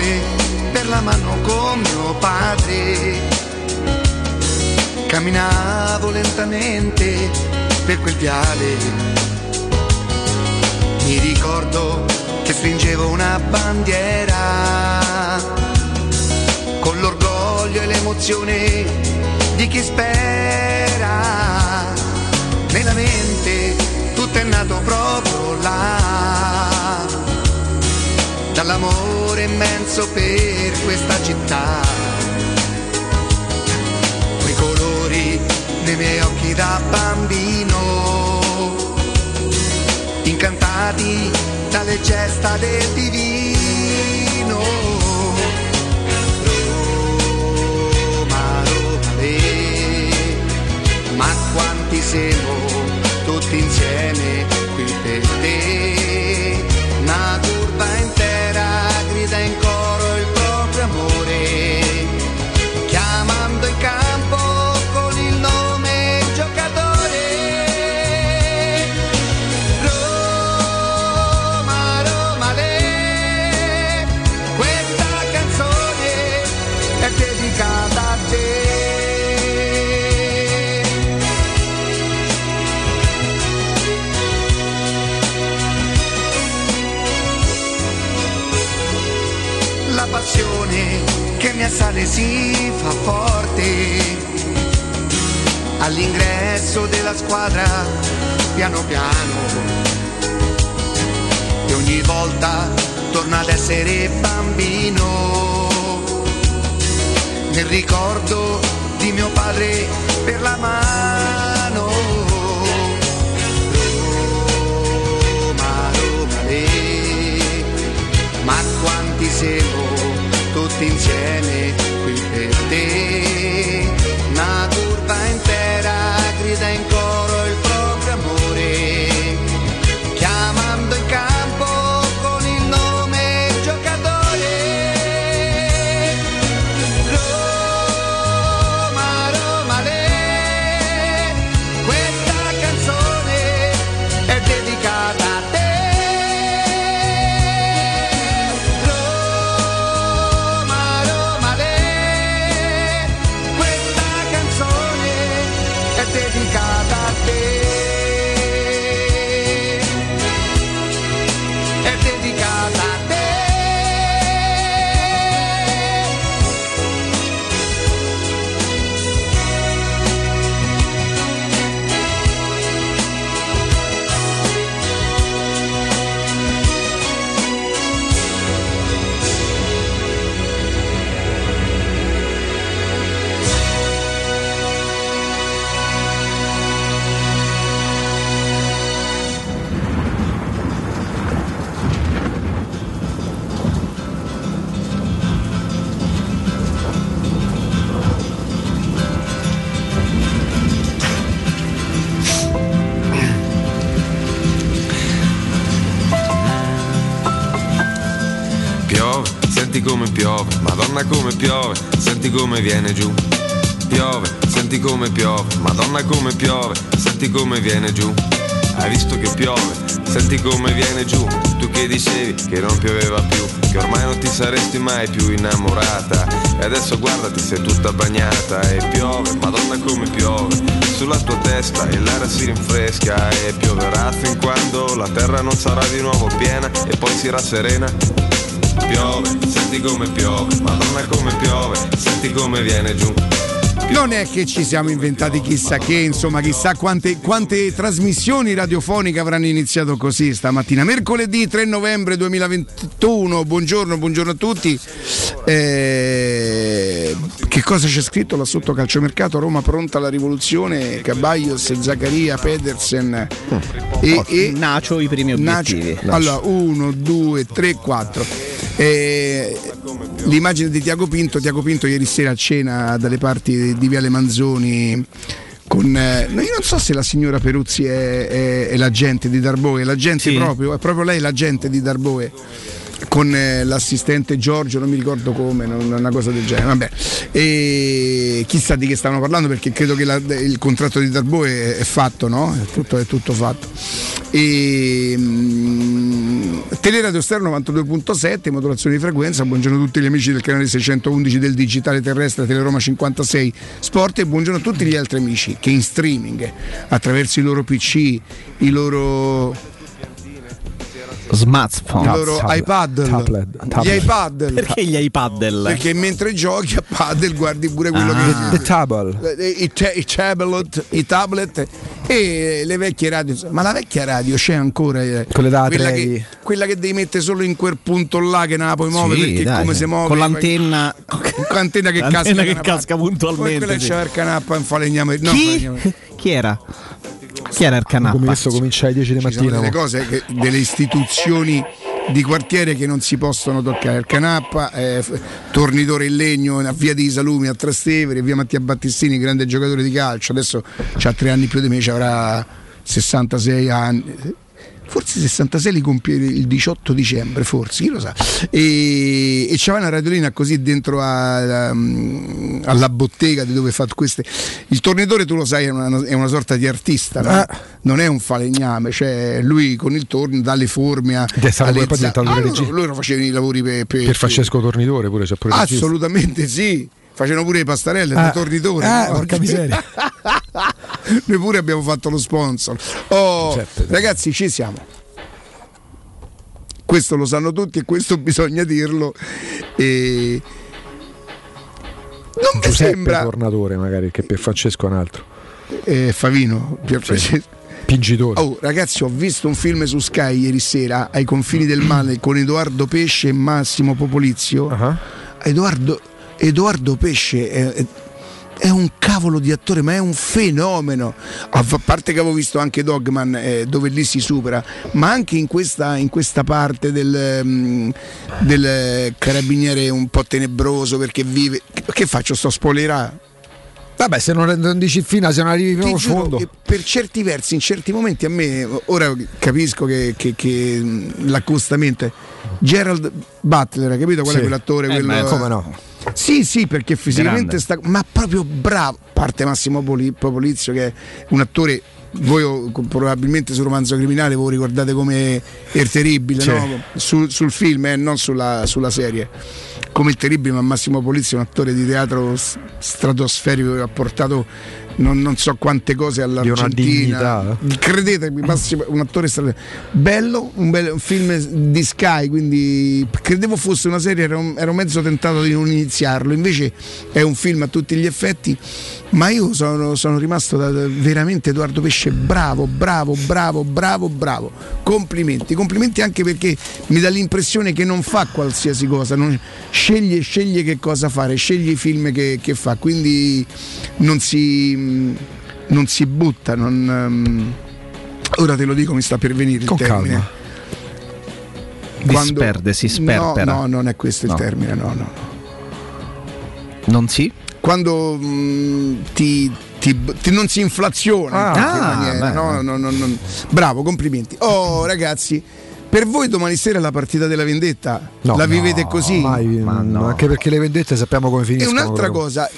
per la mano con mio padre. Camminavo lentamente per quel viale, mi ricordo che stringevo una bandiera con l'orgoglio e l'emozione di chi spera. Nella mente tutto è nato proprio là, dall'amore immenso per questa città. Quei colori nei miei occhi da bambino, incantati dalle gesta del divino. Roma, Roma, ma quanti siamo tutti insieme qui per te. Una curva intera grida in coro il proprio amore, chiamando in campo con il nome giocatore. Roma, Roma, questa canzone è dedicata a te. La passione che mi assale si fa forte all'ingresso della squadra, piano piano, e ogni volta torna ad essere bambino nel ricordo di mio padre per la mano. Roma, Roma, ma quanti siamo tutti insieme qui per te. Una curva intera grida in coro il proprio amore, chiamando in campo con il nome giocatore. Roma, Roma, questa canzone è dedicata a te. Dedicata a te, è dedicata a te. Senti come piove, Madonna come piove, senti come viene giù. Piove, senti come piove, Madonna come piove, senti come viene giù. Hai visto che piove, senti come viene giù. Tu che dicevi che non pioveva più, che ormai non ti saresti mai più innamorata, e adesso guardati, sei tutta bagnata. E piove, Madonna come piove, sulla tua testa e l'aria si rinfresca. E pioverà fin quando la terra non sarà di nuovo piena e poi si rasserena. Piove, senti come piove, Madonna come piove, senti come viene giù. Non è che ci siamo inventati chissà che, insomma, chissà quante trasmissioni radiofoniche avranno iniziato così stamattina. Mercoledì 3 novembre 2021, buongiorno a tutti. Che cosa c'è scritto là sotto? Calciomercato, Roma pronta alla rivoluzione, Ceballos, Zaccaria, Pedersen e Nacio i primi obiettivi. Nacio. Allora 1, 2, 3, 4. L'immagine di Tiago Pinto ieri sera a cena dalle parti di Viale Manzoni con io non so se la signora Peruzzi è l'agente di Darboe, l'agente sì. È proprio lei l'agente di Darboe. con l'assistente Giorgio, non mi ricordo come, una cosa del genere, vabbè. E chissà di che stavano parlando, perché credo che il contratto di Darboe è fatto, no? È tutto fatto. E Teleradio Stereo 92.7, modulazione di frequenza. Buongiorno a tutti gli amici del canale 611 del digitale terrestre Teleroma 56 Sport, e buongiorno a tutti gli altri amici che in streaming attraverso i loro PC, i loro smartphone, i loro iPad, gli iPad. Perché gli iPad? Perché mentre giochi a paddle guardi pure quello che i tablet e le vecchie radio. Ma la vecchia radio c'è ancora, quella che devi mettere solo in quel punto là che non la puoi muovere, perché come si muove con l'antenna che casca puntualmente. Poi quella c'è il canappa in falegname. Chi era? Chi era il canappa? Come adesso comincia alle 10 di mattina. Sono delle cose delle istituzioni di quartiere che non si possono toccare. Il canappa, tornitore in legno a via dei Salumi a Trastevere, via Mattia Battistini, grande giocatore di calcio, adesso c'ha 3 anni più di me, avrà 66 anni. Forse 66 li compie il 18 dicembre, forse, chi lo sa. E c'era una radiolina così dentro alla bottega di dove fa queste. Il tornitore, tu lo sai, è una sorta di artista, no? Non è un falegname, cioè lui con il torno dà le forme lui lo faceva i lavori per Francesco Tornitore, pure c'è pure assolutamente sì. Facevano pure le pastarelle da tornitore. Porca miseria. Noi pure abbiamo fatto lo sponsor. Ragazzi, ci siamo. Questo lo sanno tutti e questo bisogna dirlo. E non mi sembra tornatore, magari, che per Francesco è un altro. Favino, Francesco. Pingitore. Ragazzi, ho visto un film su Sky ieri sera, Ai confini del male, con Edoardo Pesce e Massimo Popolizio. Edoardo Pesce è un cavolo di attore, ma è un fenomeno. A parte che avevo visto anche Dogman, dove lì si supera, ma anche in questa parte del carabiniere un po' tenebroso, perché vive. Che faccio? Sto spoilerando? Vabbè, se non dici fino, se non arrivi fino al fondo. Per certi versi, in certi momenti, a me, ora capisco che l'accostamento è Gerald Butler, capito qual è quell'attore? Come no? Sì, perché fisicamente ma proprio bravo. A parte Massimo Popolizio, che è un attore. Voi probabilmente sul Romanzo Criminale voi ricordate come Il Terribile, no? Sul film, non sulla serie. Come Il Terribile, ma Massimo Polizio è un attore di teatro stratosferico che ha portato non so quante cose all'Argentina. Credetemi, Massimo, un attore bello, un film di Sky, quindi credevo fosse una serie, ero mezzo tentato di non iniziarlo, invece è un film a tutti gli effetti, ma io sono rimasto veramente Edoardo Pesce bravo, complimenti anche perché mi dà l'impressione che non fa qualsiasi cosa, sceglie che cosa fare, sceglie i film che fa, quindi non si butta, ora te lo dico, mi sta per venire il termine. Si sperpera. No, non è questo il termine, no. Non si? Quando non si inflaziona no. Bravo, complimenti. Ragazzi, per voi domani sera è la partita della vendetta? La vivete così? No. Anche perché le vendette sappiamo come finiscono. E un'altra cosa,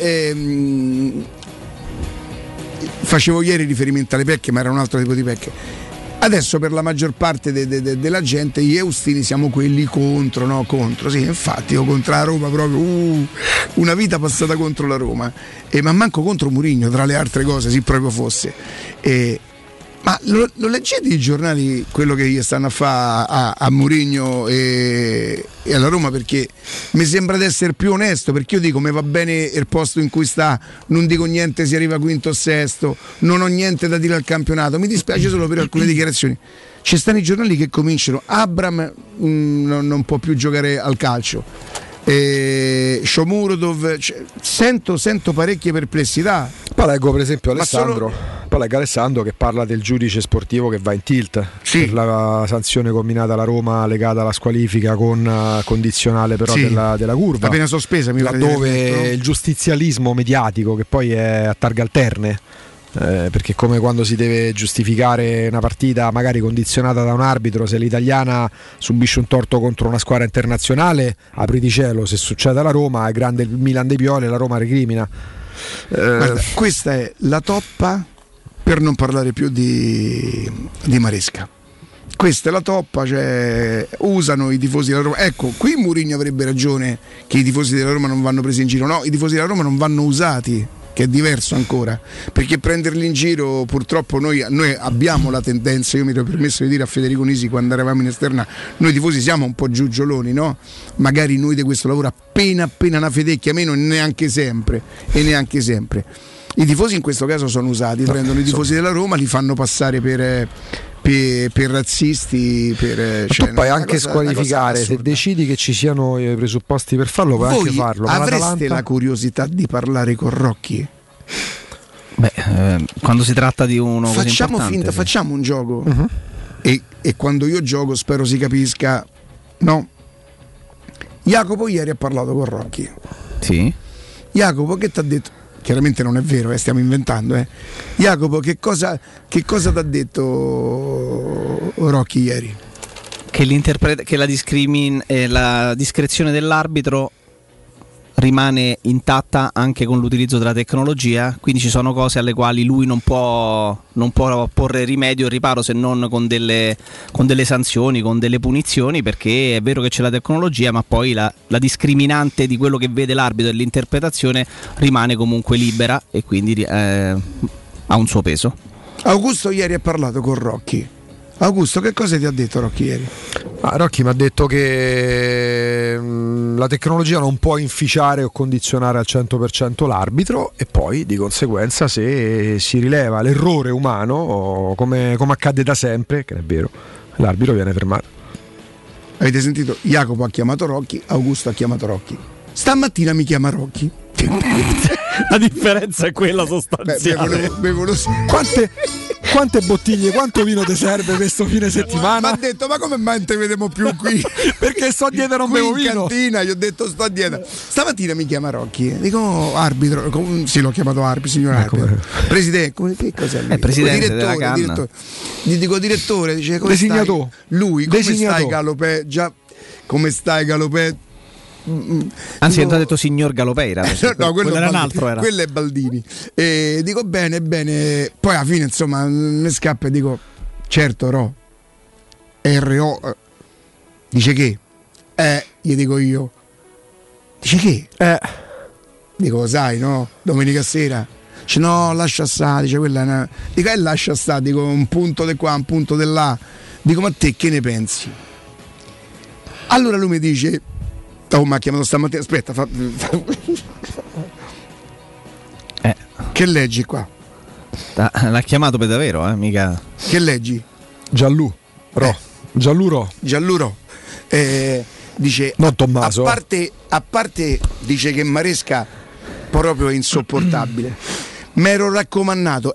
facevo ieri riferimento alle pecche, ma era un altro tipo di pecche. Adesso per la maggior parte della gente gli eustini siamo quelli contro. Sì, infatti io contro la Roma proprio una vita passata contro la Roma, ma manco contro Mourinho, tra le altre cose, se proprio fosse. Ma lo leggete i giornali quello che gli stanno a fare a Mourinho e alla Roma? Perché mi sembra di essere più onesto, perché io dico mi va bene il posto in cui sta, non dico niente se arriva quinto o sesto, non ho niente da dire al campionato, mi dispiace solo per alcune dichiarazioni. Ci stanno i giornali che cominciano: Abram non può più giocare al calcio, Shomurodov, sento parecchie perplessità. Poi leggo per esempio Alessandro che parla del giudice sportivo che va in tilt per la sanzione combinata alla Roma legata alla squalifica con condizionale però della curva appena sospesa, laddove il giustizialismo mediatico, che poi è a targhe alterne, perché come quando si deve giustificare una partita magari condizionata da un arbitro, se l'italiana subisce un torto contro una squadra internazionale, apriti cielo, se succede alla Roma è grande il Milan dei Pioli e la Roma recrimina. Guarda, questa è la toppa, per non parlare più di Maresca. Questa è la toppa, cioè usano i tifosi della Roma. Ecco, qui Mourinho avrebbe ragione che i tifosi della Roma non vanno presi in giro. No, i tifosi della Roma non vanno usati, che è diverso ancora, perché prenderli in giro purtroppo noi abbiamo la tendenza, io mi ero permesso di dire a Federico Nisi quando eravamo in esterna, noi tifosi siamo un po' giugioloni, no? Magari noi di questo lavoro appena una fedecchia meno, neanche sempre. I tifosi in questo caso sono usati, prendono i tifosi della Roma, li fanno passare per razzisti, tu puoi anche squalificare, se decidi che ci siano i presupposti per farlo, puoi anche farlo. Ma avreste la curiosità di parlare con Rocchi? Quando si tratta di uno facciamo così finta, facciamo un gioco, e quando io gioco spero si capisca, no? Jacopo ieri ha parlato con Rocchi. Sì. Jacopo, che ti ha detto? Chiaramente non è vero, stiamo inventando. Jacopo, che cosa ti ha detto Rocchi ieri? Che la discrezione dell'arbitro rimane intatta anche con l'utilizzo della tecnologia, quindi ci sono cose alle quali lui non può porre rimedio e riparo se non con delle sanzioni, con delle punizioni, perché è vero che c'è la tecnologia, ma poi la discriminante di quello che vede l'arbitro e l'interpretazione rimane comunque libera e quindi ha un suo peso. Augusto ieri ha parlato con Rocchi. Augusto, che cosa ti ha detto Rocchi ieri? Rocchi mi ha detto che la tecnologia non può inficiare o condizionare al 100% l'arbitro, e poi di conseguenza se si rileva l'errore umano, come accade da sempre, che è vero, l'arbitro viene fermato. Avete sentito? Jacopo ha chiamato Rocchi, Augusto ha chiamato Rocchi. Stamattina mi chiama Rocchi. La differenza è quella sostanziale. Quante bottiglie, quanto vino ti serve questo fine settimana? Mi ha detto, ma come mai non te vediamo più qui? Perché sto a dieta, non bevo vino. In cantina, gli ho detto sto a dieta. Stamattina mi chiama Rocchi, dico arbitro, sì, l'ho chiamato arbitro, signor arbitro. Presidente, che cos'è lui? Presidente della Canna. Gli dico direttore, dice come Designato. Stai? Lui, come stai Galopè? Già, come stai Galopè? Anzi, ha detto signor Galopeira. No, quello era un altro. Quello è Baldini. Dico bene. Poi alla fine, insomma, mi scappa e dico: certo, RO. Dice che? Gli dico io. Dice che? Dico, sai, no? Domenica sera. Dice no, lascia stare. Dice quella è una... Dico, lascia stare. Dico, un punto di qua, un punto di là. Dico, ma te che ne pensi? Allora lui mi dice: oh, mi ha chiamato stamattina, aspetta, che leggi qua? L'ha chiamato per davvero, mica. Che leggi? Giallù Ro. Dice, non Tommaso. A parte dice che Maresca proprio è insopportabile. M'ero raccomandato,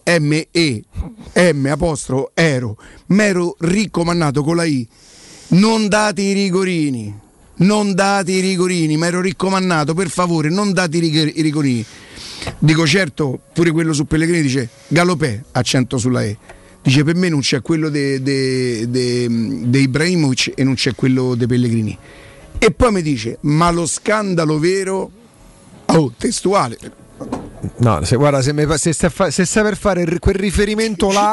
m'ero riccomandato con la I, non date i rigorini, ma ero riccomandato, per favore, non date i rigorini. Dico, certo, pure quello su Pellegrini dice Galopè, accento sulla E. Dice, per me non c'è quello di Ibrahimovic e non c'è quello dei Pellegrini. E poi mi dice, ma lo scandalo vero, testuale. No, se stai per fare quel riferimento là,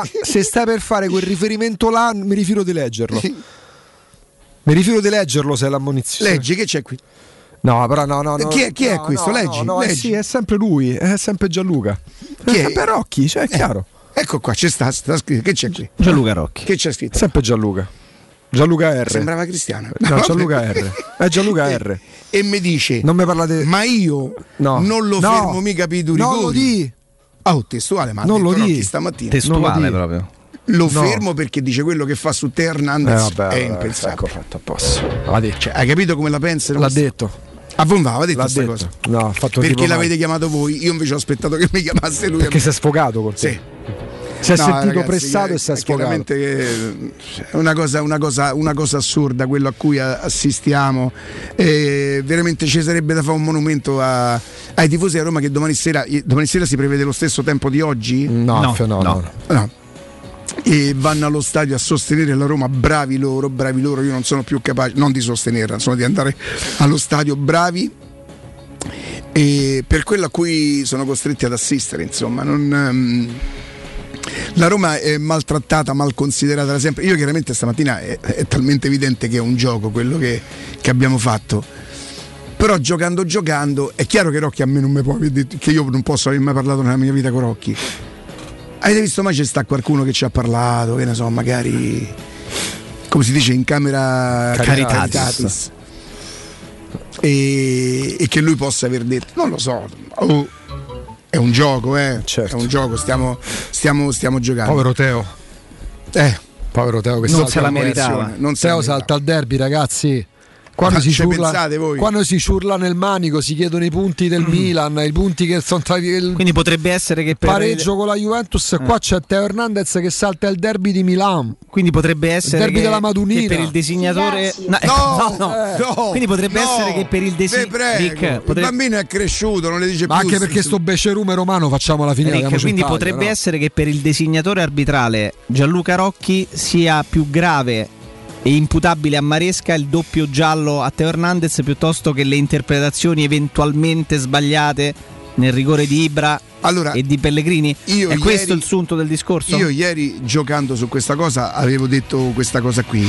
mi rifiuto di leggerlo. Mi rifiuto di leggerlo, se è l'ammonizione. Leggi, che c'è qui? No, però no. Chi è questo? Leggi. Leggi. Sì, è sempre lui, è sempre Gianluca. Chi è? Per Rocchi, cioè è chiaro. Ecco qua, sta scritto. Che c'è qui? Gianluca Rocchi. Che c'è scritto? Sempre Gianluca R. Sembrava Cristiano. No, Gianluca R. È Gianluca R. E mi dice, non mi parlate. Ma io non lo fermo mica per i rigori. Non lo di. Testuale, ma non lo di stamattina. Testuale proprio. Lo fermo perché dice quello che fa su Teo Hernandez è impensabile. Ecco, fatto apposta. Cioè, hai capito come la pensa? L'ha detto. Aveva detto questa cosa. No, ha fatto perché l'avete chiamato voi? Io invece ho aspettato che mi chiamasse lui. Perché si è sfogato con te. Sì. Si è sentito pressato e si è sfogato. È una cosa assurda quello a cui assistiamo. Veramente ci sarebbe da fare un monumento ai tifosi a Roma, che domani sera si prevede lo stesso tempo di oggi? No. E vanno allo stadio a sostenere la Roma. Bravi loro, io non sono più capace non di sostenerla, insomma, di andare allo stadio, bravi, e per quello a cui sono costretti ad assistere, insomma. La Roma è maltrattata, mal considerata da sempre. Io chiaramente stamattina è talmente evidente che è un gioco quello che abbiamo fatto, però giocando è chiaro che Rocchi a me non mi può aver detto, che io non posso aver mai parlato nella mia vita con Rocchi. Avete visto mai c'è sta qualcuno che ci ha parlato, che ne so, magari, come si dice, in camera caritatis, e che lui possa aver detto, non lo so, è un gioco, certo. È un gioco, stiamo giocando. Povero Teo che non se la meritava. Teo salta al derby, ragazzi. Quando si ciurla nel manico, si chiedono i punti del Milan, i punti che sono tra quindi potrebbe essere che per pareggio con la Juventus, qua c'è Teo Hernandez che salta il derby di Milano. Quindi potrebbe essere il derby della Madunina, che per il disegnatore no. Quindi potrebbe essere che per il il bambino è cresciuto, non le dice ma più. Anche perché sto becerume romano facciamo la finale. Quindi potrebbe essere che per il disegnatore arbitrale Gianluca Rocchi sia più grave e imputabile a Maresca il doppio giallo a Teo Hernandez, piuttosto che le interpretazioni eventualmente sbagliate nel rigore di Ibra e di Pellegrini. È questo il sunto del discorso? Io ieri, giocando su questa cosa, avevo detto questa cosa qui.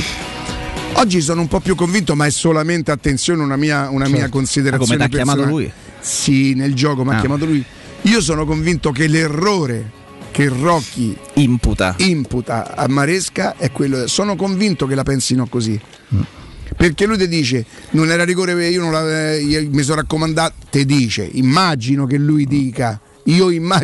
Oggi sono un po' più convinto, ma è solamente, attenzione, una mia considerazione. Come ti ha chiamato lui? Sì, nel gioco mi ha chiamato lui. Io sono convinto che l'errore che Rocchi imputa a Maresca è quello. Sono convinto che la pensino così, perché lui ti dice non era rigore, io mi sono raccomandato, te dice, immagino che lui dica sì.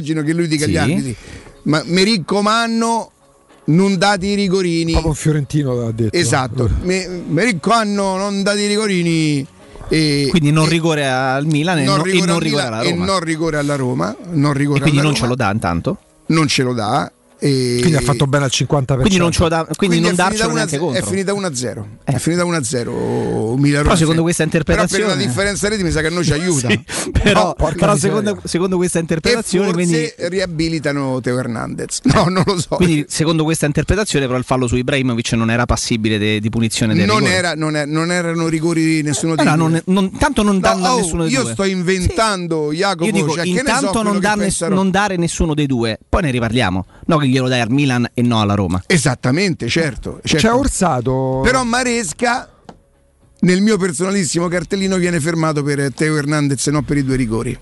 Agli arbitri, ma mi raccomando, non date i rigorini. Proprio Fiorentino l'ha detto. Esatto, mi raccomando, non date i rigorini. Quindi non rigore al Milan e non rigore alla Roma. E non rigore alla Roma. Quindi non ce lo dà intanto? Non ce lo dà. Quindi ha fatto bene al 50%. Quindi non ce lo dà, quindi non darcelo neanche contro. È finita 1-0. È finita 1-0 Milan. Però secondo questa interpretazione, però per la differenza reti mi sa che a noi ci aiuta. Sì, però secondo questa interpretazione, e forse quindi riabilitano Teo Hernandez. No, non lo so. Quindi secondo questa interpretazione però il fallo su Ibrahimovic non era passibile di punizione del rigore. Non erano rigori nessuno dei due. Tanto non danno a nessuno dei due. Io sto inventando, Jacopo, io dico, intanto non dare nessuno dei due, poi ne riparliamo. No, che glielo dai al Milan e no alla Roma. Esattamente, certo. C'è Orsato. Però Maresca, nel mio personalissimo cartellino, viene fermato per Teo Hernandez e non per i due rigori.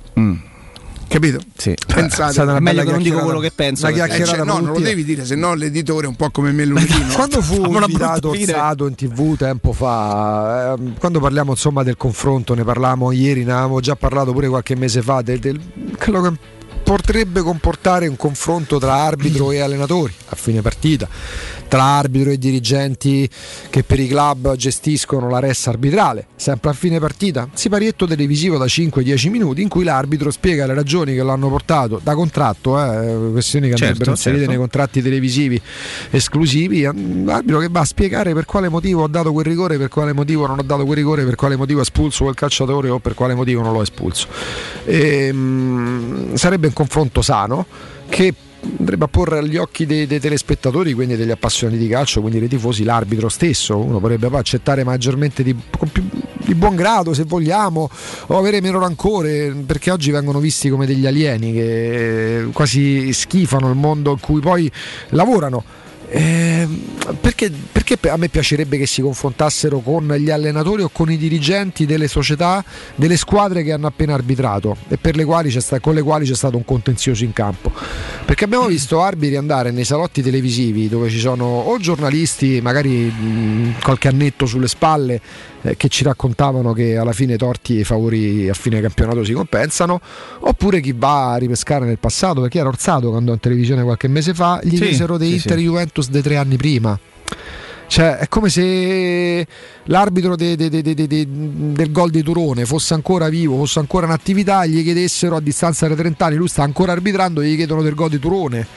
Capito? Sì. Pensate, è meglio che non dico quello che penso. Non lo devi dire, se no l'editore è un po' come me lunedì. Quando fu invitato Orsato in TV tempo fa, quando parliamo insomma del confronto, ne parlavamo ieri, ne avevamo già parlato pure qualche mese fa, quello che potrebbe comportare un confronto tra arbitro e allenatori a fine partita, tra arbitro e dirigenti che per i club gestiscono la res arbitrale, sempre a fine partita, siparietto televisivo da 5-10 minuti in cui l'arbitro spiega le ragioni che lo hanno portato da contratto, questioni che andrebbero inserite nei contratti televisivi esclusivi, l'arbitro che va a spiegare per quale motivo ho dato quel rigore, per quale motivo non ho dato quel rigore, per quale motivo ho espulso quel calciatore o per quale motivo non l'ho espulso. Sarebbe un confronto sano che andrebbe a porre agli occhi dei telespettatori, quindi degli appassionati di calcio, quindi dei tifosi, l'arbitro stesso. Uno potrebbe poi accettare maggiormente di buon grado, se vogliamo, o avere meno rancore, perché oggi vengono visti come degli alieni che quasi schifano il mondo in cui poi lavorano. Perché a me piacerebbe che si confrontassero con gli allenatori o con i dirigenti delle società, delle squadre che hanno appena arbitrato e con le quali c'è stato un contenzioso in campo, perché abbiamo visto arbitri andare nei salotti televisivi dove ci sono o giornalisti magari qualche annetto sulle spalle che ci raccontavano che alla fine torti e i favori a fine campionato si compensano, oppure chi va a ripescare nel passato, perché era Orsato quando in televisione qualche mese fa gli chiesero dei Inter Juventus dei 3 anni prima. Cioè è come se l'arbitro del gol di Turone fosse ancora vivo, fosse ancora in attività, gli chiedessero a distanza di 30 anni, lui sta ancora arbitrando, gli chiedono del gol di Turone.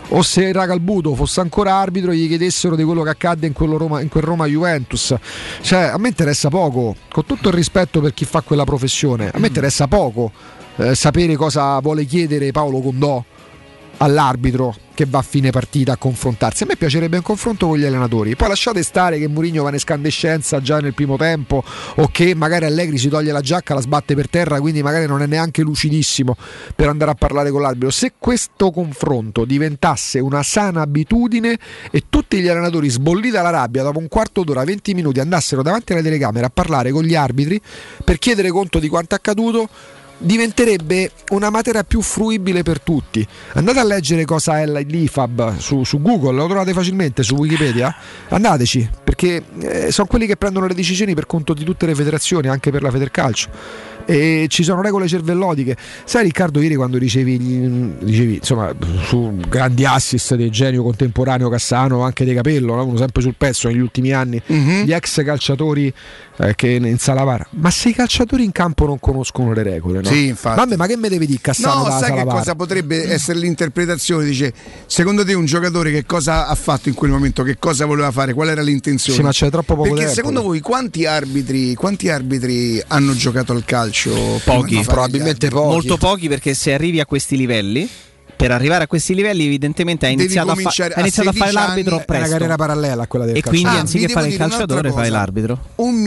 o se Ragalbuto fosse ancora arbitro gli chiedessero di quello che accadde in quel Roma Juventus. Cioè, a me interessa poco, con tutto il rispetto per chi fa quella professione, a me interessa poco sapere cosa vuole chiedere Paolo Condò all'arbitro che va a fine partita a confrontarsi. A me piacerebbe un confronto con gli allenatori. Poi lasciate stare che Mourinho va in escandescenza già nel primo tempo, o che magari Allegri si toglie la giacca, la sbatte per terra, quindi magari non è neanche lucidissimo per andare a parlare con l'arbitro. Se questo confronto diventasse una sana abitudine e tutti gli allenatori, sbolliti dalla rabbia, dopo un quarto d'ora, 20 minuti andassero davanti alle telecamere a parlare con gli arbitri per chiedere conto di quanto accaduto, diventerebbe una materia più fruibile per tutti. Andate a leggere cosa è l'IFAB su Google, lo trovate facilmente su Wikipedia, andateci, perché sono quelli che prendono le decisioni per conto di tutte le federazioni, anche per la Federcalcio, e ci sono regole cervellotiche. Sai Riccardo, ieri quando ricevi insomma su grandi assist del genio contemporaneo Cassano, anche De Capello, no? Uno sempre sul pezzo negli ultimi anni, gli ex calciatori che in Salavara, ma se i calciatori in campo non conoscono le regole, no? Sì, infatti. Vabbè, ma che me devi dire Cassano? No, sai Salavara? che cosa potrebbe essere l'interpretazione? Dice, secondo te un giocatore che cosa ha fatto in quel momento, che cosa voleva fare, qual era l'intenzione? Sì, ma c'è troppo poco perché tempo. Secondo voi quanti arbitri hanno giocato al calcio? Pochi, probabilmente pochi. Molto pochi, perché se arrivi a questi livelli, per arrivare a questi livelli evidentemente hai iniziato a fare l'arbitro presto. È una carriera parallela a quella del calcio. E quindi anziché fare il calciatore fai l'arbitro.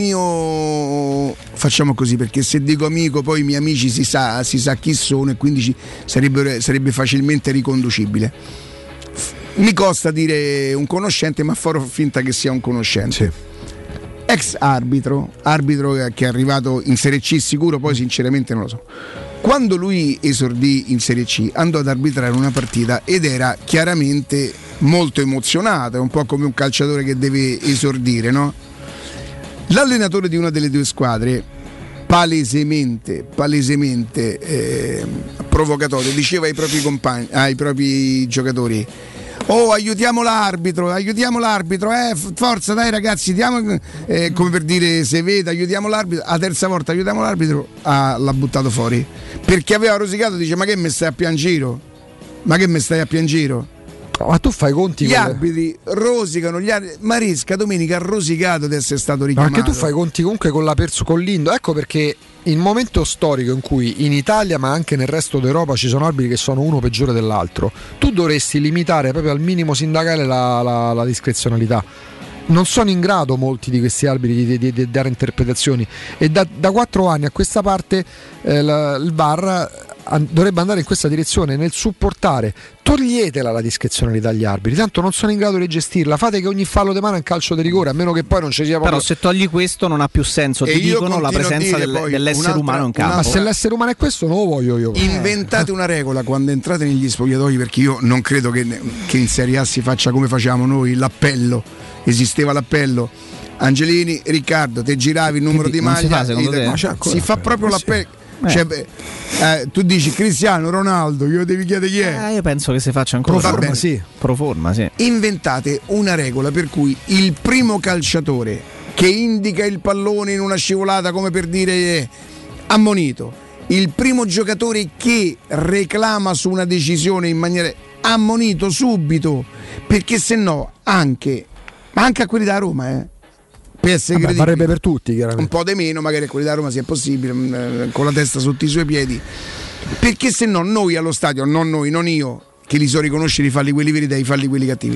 Facciamo così, perché se dico amico poi i miei amici si sa chi sono, e quindi sarebbe facilmente riconducibile. Mi costa dire un conoscente, ma farò finta che sia un conoscente. Sì. Ex arbitro che è arrivato in Serie C sicuro, poi sinceramente non lo so. Quando lui esordì in Serie C andò ad arbitrare una partita ed era chiaramente molto emozionato, è un po' come un calciatore che deve esordire, no? L'allenatore di una delle due squadre, palesemente provocatorio, diceva ai propri giocatori: oh, aiutiamo l'arbitro, forza dai ragazzi, diamo, come per dire, se vede, aiutiamo l'arbitro. La terza volta aiutiamo l'arbitro, l'ha buttato fuori perché aveva rosicato. Dice: ma che mi stai a piangere? Ma tu fai conti gli arbitri rosicano, Maresca domenica ha rosicato di essere stato richiamato. Ma anche tu fai conti comunque con l'Indo. Ecco perché il momento storico in cui in Italia, ma anche nel resto d'Europa, ci sono arbitri che sono uno peggiore dell'altro, tu dovresti limitare proprio al minimo sindacale la discrezionalità. Non sono in grado molti di questi arbitri di dare interpretazioni, e da 4 anni a questa parte il VAR dovrebbe andare in questa direzione, nel supportare. Toglietela la discrezionalità agli arbitri, tanto non sono in grado di gestirla. Fate che ogni fallo di mano è un calcio di rigore, a meno che poi non ci sia proprio... Però se togli questo non ha più senso, ti dicono la presenza dell'essere umano in campo. Ma se l'essere umano è questo, non lo voglio io. Inventate una regola quando entrate negli spogliatoi, perché io non credo che in Serie A si faccia come facciamo noi, l'appello. Esisteva l'appello: Angelini, Riccardo, te giravi il numero di maglia, si fa proprio l'appello. Cioè, tu dici Cristiano Ronaldo, io devi chiedere chi è. Io penso che si faccia ancora pro forma, sì. Inventate una regola per cui il primo calciatore che indica il pallone in una scivolata, come per dire ammonito, il primo giocatore che reclama su una decisione in maniera ammonito subito, perché se no anche a quelli da Roma varrebbe per tutti, chiaramente. Un po' di meno magari a quelli da Roma, se è possibile, con la testa sotto i suoi piedi, perché se no noi allo stadio, non io che li so riconoscere i falli quelli veri dai falli quelli cattivi,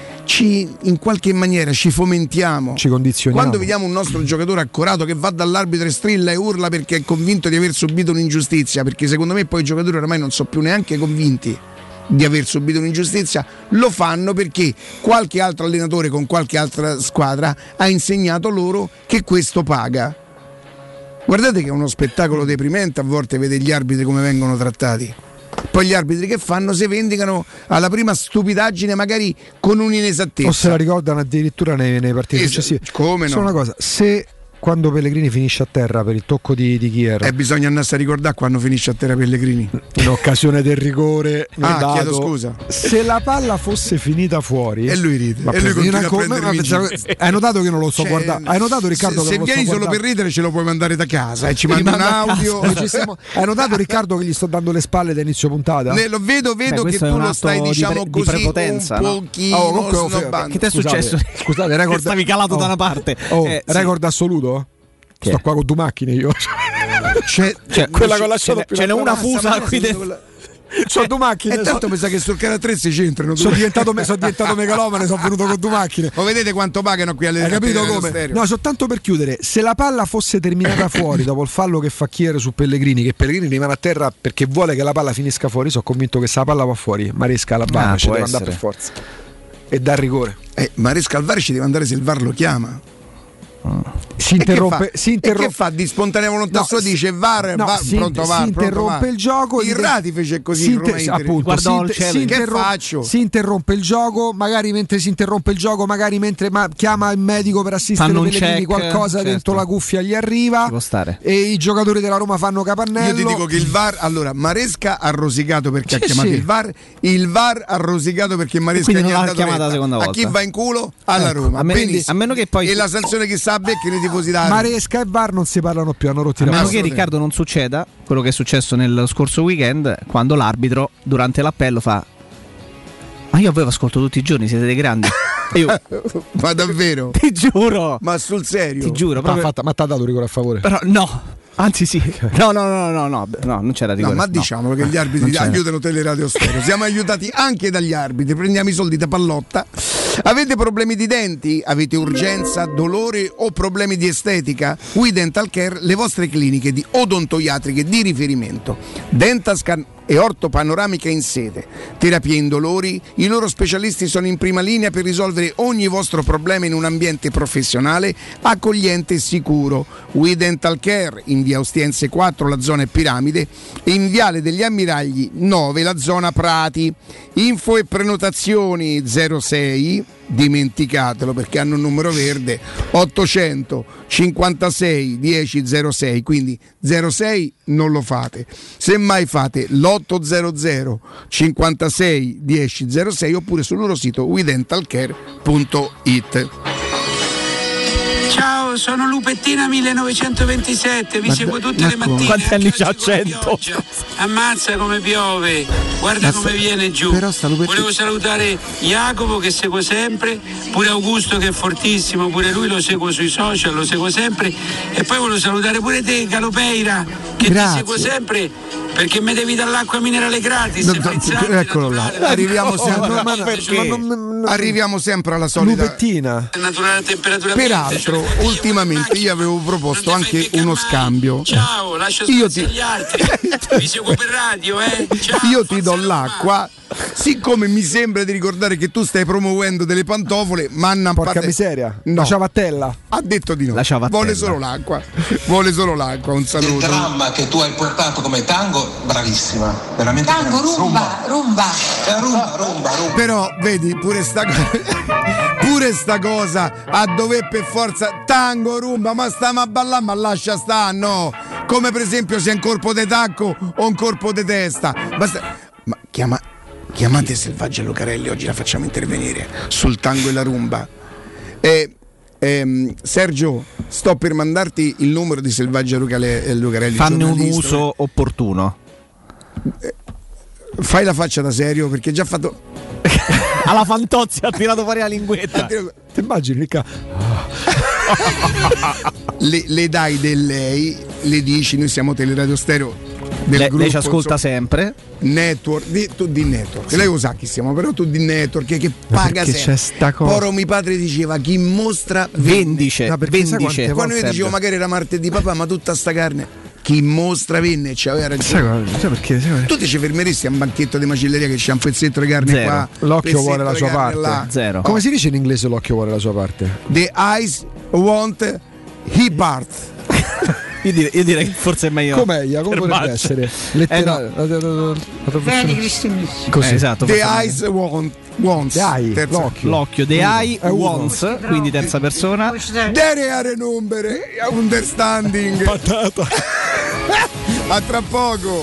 in qualche maniera ci fomentiamo, ci condizioniamo. Quando vediamo un nostro giocatore accorato che va dall'arbitro e strilla e urla perché è convinto di aver subito un'ingiustizia, perché secondo me poi i giocatori ormai non sono più neanche convinti di aver subito un'ingiustizia, lo fanno perché qualche altro allenatore con qualche altra squadra ha insegnato loro che questo paga. Guardate che è uno spettacolo deprimente a volte vedere gli arbitri come vengono trattati. Poi gli arbitri che fanno? Si vendicano alla prima stupidaggine, magari con un'inesattezza, o se la ricordano addirittura nei partiti successivi. Come no? Solo una cosa, se quando Pellegrini finisce a terra per il tocco di Kier. Bisogna andare a ricordare quando finisce a terra Pellegrini. In occasione del rigore. Chiedo scusa. Se la palla fosse finita fuori. E lui ride. E lui continua a prendermi. Hai notato che non lo sto guardando? Hai notato, Riccardo, se vieni solo per ridere ce lo puoi mandare da casa e ci manda un audio. Hai notato, Riccardo, che gli sto dando le spalle da inizio puntata? Lo vedo che tu lo stai diciamo così prepotenza, un pochino che ti è successo? Scusate, record stavi calato da una parte. Record assoluto? Che? Sto qua con 2 macchine io. C'è quella con lasciato più. Ce n'è una fusa qui dentro. C'ho 2 macchine. E tanto mi sa che sul canale 3 si centrano. Sono diventato megalomane, sono venuto con 2 macchine. Ma vedete quanto pagano qui alle. Hai capito come? No, soltanto per chiudere, se la palla fosse terminata fuori dopo il fallo che fa Kier su Pellegrini, che Pellegrini rimane a terra perché vuole che la palla finisca fuori, sono convinto che se la palla va fuori, Maresca alla barra ci deve andare per forza. E dà rigore. Maresca al VAR ci deve andare se il VAR lo chiama. Si interrompe. E che fa? Di spontanea volontà sua dice VAR, pronto VAR. Si interrompe il gioco. Il Rati fece così. Si interrompe il gioco. Magari mentre si interrompe il gioco, magari mentre chiama il medico per assistere Pellegrini, qualcosa dentro la cuffia gli arriva. E i giocatori della Roma fanno capannello. Io ti dico che il VAR, allora Maresca ha rosicato perché ha chiamato il VAR ha rosicato perché Maresca gli ha dato chiamata la seconda volta. A chi va in culo? Alla Roma. A meno che poi e la sanzione che sa becchino i tifosi d'Ari. Maresca e VAR non si parlano più, hanno rotto i ragazzi. A meno che Riccardo non succeda quello che è successo nel scorso weekend, quando l'arbitro durante l'appello fa: ma io a voi ascolto tutti i giorni, siete dei grandi. Ma davvero? Ti giuro. Ma sul serio? Ti giuro. Ma ti ha dato rigore a favore? Però no. Anzi sì, no, non c'era rigore. No, ma diciamolo che gli arbitri aiutano Teleradio Stereo. Siamo aiutati anche dagli arbitri, prendiamo i soldi da Pallotta. Avete problemi di denti? Avete urgenza, dolore o problemi di estetica? We Dental Care, le vostre cliniche di odontoiatriche di riferimento. Dentascan e ortopanoramica in sede, terapie indolori, i loro specialisti sono in prima linea per risolvere ogni vostro problema in un ambiente professionale, accogliente e sicuro. We Dental Care in via Ostiense 4, la zona è Piramide, e in viale degli Ammiragli 9, la zona Prati. Info e prenotazioni 06, dimenticatelo perché hanno un numero verde, 800 56 10 06, quindi 06 non lo fate, semmai fate l'800 56 10 06 oppure sul loro sito wedentalcare.it. Ciao, sono Lupettina 1927, vi seguo tutte le mattine. Quanti anni c'ha? 100? Ammazza come piove, guarda come viene giù. Volevo salutare Jacopo che seguo sempre, pure Augusto che è fortissimo, pure lui lo seguo sui social, lo seguo sempre, e poi volevo salutare pure te, Calopeira, che ti seguo sempre perché mi devi dare l'acqua minerale gratis. Eccolo là, arriviamo sempre alla solita Lupettina naturale a temperatura. Peraltro ultimamente io avevo proposto anche uno scambio. Ciao, lascia spazio agli altri. Vi seguo per radio, Ciao, io ti do l'acqua. Siccome mi sembra di ricordare che tu stai promuovendo delle pantofole, porca miseria, no. La ciabattella ha detto di no, vuole solo l'acqua, un saluto. Il dramma che tu hai portato come tango, bravissima, veramente tango, rumba. Però vedi pure sta cosa a dover per forza tango, rumba, ma stiamo a ballare, ma lascia sta, no, come per esempio se è un corpo di tacco o un corpo di testa, ma chiamate Selvaggia Lucarelli, oggi la facciamo intervenire sul tango e la rumba. Sergio, sto per mandarti il numero di Selvaggia Lucarelli. Fanne un uso opportuno. Fai la faccia da serio perché già fatto. Alla Fantozzi ha tirato fuori la linguetta. Ti immagini, Ricca? le dai del lei, le dici noi siamo Teleradio Stereo. Lei ci ascolta sempre. Network, tu di network. Lei lo sa chi siamo, però tu di network che paga sempre. C'è sta cosa. Poro mio padre diceva chi mostra vendice. Quando io dicevo magari era martedì papà, ma tutta sta carne chi mostra venne, c'aveva ragione. Sai perché? Tu ti ci fermeresti a un banchetto di macelleria che c'è un pezzetto di carne Zero. qua. L'occhio vuole la sua parte. Là. Zero. Come si dice in inglese l'occhio vuole la sua parte? The eyes want he part. Io direi che forse è meglio. Come potrebbe essere? Letterale. Vedi Cristina. Così. Esatto. The eyes wants. L'occhio. The eye wants, quindi terza persona. Dere are numere, understanding. Patata. A tra poco.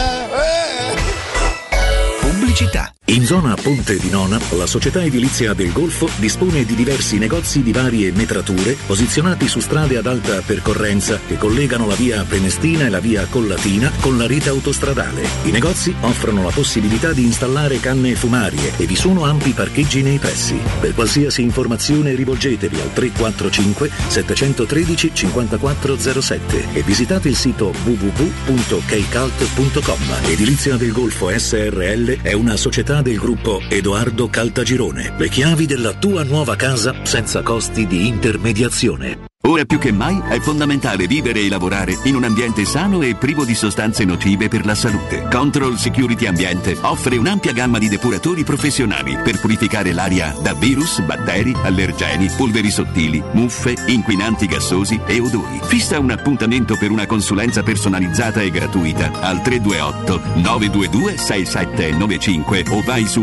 Pubblicità. In zona Ponte di Nona, la società edilizia del Golfo dispone di diversi negozi di varie metrature posizionati su strade ad alta percorrenza che collegano la via Prenestina e la via Collatina con la rete autostradale. I negozi offrono la possibilità di installare canne fumarie e vi sono ampi parcheggi nei pressi. Per qualsiasi informazione rivolgetevi al 345 713 5407 e visitate il sito www.keicalt.com. Edilizia del Golfo SRL è una società del gruppo Edoardo Caltagirone. Le chiavi della tua nuova casa senza costi di intermediazione. Ora più che mai è fondamentale vivere e lavorare in un ambiente sano e privo di sostanze nocive per la salute. Control Security Ambiente offre un'ampia gamma di depuratori professionali per purificare l'aria da virus, batteri, allergeni, polveri sottili, muffe, inquinanti gassosi e odori. Fissa un appuntamento per una consulenza personalizzata e gratuita al 328 922 6795 o vai su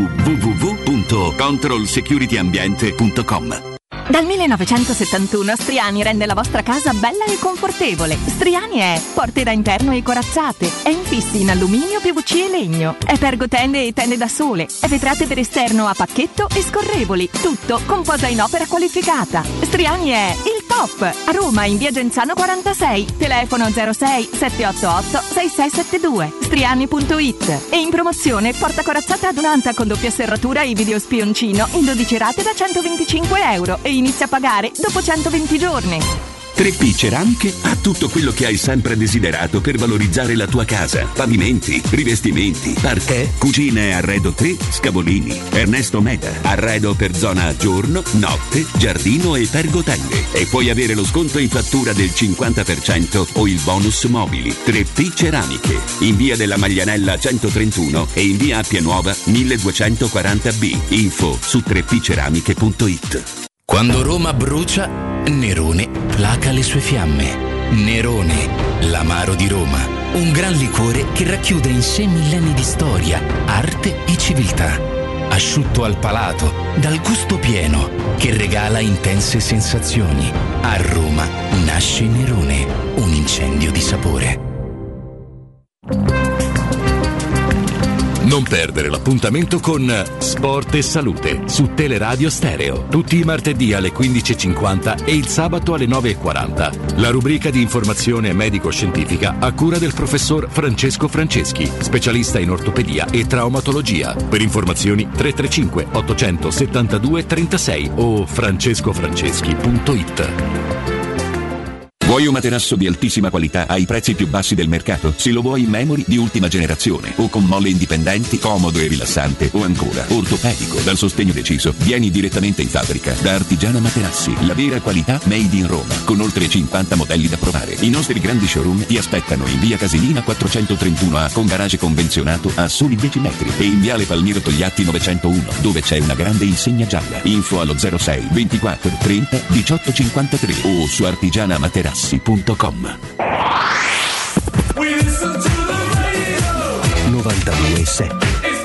www.controlsecurityambiente.com. Dal 1971 Striani rende la vostra casa bella e confortevole. Striani è porte da interno e corazzate, è infissi in alluminio, PVC e legno, è pergotende e tende da sole, è vetrate per esterno a pacchetto e scorrevoli, tutto con posa in opera qualificata. Striani è il top! A Roma in via Genzano 46, telefono 06 788 6672, striani.it. E in promozione porta corazzata adunata con doppia serratura e video spioncino in 12 rate da €125 e inizia a pagare dopo 120 giorni. 3P Ceramiche ha tutto quello che hai sempre desiderato per valorizzare la tua casa. Pavimenti, rivestimenti, parquet, cucine e arredo 3, Scavolini, Ernesto Meda. Arredo per zona giorno, notte, giardino e pergotende. E puoi avere lo sconto in fattura del 50% o il bonus mobili. 3P Ceramiche. In via della Maglianella 131 e in via Appia Nuova 1240B. Info su 3pceramiche.it. Quando Roma brucia, Nerone placa le sue fiamme. Nerone, l'amaro di Roma. Un gran liquore che racchiude in sé millenni di storia, arte e civiltà. Asciutto al palato, dal gusto pieno, che regala intense sensazioni. A Roma nasce Nerone, un incendio di sapore. Non perdere l'appuntamento con Sport e Salute su Teleradio Stereo, tutti i martedì alle 15.50 e il sabato alle 9.40. La rubrica di informazione medico-scientifica a cura del professor Francesco Franceschi, specialista in ortopedia e traumatologia. Per informazioni 335 872 36 o francescofranceschi.it. Vuoi un materasso di altissima qualità ai prezzi più bassi del mercato? Se lo vuoi in memory di ultima generazione o con molle indipendenti, comodo e rilassante o ancora ortopedico dal sostegno deciso, vieni direttamente in fabbrica da Artigiana Materassi, la vera qualità made in Roma, con oltre 50 modelli da provare. I nostri grandi showroom ti aspettano in via Casilina 431A con garage convenzionato a soli 10 metri e in viale Palmiro Togliatti 901 dove c'è una grande insegna gialla. Info allo 06 24 30 18 53 o su artigianamaterassi.com. 92.7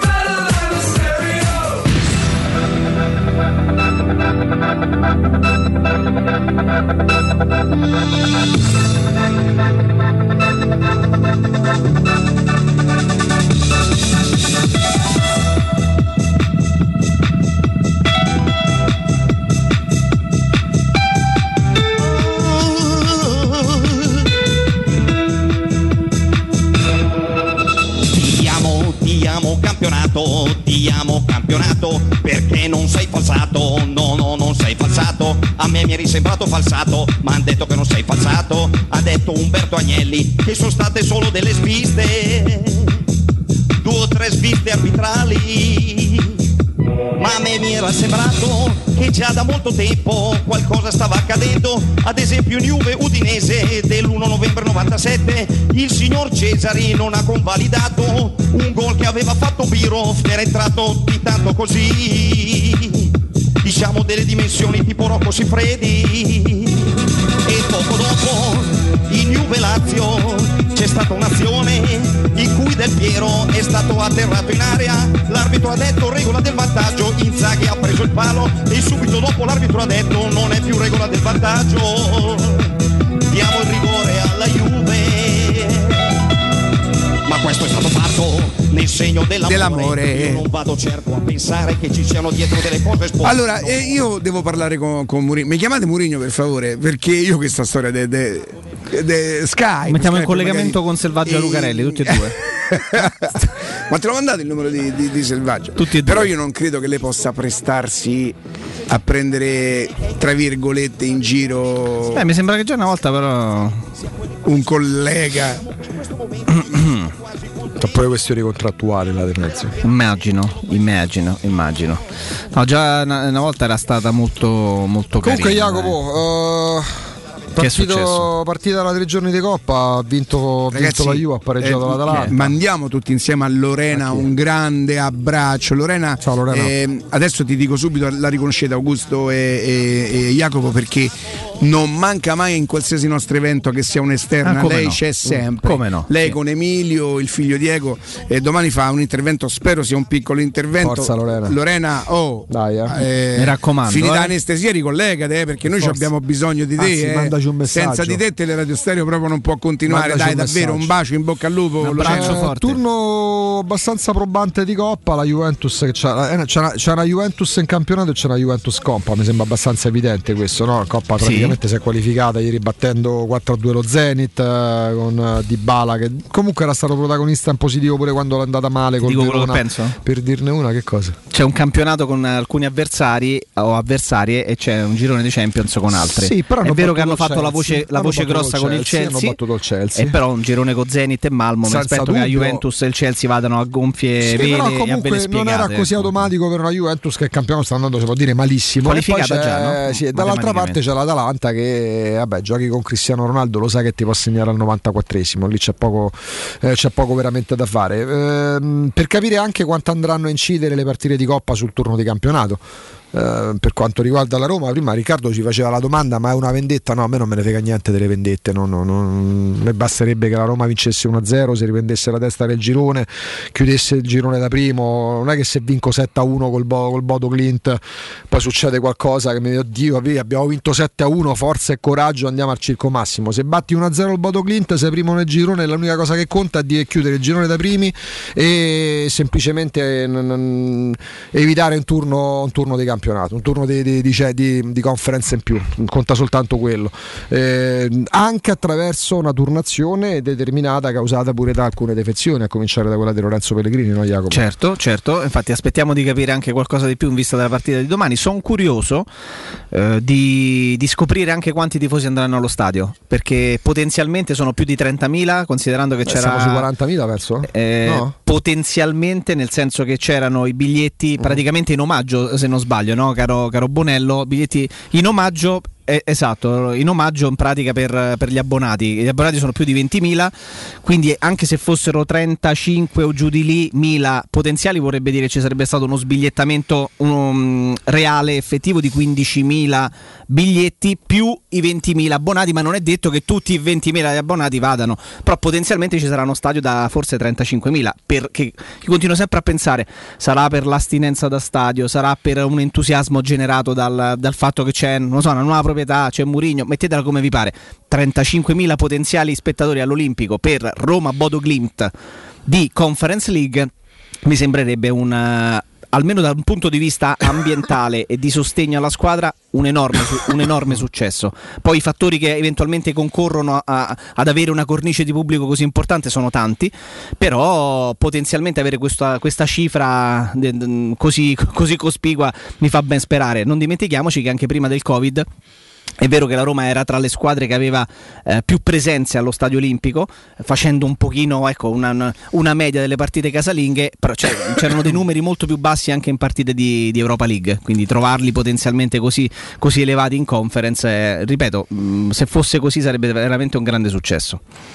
Diamo campionato perché non sei falsato, no non sei falsato, a me mi eri sembrato falsato, ma han detto che non sei falsato, ha detto Umberto Agnelli che sono state solo delle sviste, 2 o 3 sviste arbitrali, ma a me mi era sembrato che già da molto tempo qualcosa stava accadendo, ad esempio in Juve Udinese dell'1 novembre 97 il signor Cesari non ha convalidato un gol che aveva fatto Birov, che era entrato di tanto così, diciamo delle dimensioni tipo Rocco Siffredi, e poco dopo in Juve Lazio c'è stata un'azione in cui Del Piero è stato atterrato in area, l'arbitro ha detto regola del vantaggio, Inzaghi ha preso il palo e subito dopo l'arbitro ha detto non è più regola del vantaggio, diamo il rigore alla Juve. Ma questo è stato fatto nel segno dell'amore. Io non vado certo a pensare che ci siano dietro delle cose sportive. Allora, io devo parlare con Mourinho. Mi chiamate Mourinho per favore, perché io questa storia Sky mettiamo in collegamento con Selvaggio e Lucarelli, tutti e due. Ma te l'ho mandato il numero di Selvaggio? Tutti e due. Però io non credo che lei possa prestarsi a prendere, tra virgolette, in giro. Mi sembra che già una volta però un collega. C'è pure questioni contrattuali là di mezzo. Immagino. No, già una volta era stata molto comunque carina. Jacopo, partita da 3 giorni di Coppa, ha vinto la Juve, ha pareggiato l'Atalanta. Mandiamo tutti insieme a Lorena un grande abbraccio. Lorena, ciao Lorena. Adesso ti dico subito, la riconoscete Augusto e Jacopo, perché non manca mai in qualsiasi nostro evento che sia un'esterna, lei c'è sempre. Come no? Lei con Emilio, il figlio Diego, e domani fa un intervento, spero sia un piccolo intervento. Forza Lorena, dai, mi raccomando. Finita l'anestesia ricollegate, perché noi abbiamo bisogno di te. Mandaci un messaggio. Senza di te Teleradio Stereo proprio non può continuare. Dai, davvero un bacio, in bocca al lupo. Un abbraccio forte. Turno abbastanza probante di Coppa, la Juventus che c'è una Juventus in campionato e c'è una Juventus Coppa, mi sembra abbastanza evidente questo, no? Coppa praticamente si è qualificata ieri battendo 4-2 lo Zenit con Dybala, che comunque era stato protagonista in positivo pure quando è andata male col Verona, per dirne una. Che cosa? C'è un campionato con alcuni avversari o avversarie e c'è un girone di Champions con altri. Sì, però è vero che hanno fatto la voce grossa con il Chelsea, hanno battuto il Chelsea. E però un girone con Zenit e Malmo. Mi aspetto che la Juventus e il Chelsea vadano a gonfie vele però e a vele spiegate. Non era così automatico per una Juventus che il campionato sta andando, si può dire, malissimo. Qualificata già, no? Sì, dall'altra parte c'è l'Atalanta che giochi con Cristiano Ronaldo, lo sai che ti può segnare al 94esimo, lì c'è poco veramente da fare, per capire anche quanto andranno a incidere le partite di Coppa sul turno di campionato. Per quanto riguarda la Roma, prima Riccardo ci faceva la domanda: ma è una vendetta? No, a me non me ne frega niente delle vendette, no. Mi basterebbe che la Roma vincesse 1-0, si riprendesse la testa del girone, chiudesse il girone da primo. Non è che se vinco 7-1 col Bodo Clint poi succede qualcosa che mi dico oddio, abbiamo vinto 7-1, forza e coraggio, andiamo al circo massimo. Se batti 1-0 il Bodo Clint, sei primo nel girone, l'unica cosa che conta è di chiudere il girone da primi e semplicemente evitare un turno di campionato, un turno di conference in più, conta soltanto quello, anche attraverso una turnazione determinata causata pure da alcune defezioni, a cominciare da quella di Lorenzo Pellegrini, no Jacopo? Certo, infatti aspettiamo di capire anche qualcosa di più in vista della partita di domani. Sono curioso di scoprire anche quanti tifosi andranno allo stadio, perché potenzialmente sono più di 30.000, considerando che c'era... Siamo su 40.000 verso? No? Potenzialmente, nel senso che c'erano i biglietti praticamente in omaggio, se non sbaglio, no, caro Bonello, biglietti in omaggio. Esatto, in omaggio in pratica per gli abbonati. Gli abbonati sono più di 20.000, quindi anche se fossero 35 o giù di lì 1.000 potenziali, vorrebbe dire che ci sarebbe stato uno sbigliettamento reale, effettivo di 15.000 biglietti più i 20.000 abbonati, ma non è detto che tutti i 20.000 abbonati vadano, però potenzialmente ci sarà uno stadio da forse 35.000, perché io continuo sempre a pensare, sarà per l'astinenza da stadio, sarà per un entusiasmo generato dal fatto che c'è, non so, una nuova proprietà, c'è Mourinho, mettetela come vi pare. 35.000 potenziali spettatori all'Olimpico per Roma-Bodo Glimt di Conference League mi sembrerebbe almeno dal punto di vista ambientale e di sostegno alla squadra un enorme successo. Poi i fattori che eventualmente concorrono ad avere una cornice di pubblico così importante sono tanti, però potenzialmente avere questa cifra così cospicua mi fa ben sperare. Non dimentichiamoci che anche prima del Covid è vero che la Roma era tra le squadre che aveva più presenze allo Stadio Olimpico, facendo un pochino una media delle partite casalinghe, però c'erano dei numeri molto più bassi anche in partite di Europa League, quindi trovarli potenzialmente così elevati in Conference, ripeto, se fosse così sarebbe veramente un grande successo.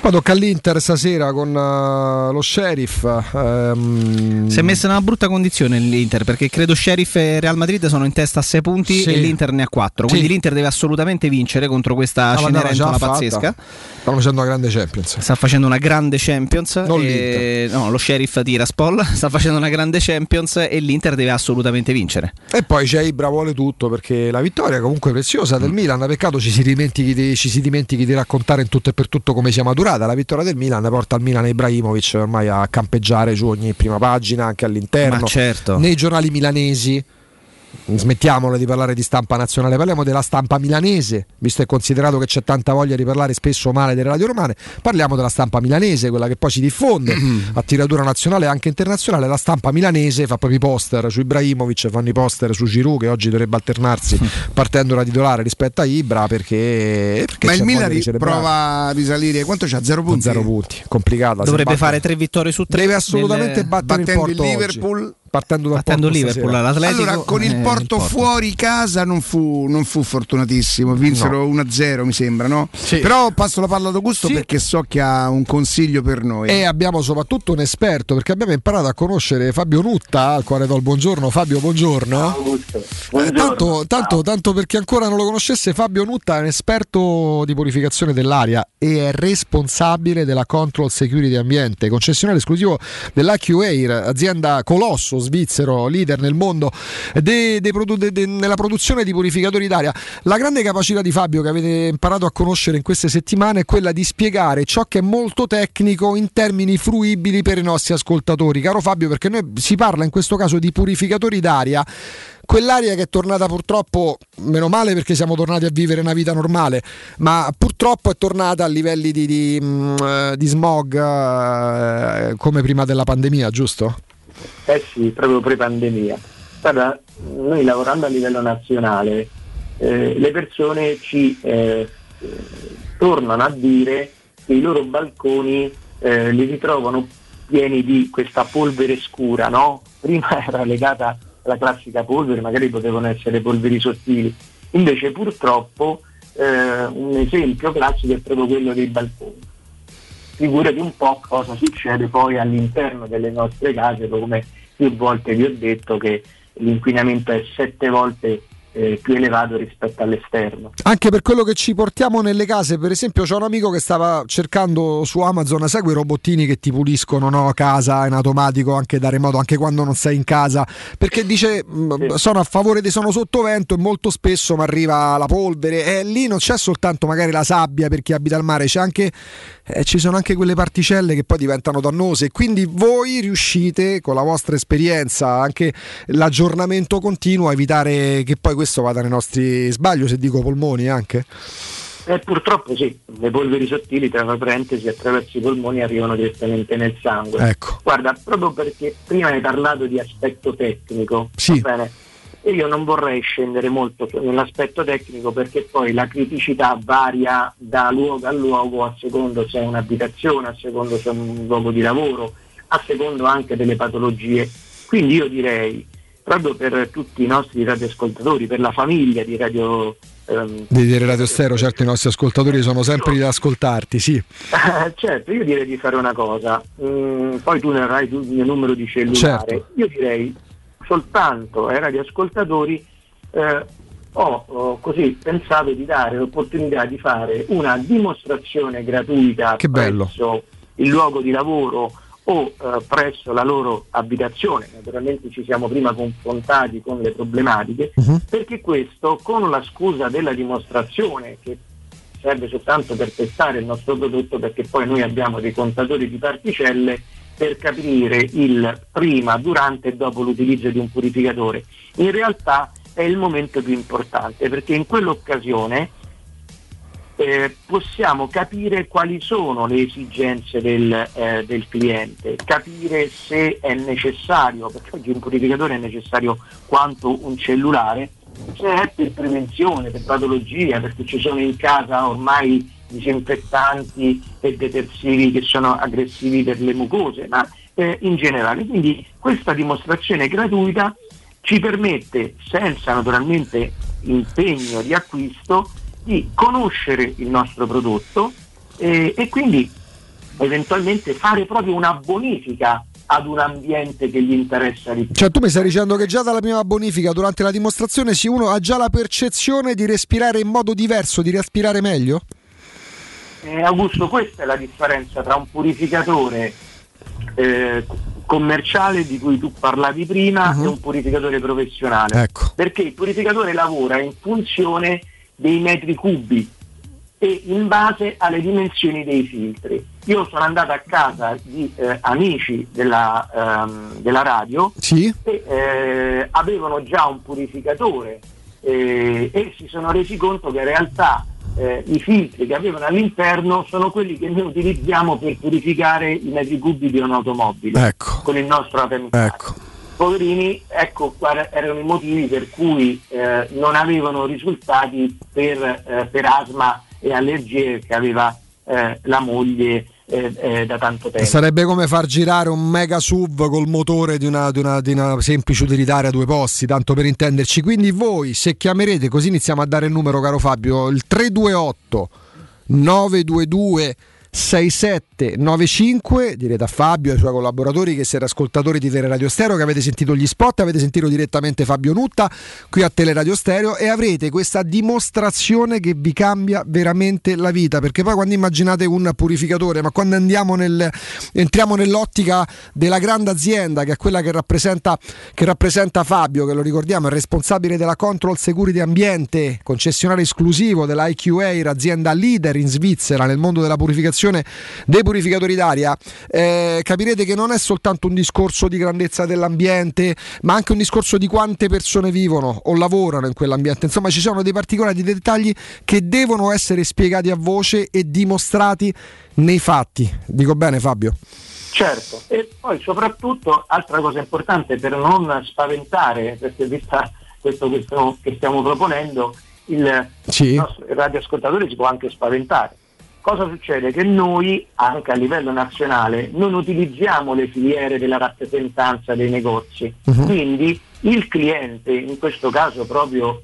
Poi tocca all'Inter stasera con lo Sheriff. Si è messa in una brutta condizione l'Inter, perché credo Sheriff e Real Madrid sono in testa a 6 punti e l'Inter ne ha 4. Quindi l'Inter deve assolutamente vincere contro questa Cenerentola pazzesca. Stanno facendo una grande Champions. Sta facendo una grande Champions. Non lo Sheriff Tiraspol sta facendo una grande Champions e l'Inter deve assolutamente vincere. E poi c'è Ibra vuole tutto, perché la vittoria comunque preziosa del Milan. Peccato ci si dimentichi di raccontare in tutto e per tutto come sia maturata. La vittoria del Milan porta il Milan e Ibrahimovic ormai a campeggiare su ogni prima pagina, anche all'interno. Ma certo. Nei giornali milanesi. Smettiamola di parlare di stampa nazionale, parliamo della stampa milanese, visto e considerato che c'è tanta voglia di parlare spesso male delle radio romane. Parliamo della stampa milanese, quella che poi si diffonde a tiratura nazionale e anche internazionale. La stampa milanese fa proprio i poster su Ibrahimovic, fanno i poster su Giroud, che oggi dovrebbe alternarsi partendo da titolare rispetto a Ibra, perché ma il Milan prova a risalire, quanto c'ha? 0 punti? 0 punti, complicata. Dovrebbe fare 3 vittorie su 3. Deve assolutamente battere il Porto Liverpool oggi. Partendo da Liverpool all'Atletico. Allora con il Porto fuori casa non fu fortunatissimo, vinsero 1-0 mi sembra, no? Sì. Però passo la palla ad Augusto perché so che ha un consiglio per noi. E abbiamo soprattutto un esperto, perché abbiamo imparato a conoscere Fabio Nutta, al quale do il buongiorno. Fabio, buongiorno. Tanto perché ancora non lo conoscesse, Fabio Nutta è un esperto di purificazione dell'aria e è responsabile della Control Security Ambiente, concessionario esclusivo dell'AQAir, azienda colosso svizzero, leader nel mondo nella produzione di purificatori d'aria. La grande capacità di Fabio, che avete imparato a conoscere in queste settimane, è quella di spiegare ciò che è molto tecnico in termini fruibili per i nostri ascoltatori. Caro Fabio, perché noi si parla in questo caso di purificatori d'aria, quell'aria che è tornata purtroppo, meno male perché siamo tornati a vivere una vita normale, ma purtroppo è tornata a livelli di smog come prima della pandemia, giusto? Sì, proprio pre-pandemia. Guarda, noi lavorando a livello nazionale, le persone ci tornano a dire che i loro balconi li ritrovano pieni di questa polvere scura, no? Prima era legata alla classica polvere, magari potevano essere polveri sottili, invece purtroppo un esempio classico è proprio quello dei balconi. Figurati un po' cosa succede poi all'interno delle nostre case, come più volte vi ho detto che l'inquinamento è 7 volte più elevato rispetto all'esterno. Anche per quello che ci portiamo nelle case, per esempio c'è un amico che stava cercando su Amazon, sai quei robottini che ti puliscono, no, casa in automatico anche da remoto, anche quando non sei in casa, perché dice sono a favore sono sotto vento e molto spesso mi arriva la polvere, e lì non c'è soltanto magari la sabbia per chi abita al mare, c'è anche ci sono anche quelle particelle che poi diventano dannose, quindi voi riuscite con la vostra esperienza, anche l'aggiornamento continuo, a evitare che poi questo vada nei nostri, sbaglio se dico polmoni anche? Purtroppo sì, le polveri sottili, tra parentesi, attraverso i polmoni arrivano direttamente nel sangue. Ecco. Guarda, proprio perché prima hai parlato di aspetto tecnico, sì. Va bene? E io non vorrei scendere molto nell'aspetto tecnico, perché poi la criticità varia da luogo a luogo, a secondo se è un'abitazione, a secondo se è un luogo di lavoro, a secondo anche delle patologie. Quindi io direi, proprio per tutti i nostri radioascoltatori, per la famiglia di Radio di Radio Stereo, certo i nostri ascoltatori sono sempre da ascoltarti, sì. Certo, io direi di fare una cosa, poi tu ne avrai il mio numero di cellulare, certo. Io direi soltanto ai radioascoltatori ho così pensato di dare l'opportunità di fare una dimostrazione gratuita presso il luogo di lavoro o presso la loro abitazione. Naturalmente ci siamo prima confrontati con le problematiche, perché questo, con la scusa della dimostrazione, che serve soltanto per testare il nostro prodotto, perché poi noi abbiamo dei contatori di particelle per capire il prima, durante e dopo l'utilizzo di un purificatore, in realtà è il momento più importante, perché in quell'occasione possiamo capire quali sono le esigenze del cliente, capire se è necessario, perché oggi un purificatore è necessario quanto un cellulare, se è per prevenzione, per patologia, perché ci sono in casa ormai disinfettanti e detersivi che sono aggressivi per le mucose, ma in generale. Quindi questa dimostrazione gratuita ci permette, senza naturalmente impegno di acquisto, di conoscere il nostro prodotto e quindi eventualmente fare proprio una bonifica ad un ambiente che gli interessa di più. Cioè tu mi stai dicendo che già dalla prima bonifica durante la dimostrazione uno ha già la percezione di respirare in modo diverso, di respirare meglio? Augusto, questa è la differenza tra un purificatore commerciale di cui tu parlavi prima e un purificatore professionale. Ecco. Perché il purificatore lavora in funzione dei metri cubi e in base alle dimensioni dei filtri. Io sono andato a casa di amici della radio e avevano già un purificatore e si sono resi conto che in realtà i filtri che avevano all'interno sono quelli che noi utilizziamo per purificare i metri cubi di un'automobile con il nostro ATM. Poverini, ecco erano i motivi per cui non avevano risultati per asma e allergie che aveva la moglie da tanto tempo. Sarebbe come far girare un mega SUV col motore di una semplice utilitaria a 2 posti, tanto per intenderci. Quindi voi, se chiamerete, così iniziamo a dare il numero, caro Fabio, il 328 922 6795, direte a Fabio e ai suoi collaboratori che siete ascoltatori di Teleradio Stereo, che avete sentito gli spot, avete sentito direttamente Fabio Nutta qui a Teleradio Stereo e avrete questa dimostrazione che vi cambia veramente la vita, perché poi quando immaginate un purificatore, ma quando entriamo nell'ottica della grande azienda che è quella che rappresenta Fabio, che lo ricordiamo è responsabile della Control Security Ambiente, concessionario esclusivo della IQAir, azienda leader in Svizzera nel mondo della purificazione dei purificatori d'aria, capirete che non è soltanto un discorso di grandezza dell'ambiente, ma anche un discorso di quante persone vivono o lavorano in quell'ambiente. Insomma, ci sono dei particolari dettagli che devono essere spiegati a voce e dimostrati nei fatti. Dico bene, Fabio? Certo, e poi soprattutto altra cosa importante per non spaventare, perché vista questo che stiamo proponendo, il nostro radioascoltatore si può anche spaventare. Cosa succede? Che noi, anche a livello nazionale, non utilizziamo le filiere della rappresentanza dei negozi, quindi il cliente, in questo caso proprio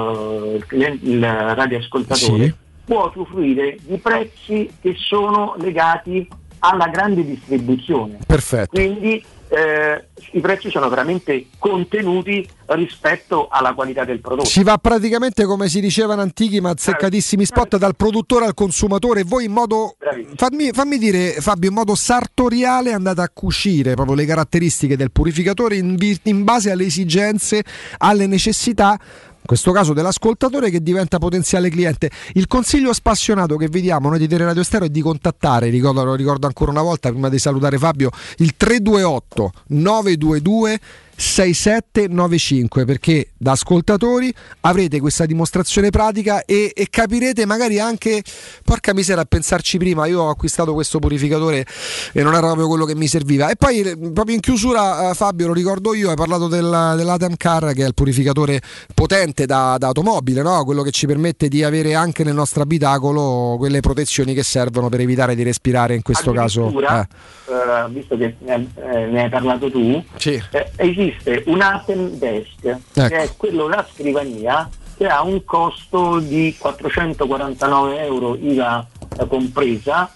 il radioascoltatore, può usufruire di prezzi che sono legati alla grande distribuzione. Perfetto. Quindi i prezzi sono veramente contenuti rispetto alla qualità del prodotto. Si va praticamente, come si diceva in antichi ma azzeccatissimi spot, dal produttore al consumatore. Voi in modo fammi dire, Fabio, in modo sartoriale andate a cucire proprio le caratteristiche del purificatore in base alle esigenze, alle necessità, in questo caso dell'ascoltatore che diventa potenziale cliente. Il consiglio spassionato che vi diamo noi di Teleradio Stereo è di contattare, lo ricordo ancora una volta prima di salutare Fabio, il 328 922 6795, perché da ascoltatori avrete questa dimostrazione pratica e capirete magari anche, porca miseria, a pensarci prima, io ho acquistato questo purificatore e non era proprio quello che mi serviva. E poi proprio in chiusura, Fabio, lo ricordo io, hai parlato dell'Atem Car, che è il purificatore potente da automobile, no? Quello che ci permette di avere anche nel nostro abitacolo quelle protezioni che servono per evitare di respirare in questo caso. Visto che ne hai parlato tu, esiste un Atem Desk, che è quello, la scrivania, che ha un costo di 449 euro IVA compresa,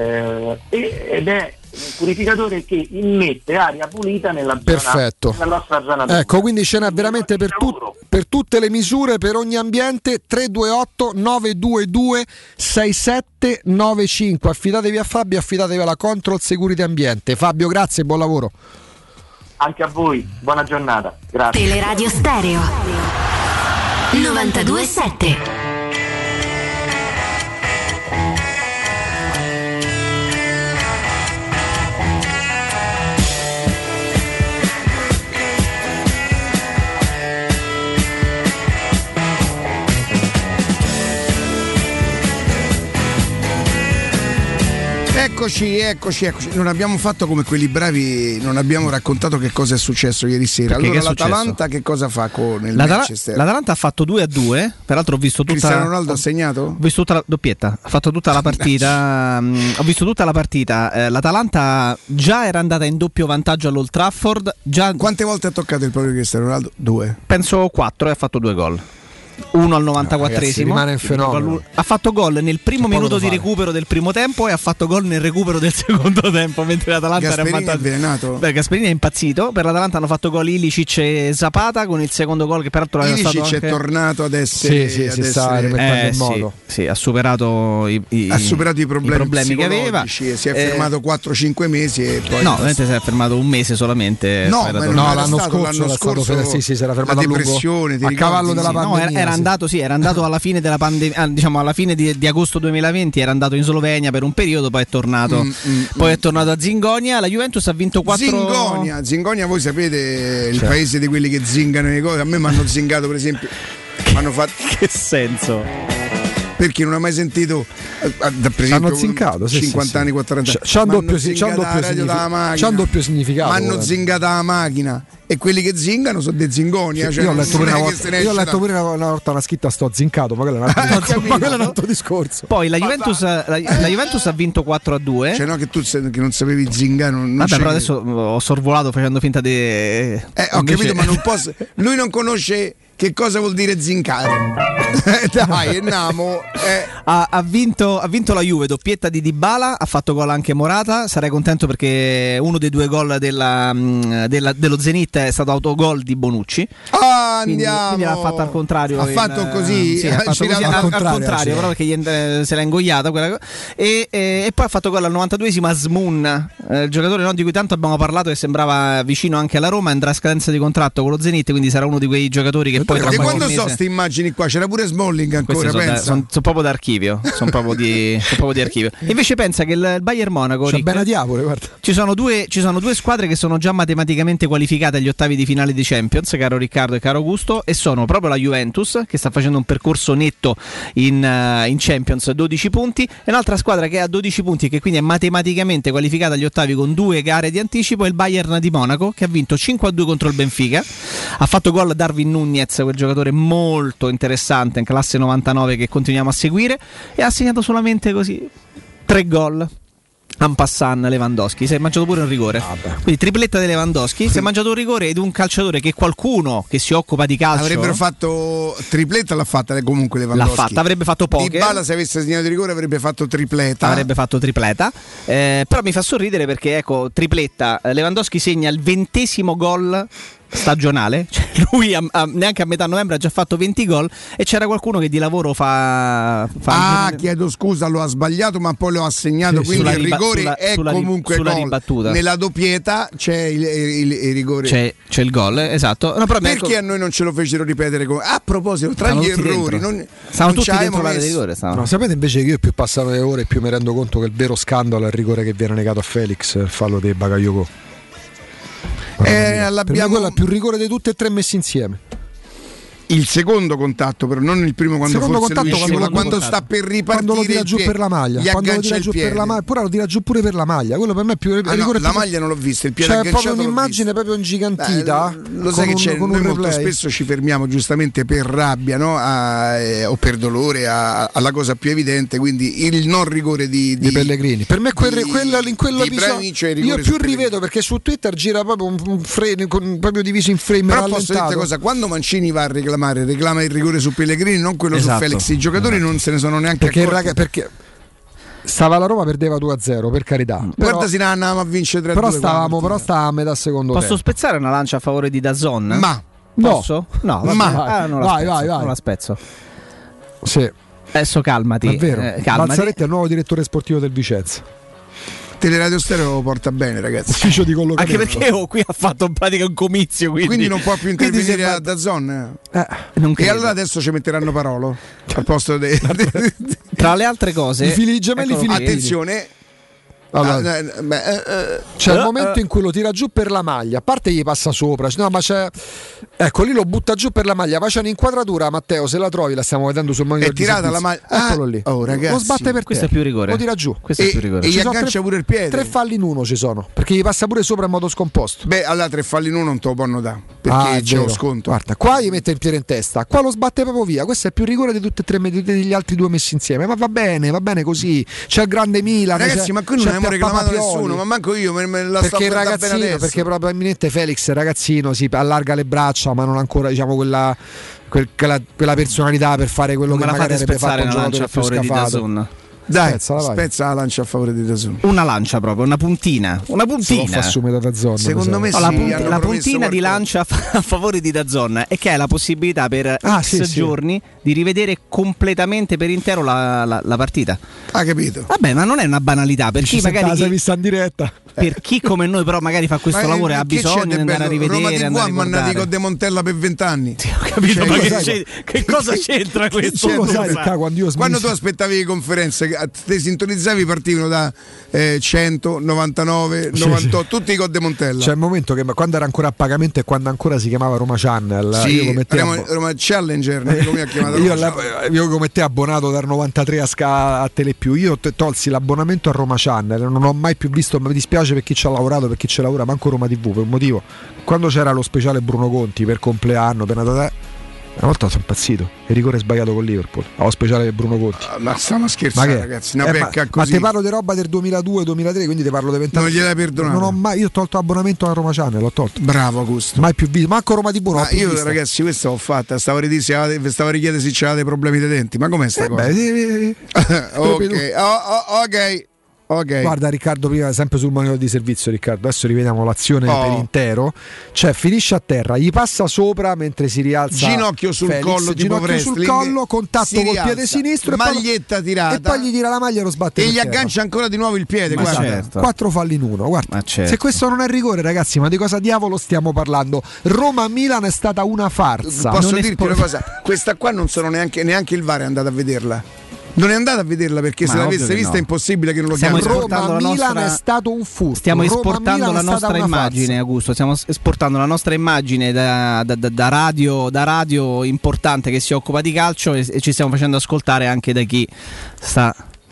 ed è un purificatore che immette aria pulita nella nostra zona. Ecco, quindi ce n'è veramente per tutte le misure, per ogni ambiente. 328 922 6795. Affidatevi a Fabio, affidatevi alla Control Security Ambiente. Fabio, grazie e buon lavoro. Anche a voi, buona giornata. Grazie. Teleradio Stereo 92.7. Eccoci. Non abbiamo fatto come quelli bravi, non abbiamo raccontato che cosa è successo ieri sera. Perché allora l'Atalanta che cosa fa con il Manchester? L'Atalanta ha fatto 2-2, peraltro ho visto tutta. Cristiano Ronaldo ha segnato? Ho visto tutta la doppietta, ha fatto tutta la partita. Ho visto tutta la partita. L'Atalanta già era andata in doppio vantaggio all'Old Trafford. Quante volte ha toccato il proprio Cristiano Ronaldo? 2. Penso 4 e ha fatto 2 gol. uno al 94esimo. Rimane un fenomeno. Ha fatto gol nel primo minuto di recupero del primo tempo e ha fatto gol nel recupero del secondo tempo, mentre l'Atalanta Gasperini era avvelenato. Beh, Gasperini è impazzito. Per l'Atalanta hanno fatto gol Ilicic e Zapata, con il secondo gol che peraltro era stato Ilicic anche... è tornato ad essere si sta rimettendo in modo. Sì, ha superato i problemi che aveva. Si è fermato 4-5 mesi e poi no, ovviamente si è fermato un mese solamente. L'anno scorso si era fermato a lungo a cavallo della pandemia. Era andato alla fine della pandemia, diciamo alla fine di agosto 2020, era andato in Slovenia per un periodo, poi è tornato è tornato a Zingonia. La Juventus ha vinto 4. Zingonia, voi sapete il paese di quelli che zingano le cose. A me mi hanno zingato, per esempio. Che senso? Perché non ha mai sentito, per esempio, hanno zincato 50 anni, 40 anni. C'ha un doppio significato. Ma hanno zingata la macchina. E quelli che zingano sono dei Zingonia. Io ho letto pure una volta una scritta sto zincato, ma quello è un altro discorso. Poi la Juventus ha vinto 4-2. Cioè no, che tu che non sapevi zingare. Vabbè, però adesso ho sorvolato facendo finta di ho capito, ma non posso. Lui non conosce che cosa vuol dire zincare. Dai, andiamo. Ha vinto la Juve, doppietta di Dybala, ha fatto gol anche Morata. Sarei contento perché uno dei due gol dello Zenit è stato autogol di Bonucci. Andiamo. Quindi l'ha fatto al contrario. Ha fatto così? Sì, ha fatto così al contrario, però perché se l'ha ingoiata quella. E poi ha fatto gol al 92esimo a Smun, il giocatore di cui tanto abbiamo parlato, che sembrava vicino anche alla Roma, andrà a scadenza di contratto con lo Zenit, quindi sarà uno di quei giocatori che poi tra quando so queste immagini qua, c'era pure Smalling ancora, sono proprio d'archivio, sono proprio di archivio. Invece pensa che il Bayern Monaco, c'è bene a diavolo, guarda. Ci sono due squadre che sono già matematicamente qualificate agli ottavi di finale di Champions, caro Riccardo e caro Augusto, e sono proprio la Juventus, che sta facendo un percorso netto in Champions, 12 punti, e un'altra squadra che ha 12 punti e che quindi è matematicamente qualificata agli ottavi con 2 gare di anticipo, è il Bayern di Monaco, che ha vinto 5-2 contro il Benfica. Ha fatto gol Darwin Nunez, quel giocatore molto interessante in classe 99 che continuiamo a seguire, e ha segnato solamente così 3 gol. En passant Lewandowski si è mangiato pure un rigore, quindi tripletta di Lewandowski, si è mangiato un rigore ed un calciatore che qualcuno che si occupa di calcio avrebbero fatto tripletta, l'ha fatta comunque Lewandowski, l'ha fatta, avrebbe fatto poche. Dybala, se avesse segnato di rigore, avrebbe fatto tripletta, però mi fa sorridere perché ecco, tripletta, Lewandowski segna il 20° gol stagionale, cioè lui neanche a metà novembre ha già fatto 20 gol, e c'era qualcuno che di lavoro fa chiedo scusa, lo ha sbagliato ma poi lo ha segnato, quindi il rigore è comunque gol. Ribattuta. Nella doppietta c'è il rigore, c'è il gol, esatto. No, però perché a noi non ce lo fecero ripetere a proposito, tra gli errori stavano tutti dentro l'area di rigore. No, sapete invece che io più passano le ore più mi rendo conto che il vero scandalo è il rigore che viene negato a Felix, il fallo di Bakayoko. Quello è più rigore di tutte e tre messi insieme. Il secondo contatto, però non il primo, quando quando sta per ripartire, quando lo tira giù per la maglia, pure lo tira giù pure per la maglia. Quello per me è più rigore. La maglia non l'ho vista, il piede c'è proprio un'immagine proprio ingigantita. Lo sai che c'è, noi molto spesso ci fermiamo giustamente per rabbia, no? O per dolore alla cosa più evidente, quindi il non rigore di Pellegrini. Per me in quello io più rivedo, perché su Twitter gira proprio un frame proprio diviso in frame. Però posso dire cosa, quando Mancini va a reclama il rigore su Pellegrini, non quello su Felix. I giocatori non se ne sono neanche accorti. Perché stava la Roma, perdeva 2-0, per carità. Guarda, si andavamo a vincere 3-2. Però stavamo a metà secondo tempo. Posso spezzare una lancia a favore di DAZN? Ma posso? No, vai. Non la spezzo. Sì. Adesso calmati. È vero. Balzaretti è il nuovo direttore sportivo del Vicenza. Teleradio Stereo lo porta bene, ragazzi. Ufficio di collocamento. Anche perché qui ha fatto in pratica un comizio, quindi non può più intervenire a DAZN. E allora adesso ci metteranno Parolo al posto dei tra le altre cose, i fili gemelli. Attenzione. Allora, c'è il momento in cui lo tira giù per la maglia, a parte gli passa sopra, no, ma c'è, ecco, lì lo butta giù per la maglia, ma c'è un'inquadratura, Matteo, se la trovi, la stiamo vedendo sul monitor. È tirata la maglia, eccolo lì. Ragazzi, lo sbatte per questo è più rigore, lo tira giù, questo è più rigore. E gli aggancia pure il piede. 3 falli in uno ci sono, perché gli passa pure sopra in modo scomposto. Beh, allora 3 falli in uno non te lo può notare, perché c'è lo sconto. Guarda, qua gli mette il piede in testa, qua lo sbatte proprio via. Questo è più rigore di tutti e tre degli altri due messi insieme. Ma va bene così. C'è il grande Milan, ragazzi, ma qui non è abbiamo reclamato nessuno, ma manco io me la sto guardando bene adesso. Perché probabilmente Felix ragazzino si allarga le braccia, ma non ancora, diciamo, quella personalità per fare quello che magari avrebbe fatto un giocatore più scafato. Dai, spezza la lancia a favore di DAZN. Una lancia proprio, una puntina. Assume da DAZN. Secondo me la puntina di lancia a favore di DAZN è che hai la possibilità per giorni di rivedere completamente per intero la partita. Ha capito? Vabbè, ma non è una banalità, per chi magari l'hai vista in diretta. Per chi come noi però magari fa questo lavoro e ha bisogno di andare a rivedere. Roma TV ha mandato con De Montella per 20 anni. Ho capito, ma che cosa c'entra questo? Quando tu aspettavi le conferenze, te sintonizzavi, partivano da 100, 99, 98, tutti con De Montella. C'è il momento che quando era ancora a pagamento e quando ancora si chiamava Roma Channel, Roma Challenger, come ha chiamato io come te abbonato dal 93 a Telepiù, io tolsi l'abbonamento a Roma Channel, non ho mai più visto, mi dispiace per chi ci ha lavorato, per chi ci lavora, manco Roma TV, per un motivo. Quando c'era lo speciale Bruno Conti per compleanno, per Natale, una volta sono impazzito, il rigore sbagliato con Liverpool allo speciale Bruno Conti. Ma stiamo scherzando, ragazzi, una becca così. Ma te parlo di roba del 2002-2003, quindi te parlo di 20 anni. Non gliel'hai perdonato. Non ho mai, io ho tolto l'abbonamento a Roma Channel, l'ho tolto. Bravo Augusto. Mai più visto, manco Roma TV. Ma io vista. Ragazzi, questa l'ho fatta, stavo a richiedere se c'avete problemi dei denti, ma com'è sta cosa? Ok. Okay. Guarda Riccardo, prima sempre sul manuale di servizio, Riccardo, adesso rivediamo l'azione per intero, cioè finisce a terra, gli passa sopra mentre si rialza, ginocchio sul Felix, collo, ginocchio sul collo, contatto col piede sinistro, maglietta tirata, e poi gli tira la maglia e lo sbatte e gli aggancia ancora di nuovo il piede. Guarda. Certo. 4 falli in uno, guarda. Certo. Se questo non è rigore, ragazzi, ma di cosa diavolo stiamo parlando? Roma-Milan è stata una farsa. Posso dirti una cosa, questa qua non sono neanche il VAR è andato a vederla. Non è andata a vederla perché se l'avesse vista è impossibile che non lo chiami. Roma-Milan è stato un furto. Stiamo esportando la nostra immagine, Augusto. Stiamo esportando la nostra immagine da radio importante che si occupa di calcio e ci stiamo facendo ascoltare anche da chi sta.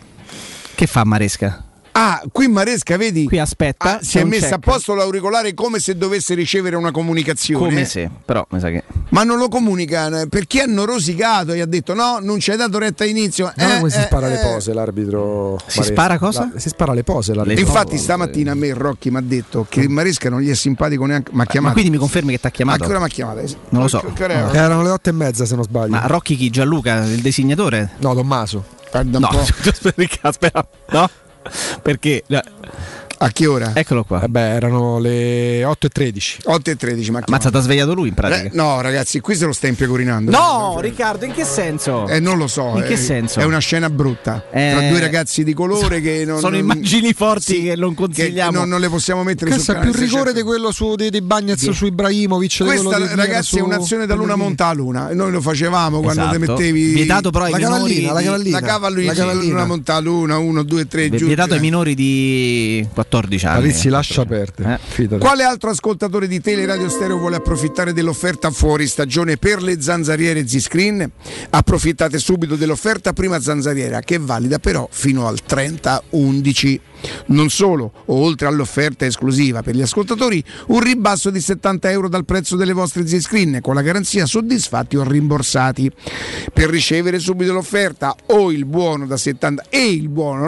Che fa Maresca? Ah, qui Maresca, vedi? Qui aspetta. Si è messa a posto l'auricolare come se dovesse ricevere una comunicazione. Come se, però mi sa che. Ma non lo comunica perché hanno rosicato e ha detto no, non ci hai dato retta inizio. Come si spara le pose l'arbitro? Si spara cosa? Si spara le pose l'arbitro. Infatti stamattina a me Rocchi mi ha detto che Maresca non gli è simpatico neanche. Ma quindi mi confermi che ti ha chiamato? A che ora mi ha chiamato? Non lo so. Erano le 8:30 se non sbaglio. Ma Rocchi chi? Gianluca, il disegnatore? No, Tommaso. No, aspetta. No? Perché a che ora? Eccolo qua. Erano le 8:13. 8:13, ma ti ha svegliato lui in pratica? No, ragazzi, qui se lo stai impecorinando. No, Riccardo, in che senso? Non lo so. In che senso? È una scena brutta tra due ragazzi di colore che non sono immagini forti che non consigliamo. Che non le possiamo mettere sul canale. Questo è più rigore di quello dei Bagnets su Ibrahimovic. Questa, ragazzi, è un'azione da luna monta a luna. Noi lo facevamo quando te mettevi. Vietato però ai minori. La cavallina, luna monta a luna, 1, 2, 3 giù. Vietato ai minori di 14 anni. Si lascia aperte. Quale altro ascoltatore di Teleradio Stereo vuole approfittare dell'offerta fuori stagione per le zanzariere Z-Screen? Approfittate subito dell'offerta prima zanzariera, che è valida però fino al 30/11. Non solo, oltre all'offerta esclusiva per gli ascoltatori, un ribasso di €70 dal prezzo delle vostre Z-Screen con la garanzia soddisfatti o rimborsati. Per ricevere subito l'offerta o il buono da 70 e il buono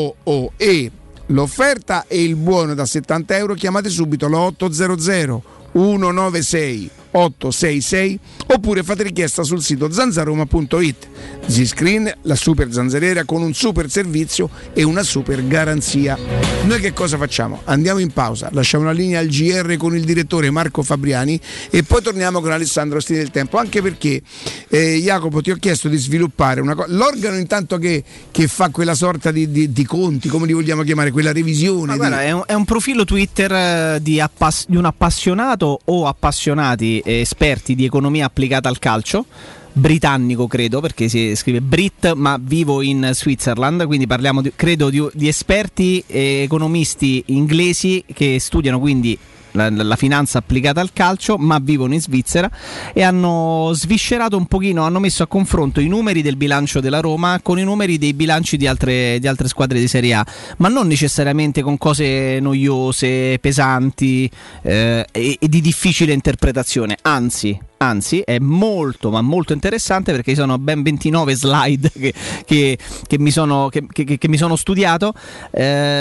l'offerta e il buono da €70, chiamate subito lo 800 196 866 oppure fate richiesta sul sito zanzaroma.it. Z-Screen, la super zanzariera con un super servizio e una super garanzia. Noi che cosa facciamo? Andiamo in pausa, lasciamo la linea al GR con il direttore Marco Fabriani e poi torniamo con Alessandro Ostini del Tempo, anche perché Jacopo ti ho chiesto di sviluppare una cosa, l'organo intanto che fa quella sorta di conti, come li vogliamo chiamare, quella revisione. Guarda, è un profilo Twitter di un appassionato o appassionati esperti di economia applicata al calcio, britannico credo, perché si scrive Brit ma vivo in Switzerland, quindi parliamo di esperti economisti inglesi che studiano quindi la finanza applicata al calcio ma vivono in Svizzera e hanno sviscerato un pochino, hanno messo a confronto i numeri del bilancio della Roma con i numeri dei bilanci di altre squadre di Serie A, ma non necessariamente con cose noiose, pesanti e di difficile interpretazione, anzi è molto ma molto interessante perché ci sono ben 29 slide che mi sono studiato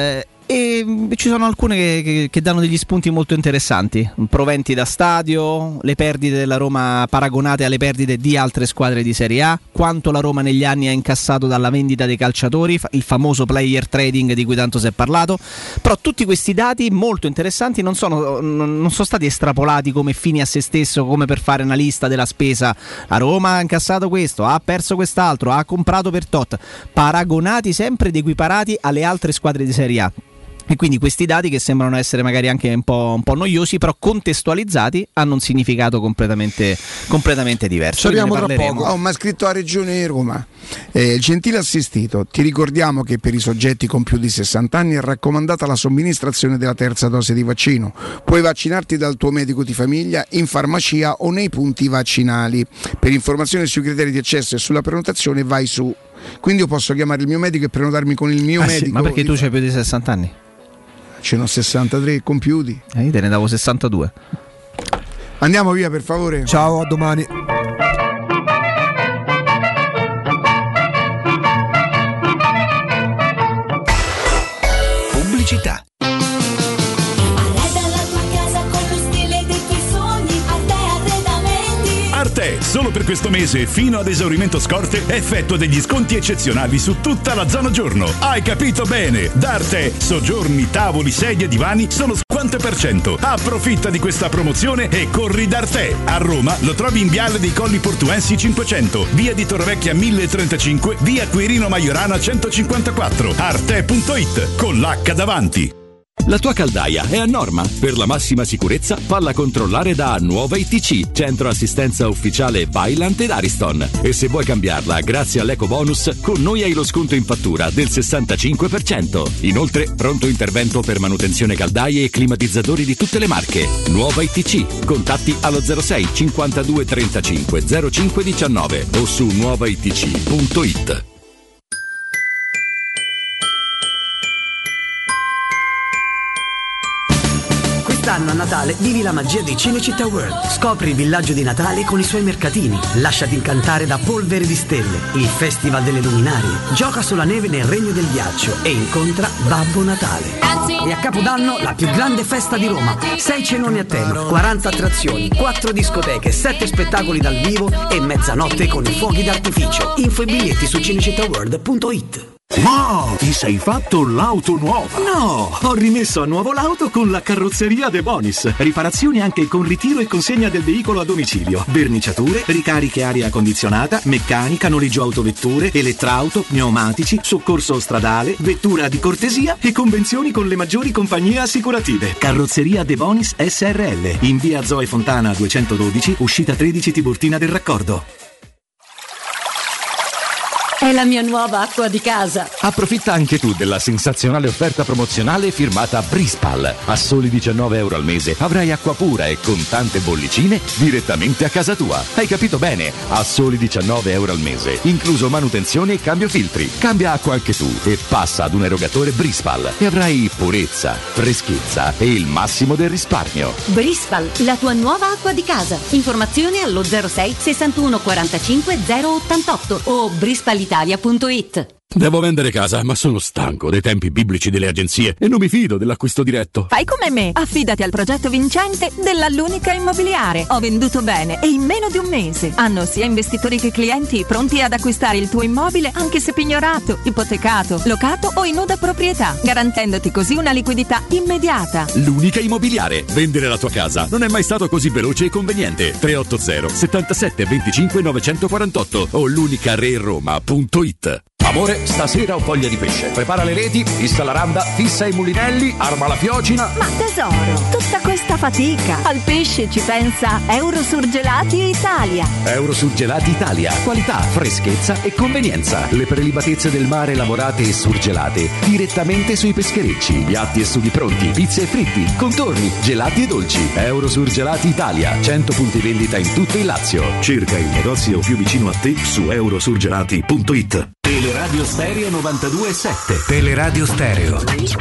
E ci sono alcune che danno degli spunti molto interessanti, proventi da stadio, le perdite della Roma paragonate alle perdite di altre squadre di Serie A, quanto la Roma negli anni ha incassato dalla vendita dei calciatori, il famoso player trading di cui tanto si è parlato. Però tutti questi dati molto interessanti non sono stati estrapolati come fini a se stesso, come per fare una lista della spesa. La Roma ha incassato questo, ha perso quest'altro, ha comprato per tot, paragonati sempre ed equiparati alle altre squadre di Serie A. E quindi questi dati, che sembrano essere magari anche un po' noiosi, però contestualizzati, hanno un significato completamente diverso. Ci arriviamo tra poco. Ma ha scritto a Regione Roma: gentile assistito, ti ricordiamo che per i soggetti con più di 60 anni è raccomandata la somministrazione della terza dose di vaccino. Puoi vaccinarti dal tuo medico di famiglia, in farmacia o nei punti vaccinali. Per informazioni sui criteri di accesso e sulla prenotazione vai su. Quindi io posso chiamare il mio medico e prenotarmi con il mio medico. Sì, ma perché tu c'hai più di 60 anni? Ce n'ho 63 compiuti. Io te ne davo 62. Andiamo via, per favore. Ciao, a domani. Pubblicità. Arte, solo per questo mese, fino ad esaurimento scorte, effettua degli sconti eccezionali su tutta la zona giorno. Hai capito bene? Da Arte, soggiorni, tavoli, sedie, divani sono 50%. Approfitta di questa promozione e corri da Arte. A Roma lo trovi in Viale dei Colli Portuensi 500, via di Torrevecchia 1035, via Quirino Maiorana 154. Arte.it con l'H davanti. La tua caldaia è a norma? Per la massima sicurezza falla controllare da Nuova ITC, centro assistenza ufficiale Vaillant ed Ariston. E se vuoi cambiarla grazie all'eco bonus, con noi hai lo sconto in fattura del 65%. Inoltre, pronto intervento per manutenzione caldaie e climatizzatori di tutte le marche. Nuova ITC, contatti allo 06 52 35 05 19 o su nuovaitc.it. Quest'anno a Natale vivi la magia di Cinecittà World. Scopri il villaggio di Natale con i suoi mercatini. Lasciati incantare da Polvere di Stelle, il Festival delle Luminarie. Gioca sulla neve nel Regno del Ghiaccio e incontra Babbo Natale. E a Capodanno la più grande festa di Roma. 6 cenoni a tema, 40 attrazioni, 4 discoteche, 7 spettacoli dal vivo e mezzanotte con i fuochi d'artificio. Info e biglietti su cinecittàworld.it. Wow, ti sei fatto l'auto nuova? No, ho rimesso a nuovo l'auto con la carrozzeria De Bonis. Riparazioni anche con ritiro e consegna del veicolo a domicilio. Verniciature, ricariche aria condizionata, meccanica, noleggio autovetture, elettrauto, pneumatici, soccorso stradale, vettura di cortesia e convenzioni con le maggiori compagnie assicurative. Carrozzeria De Bonis SRL, in via Zoe Fontana 212, uscita 13 Tiburtina del Raccordo. È la mia nuova acqua di casa. Approfitta anche tu della sensazionale offerta promozionale firmata Brispal. A soli €19 al mese avrai acqua pura e con tante bollicine direttamente a casa tua. Hai capito bene? A soli €19 al mese, incluso manutenzione e cambio filtri. Cambia acqua anche tu e passa ad un erogatore Brispal e avrai purezza, freschezza e il massimo del risparmio. Brispal, la tua nuova acqua di casa. Informazioni allo 06 61 45 088 o brispalitalia.it. Devo vendere casa, ma sono stanco dei tempi biblici delle agenzie e non mi fido dell'acquisto diretto. Fai come me, affidati al progetto vincente della L'Unica Immobiliare. Ho venduto bene e in meno di un mese. Hanno sia investitori che clienti pronti ad acquistare il tuo immobile anche se pignorato, ipotecato, locato o in nuda proprietà, garantendoti così una liquidità immediata. L'Unica Immobiliare. Vendere la tua casa non è mai stato così veloce e conveniente. 380 77 25 948 o l'unicareroma.it. Amore, stasera ho voglia di pesce. Prepara le reti, fissa la randa, fissa i mulinelli, arma la fiocina. Ma tesoro, tutta questa fatica. Al pesce ci pensa Eurosurgelati Italia. Eurosurgelati Italia. Qualità, freschezza e convenienza. Le prelibatezze del mare lavorate e surgelate direttamente sui pescherecci. Piatti e sughi pronti, pizze e fritti, contorni, gelati e dolci. Eurosurgelati Italia. 100 punti vendita in tutto il Lazio. Cerca il negozio più vicino a te su eurosurgelati.it. Teleradio Stereo 92.7. Teleradio Stereo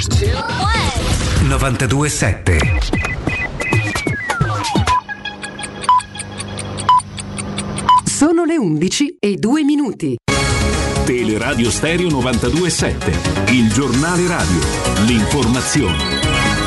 92.7. Sono le 11:02. Teleradio Stereo 92.7, il giornale radio, l'informazione.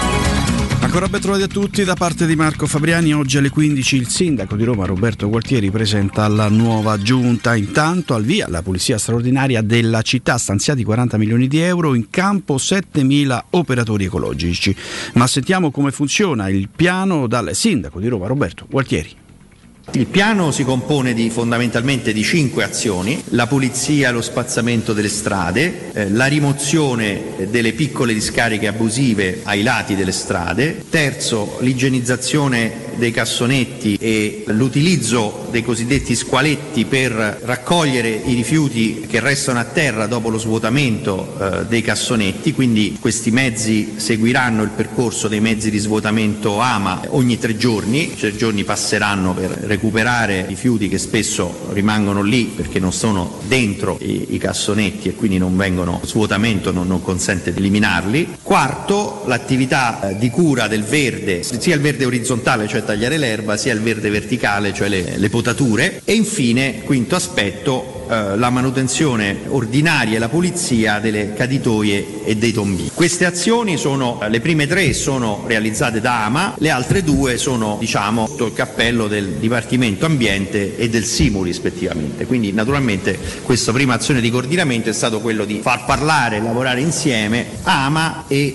Ancora ben trovati a tutti da parte di Marco Fabriani. Oggi alle 15 il sindaco di Roma Roberto Gualtieri presenta la nuova giunta. Intanto al via la polizia straordinaria della città, stanziati 40 milioni di euro, in campo 7.000 operatori ecologici. Ma sentiamo come funziona il piano dal sindaco di Roma Roberto Gualtieri. Il piano si compone fondamentalmente di 5 azioni: la pulizia e lo spazzamento delle strade, la rimozione delle piccole discariche abusive ai lati delle strade, terzo l'igienizzazione dei cassonetti e l'utilizzo dei cosiddetti squaletti per raccogliere i rifiuti che restano a terra dopo lo svuotamento dei cassonetti, quindi questi mezzi seguiranno il percorso dei mezzi di svuotamento AMA ogni 3 giorni, 3 giorni passeranno per recuperare rifiuti che spesso rimangono lì perché non sono dentro i cassonetti e quindi non vengono, svuotamento non consente di eliminarli. Quarto, l'attività di cura del verde, sia il verde orizzontale, cioè tagliare l'erba, sia il verde verticale, cioè le potature. E infine, quinto aspetto, la manutenzione ordinaria e la pulizia delle caditoie e dei tombi. Queste azioni sono, le prime 3 sono realizzate da AMA, le altre 2 sono sotto il cappello del Dipartimento Ambiente e del SIMU rispettivamente. Quindi naturalmente questa prima azione di coordinamento è stato quello di far parlare e lavorare insieme AMA e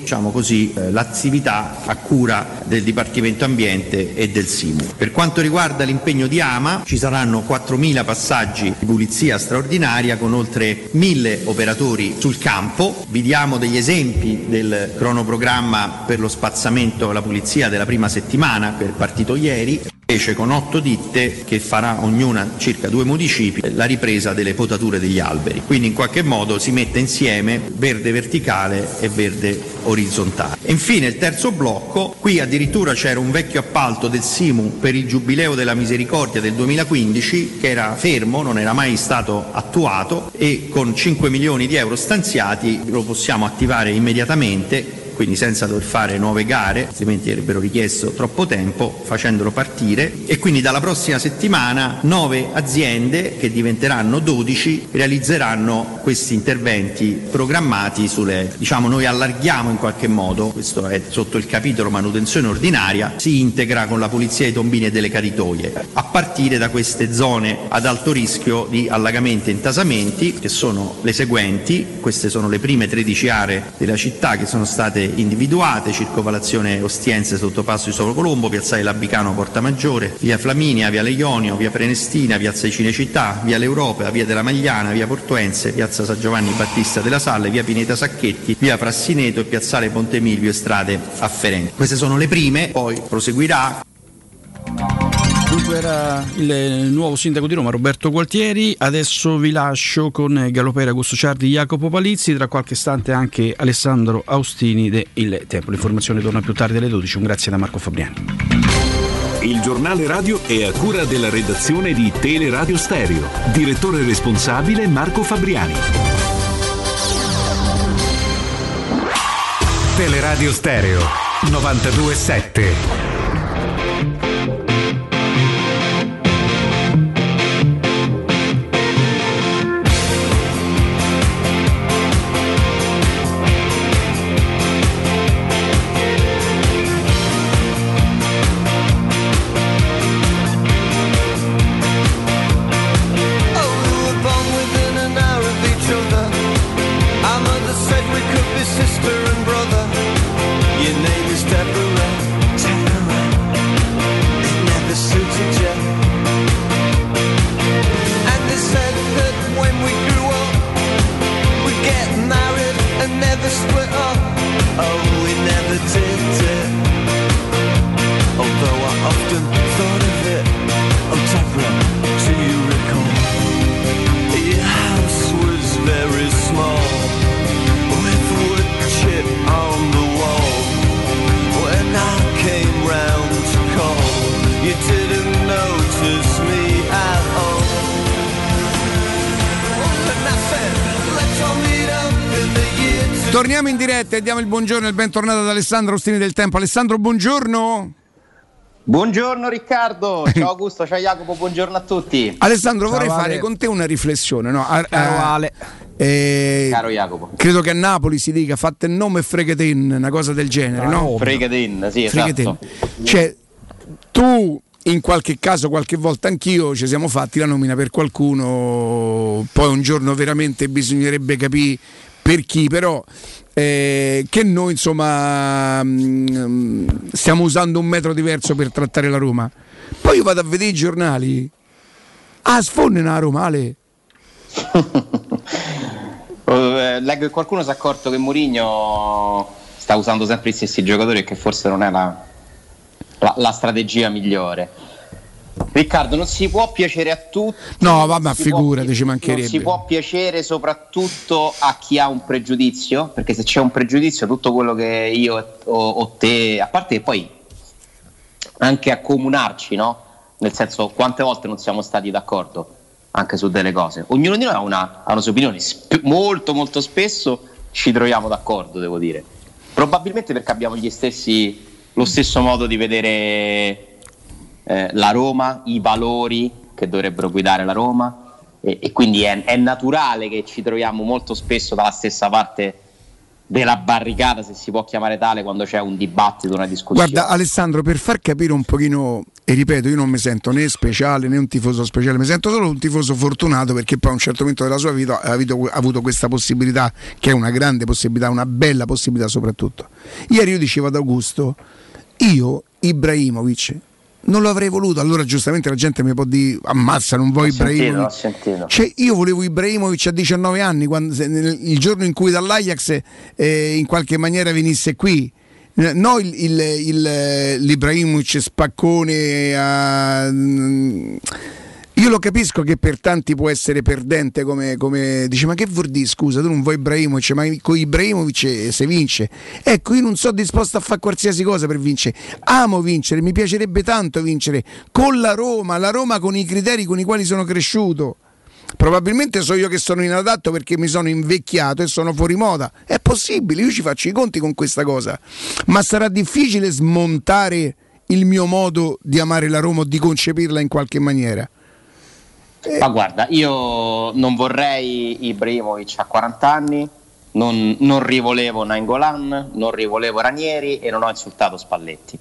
l'attività a cura del Dipartimento Ambiente e del SIMU. Per quanto riguarda l'impegno di AMA, ci saranno 4.000 passaggi di pulizia straordinaria con oltre 1.000 operatori sul campo. Vi diamo degli esempi del cronoprogramma per lo spazzamento e la pulizia della prima settimana che è partito ieri. Invece con 8 ditte che farà ognuna circa 2 municipi la ripresa delle potature degli alberi. Quindi in qualche modo si mette insieme verde verticale e verde orizzontale. E infine il terzo blocco, qui addirittura c'era un vecchio appalto del SIMU per il Giubileo della Misericordia del 2015 che era fermo, non era mai stato attuato, e con 5 milioni di euro stanziati lo possiamo attivare immediatamente, quindi senza dover fare nuove gare, altrimenti avrebbero richiesto troppo tempo, facendolo partire. E quindi dalla prossima settimana 9 aziende, che diventeranno 12, realizzeranno questi interventi programmati noi allarghiamo in qualche modo, questo è sotto il capitolo manutenzione ordinaria, si integra con la pulizia dei tombini e delle caditoie, a partire da queste zone ad alto rischio di allagamenti e intasamenti, che sono le seguenti. Queste sono le prime 13 aree della città che sono state individuate: Circovalazione Ostiense, Sottopasso di Solo Colombo, Piazzale Labicano, Porta Maggiore, via Flaminia, via Leionio, via Prenestina, piazza di Cinecittà, via l'Europa, via della Magliana, via Portuense, piazza San Giovanni Battista della Salle, via Pineta Sacchetti, via Frassineto e piazzale Ponte Milvio e strade afferenti. Queste sono le prime, poi proseguirà. Dunque era il nuovo sindaco di Roma Roberto Gualtieri. Adesso vi lascio con Galopera, Augusto Ciardi, Jacopo Palizzi, tra qualche istante anche Alessandro Austini de Il Tempo. L'informazione torna più tardi alle 12. Un grazie da Marco Fabriani. Il giornale radio è a cura della redazione di Teleradio Stereo. Direttore responsabile Marco Fabriani. Teleradio Stereo 92.7. Torniamo in diretta e diamo il buongiorno e il bentornato ad Alessandro Austini del Tempo. Alessandro, buongiorno. Buongiorno Riccardo, ciao Augusto, ciao Jacopo, buongiorno a tutti. Alessandro, vorrei fare con te una riflessione, no? Caro Jacopo. Credo che a Napoli si dica fatte il nome e fregatin, una cosa del genere, no? Fregatin, sì, esatto. Cioè, tu in qualche caso, qualche volta anch'io ci siamo fatti la nomina per qualcuno, poi un giorno veramente bisognerebbe capire per chi, però che noi insomma stiamo usando un metro diverso per trattare la Roma. Poi io vado a vedere i giornali, sfondano la Roma, Ale. Leggo che qualcuno si è accorto che Mourinho sta usando sempre gli stessi giocatori e che forse non è la strategia migliore. Riccardo, non si può piacere a tutti. No, vabbè, figurati, ci mancherebbe. Non si può piacere soprattutto a chi ha un pregiudizio, perché se c'è un pregiudizio tutto quello che io o te, a parte che poi anche accomunarci, no? Nel senso, quante volte non siamo stati d'accordo anche su delle cose. Ognuno di noi ha una sua opinione, molto molto spesso ci troviamo d'accordo, devo dire. Probabilmente perché abbiamo lo stesso modo di vedere la Roma, i valori che dovrebbero guidare la Roma e quindi è naturale che ci troviamo molto spesso dalla stessa parte della barricata, se si può chiamare tale, quando c'è un dibattito, una discussione. Guarda Alessandro, per far capire un pochino, e ripeto, io non mi sento né speciale né un tifoso speciale, mi sento solo un tifoso fortunato, perché poi a un certo momento della sua vita ha avuto questa possibilità, che è una grande possibilità, una bella possibilità soprattutto. Ieri io dicevo ad Augusto, io Ibrahimovic non lo avrei voluto, allora giustamente la gente mi può dire ammazza, non vuoi Ibrahimovic. Sentito. Cioè, io volevo Ibrahimovic a 19 anni, il giorno in cui dall'Ajax in qualche maniera venisse qui, no l'Ibrahimovic spaccone io lo capisco che per tanti può essere perdente, come dice, ma che vuol dire, scusa, tu non vuoi Ibrahimovic, ma con Ibrahimovic si vince. Ecco, io non sono disposto a fare qualsiasi cosa per vincere, amo vincere, mi piacerebbe tanto vincere con la Roma con i criteri con i quali sono cresciuto. Probabilmente so io che sono inadatto perché mi sono invecchiato e sono fuori moda, è possibile, io ci faccio i conti con questa cosa, ma sarà difficile smontare il mio modo di amare la Roma o di concepirla in qualche maniera. Ma guarda, io non vorrei Ibrahimovic a 40 anni, non rivolevo Nainggolan, non rivolevo Ranieri e non ho insultato Spalletti.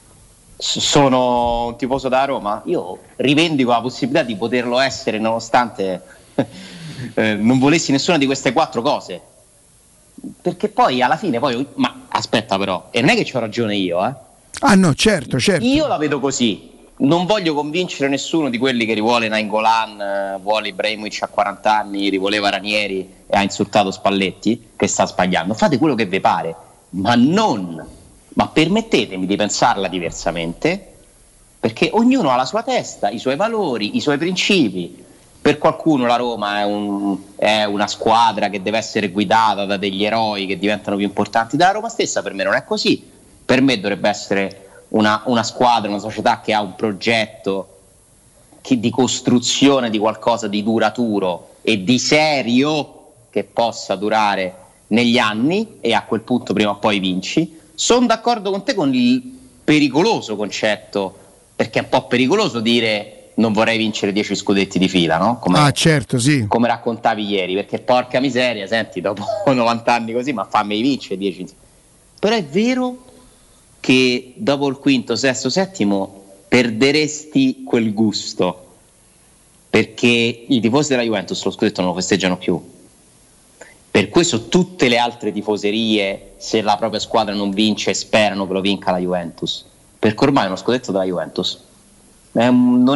Sono un tifoso da Roma, io rivendico la possibilità di poterlo essere nonostante non volessi nessuna di queste quattro cose, perché poi alla fine ma aspetta però, e non è che c'ho ragione io, Ah no, certo. Io la vedo così. Non voglio convincere nessuno di quelli che rivuole Nainggolan, vuole Ibrahimovic a 40 anni, rivoleva Ranieri e ha insultato Spalletti, che sta sbagliando. Fate quello che vi pare, ma permettetemi di pensarla diversamente, perché ognuno ha la sua testa, i suoi valori, i suoi principi. Per qualcuno la Roma è una squadra che deve essere guidata da degli eroi che diventano più importanti della Roma stessa. Per me non è così. Per me dovrebbe essere una squadra, una società che ha un progetto di costruzione di qualcosa di duraturo e di serio che possa durare negli anni, e a quel punto prima o poi vinci. Sono d'accordo con te con il pericoloso concetto, perché è un po' pericoloso dire non vorrei vincere 10 scudetti di fila, no? Certo, sì. Come raccontavi ieri, perché porca miseria, senti, dopo 90 anni così, ma fammi vincere 10. Però è vero che dopo il quinto, sesto, settimo perderesti quel gusto, perché i tifosi della Juventus lo scudetto non lo festeggiano più. Per questo tutte le altre tifoserie, se la propria squadra non vince, sperano che lo vinca la Juventus, perché ormai uno scudetto della Juventus non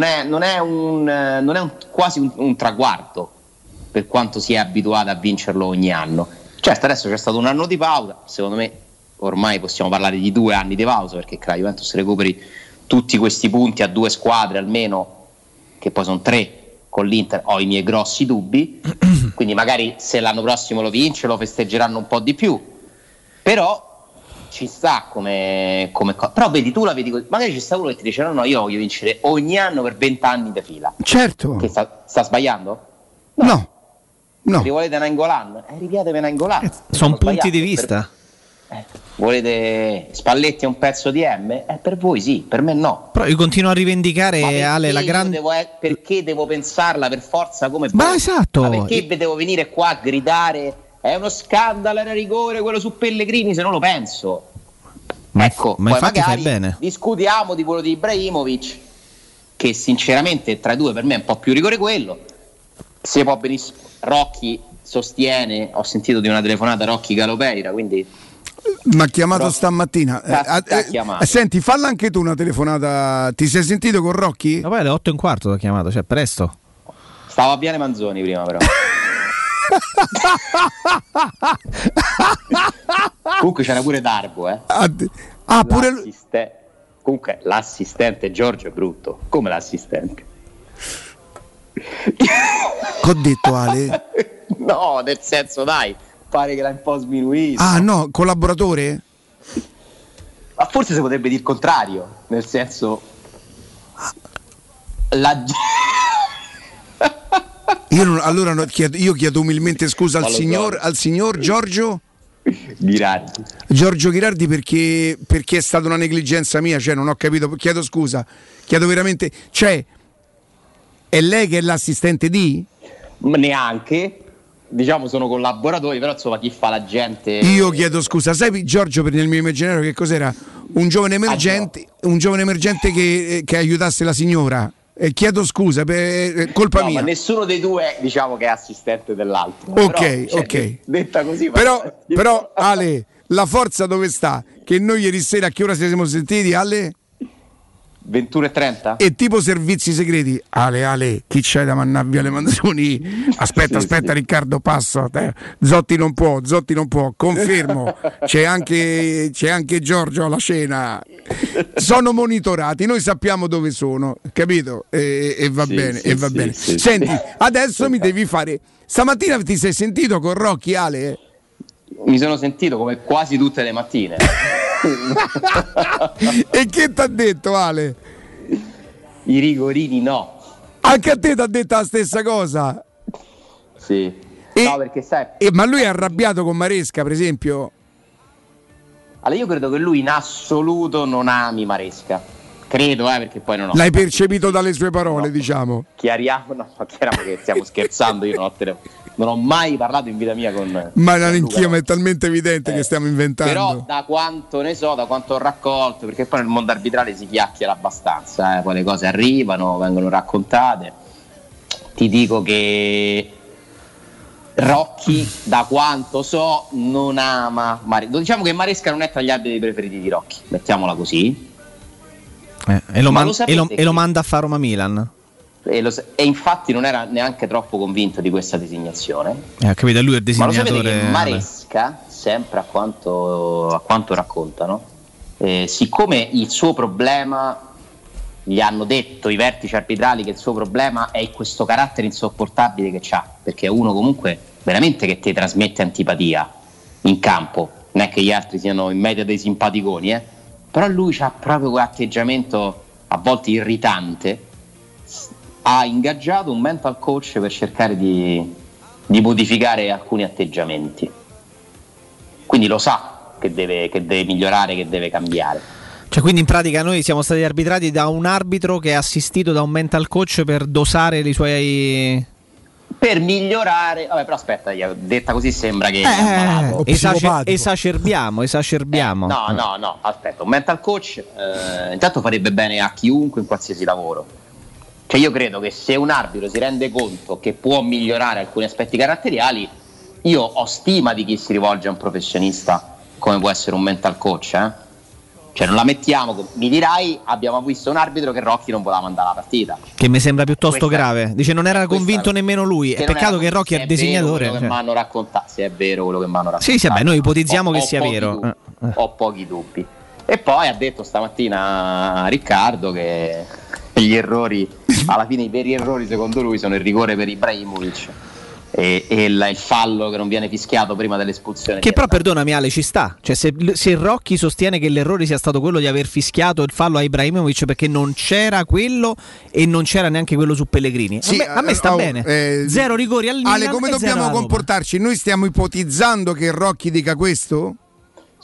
è quasi un traguardo, per quanto si è abituato a vincerlo ogni anno. Certo, adesso c'è stato un anno di pausa, secondo me ormai possiamo parlare di 2 anni di pausa, perché che la Juventus recuperi tutti questi punti a 2 squadre almeno, che poi sono 3 con l'Inter, ho i miei grossi dubbi, quindi magari se l'anno prossimo lo vince lo festeggeranno un po' di più, però ci sta come però vedi, tu la vedi, magari ci sta uno che ti dice no, io voglio vincere ogni anno per 20 anni di fila. Certo. Che sta sbagliando? No. Rivolete Nainggolan? Ripiatevi Nainggolan. Sono punti di vista. Volete Spalletti è un pezzo di M? Per voi sì, per me no. Però io continuo a rivendicare, Ale, la grande... Perché devo pensarla per forza come... Ma esatto! Ma perché devo venire qua a gridare è uno scandalo, era rigore quello su Pellegrini, se non lo penso? Ecco, ma poi infatti magari fai bene. discutiamo di quello di Ibrahimovic, che sinceramente tra i due per me è un po' più rigore quello. Si può benissimo... Rocchi sostiene, ho sentito di una telefonata Rocchi Galopeira, quindi... Mi ha chiamato stamattina. Senti, falla anche tu una telefonata. Ti sei sentito con Rocchi? Ma poi alle 8:15 ti ha chiamato, cioè presto. Stava a Viale Manzoni prima, però. Comunque c'era pure Darbo, pure comunque l'assistente Giorgio è brutto. Come l'assistente? Che ho detto, Ale? No, nel senso, dai, pare che l'ha un po' sminuito. Ah no, collaboratore? Ma forse si potrebbe dire il contrario, nel senso io chiedo umilmente scusa al signor Giorgio Ghirardi. Giorgio Ghirardi perché è stata una negligenza mia, cioè non ho capito, chiedo scusa, chiedo veramente, cioè è lei che è l'assistente di? Neanche, diciamo sono collaboratori, però insomma chi fa la gente. Io chiedo scusa, sai Giorgio per nel mio immaginario che cos'era? Un giovane emergente, che aiutasse la signora. Chiedo scusa, per colpa mia. Ma nessuno dei due diciamo che è assistente dell'altro. Ok. Detta così. Però Ale, la forza dove sta? Che noi ieri sera a che ora ci siamo sentiti, Ale? 21:30? E tipo servizi segreti. Ale, chi c'è da mannarvi alle manzoni? Aspetta, Riccardo, passo. Zotti non può, confermo. C'è anche Giorgio alla cena. Sono monitorati, noi sappiamo dove sono, capito? E va bene. Senti, adesso mi devi fare. Stamattina ti sei sentito con Rocchi, Ale? Mi sono sentito come quasi tutte le mattine. E che t'ha detto, Ale? I rigorini no. Anche a te t'ha detto la stessa cosa? Sì. No, perché sai. Ma lui è arrabbiato con Maresca, per esempio? Allora io credo che lui in assoluto non ami Maresca. Credo, perché poi non ho. L'hai percepito dalle sue parole, diciamo. Chiariamo che stiamo scherzando, io non ho mai parlato in vita mia con. Ma anch'io, ma è talmente evidente che stiamo inventando. Però da quanto ne so, da quanto ho raccolto, perché poi nel mondo arbitrale si chiacchiera abbastanza, poi le cose arrivano, vengono raccontate. Ti dico che Rocchi, da quanto so, non ama Maresca. Diciamo che Maresca non è tra gli arbitri preferiti di Rocchi, mettiamola così. E lo manda a fare Roma Milan. E infatti non era neanche troppo convinto di questa designazione. Capito, lui è il designatore. Ma lo sapete che Maresca, sempre a quanto raccontano, siccome il suo problema, gli hanno detto i vertici arbitrali che il suo problema è questo carattere insopportabile che c'ha, perché è uno comunque veramente che ti trasmette antipatia in campo, non è che gli altri siano in media dei simpaticoni, però lui ha proprio quell'atteggiamento a volte irritante. Ha ingaggiato un mental coach per cercare di modificare alcuni atteggiamenti, quindi lo sa che deve migliorare, che deve cambiare. Cioè, quindi in pratica noi siamo stati arbitrati da un arbitro che è assistito da un mental coach per dosare i suoi... Per migliorare, vabbè, però aspetta, detta così sembra che esacerbiamo. No, aspetta, un mental coach intanto farebbe bene a chiunque in qualsiasi lavoro. Cioè io credo che se un arbitro si rende conto che può migliorare alcuni aspetti caratteriali, io ho stima di chi si rivolge a un professionista come può essere un mental coach, Cioè non la mettiamo, mi dirai, abbiamo visto un arbitro che Rocchi non voleva mandare la partita. Che mi sembra piuttosto grave. Dice non era convinto nemmeno lui. È peccato che Rocchi è il designatore. Che mi hanno raccontato, se è vero quello che mi hanno raccontato. Sì, vabbè, noi ipotizziamo che sia vero. Ho pochi dubbi. E poi ha detto stamattina a Riccardo che gli errori, alla fine i veri errori secondo lui sono il rigore per Ibrahimovic e il fallo che non viene fischiato prima dell'espulsione. Che però perdonami Ale, ci sta. Cioè se Rocchi sostiene che l'errore sia stato quello di aver fischiato il fallo a Ibrahimovic perché non c'era quello e non c'era neanche quello su Pellegrini, sì, a me sta bene. Zero rigori al Milan. Ale, come dobbiamo comportarci? Noi stiamo ipotizzando che Rocchi dica questo?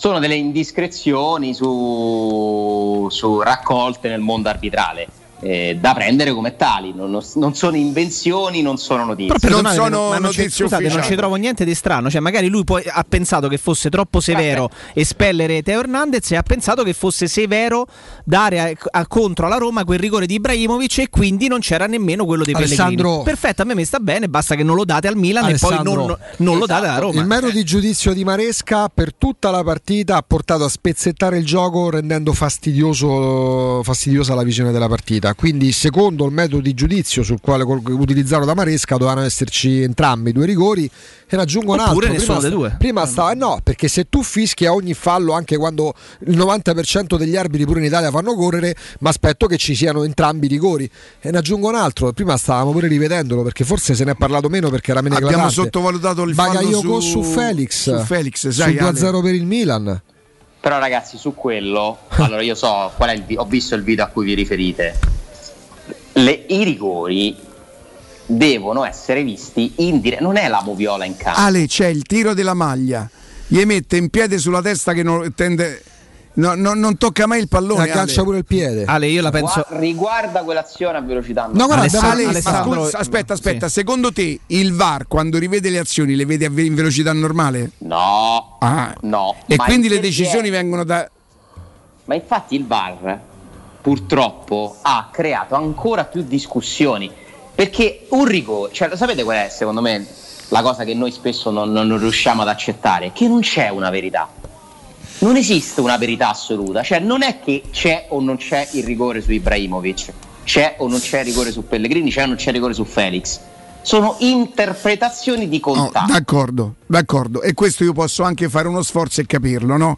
sono delle indiscrezioni su raccolte nel mondo arbitrale. Da prendere come tali, non sono invenzioni, non sono notizie. Però non sono notizie scusate, non ci trovo niente di strano, cioè magari lui poi ha pensato che fosse troppo severo espellere Teo Hernandez e ha pensato che fosse severo dare contro alla Roma quel rigore di Ibrahimovic e quindi non c'era nemmeno quello dei Pellegrini. Perfetto, a me sta bene, basta che non lo date al Milan e poi non lo date alla Roma. Il mero di giudizio di Maresca per tutta la partita ha portato a spezzettare il gioco, rendendo fastidiosa la visione della partita. Quindi secondo il metodo di giudizio sul quale utilizzato da Maresca dovevano esserci entrambi 2 rigori, e ne aggiungo un altro. Nessuno dei due. Prima stava no, perché se tu fischi a ogni fallo, anche quando il 90% degli arbitri pure in Italia fanno correre, ma aspetto che ci siano entrambi i rigori, e ne aggiungo un altro. Prima stavamo pure rivedendolo perché forse se ne è parlato meno perché era meno eclatante. Abbiamo sottovalutato il fallo su Felix, sai, su 2-0 per il Milan. Però ragazzi, su quello, allora io so qual è ho visto il video a cui vi riferite. I rigori devono essere visti in non è la moviola in campo. Ale, c'è il tiro della maglia, gli mette in piede sulla testa che non tende, non tocca mai il pallone, aggancia pure il piede. Ale, io la penso riguarda quell'azione a velocità. No, guarda, aspetta, secondo te il VAR quando rivede le azioni le vede in velocità normale? No. No. E quindi le decisioni vengono da... Ma infatti il VAR purtroppo ha creato ancora più discussioni, perché un rigore, cioè, sapete qual è secondo me la cosa che noi spesso non riusciamo ad accettare? Che non c'è una verità, non esiste una verità assoluta, cioè non è che c'è o non c'è il rigore su Ibrahimovic, c'è o non c'è il rigore su Pellegrini, c'è o non c'è il rigore su Felix, sono interpretazioni di contatto. D'accordo, e questo io posso anche fare uno sforzo e capirlo, no?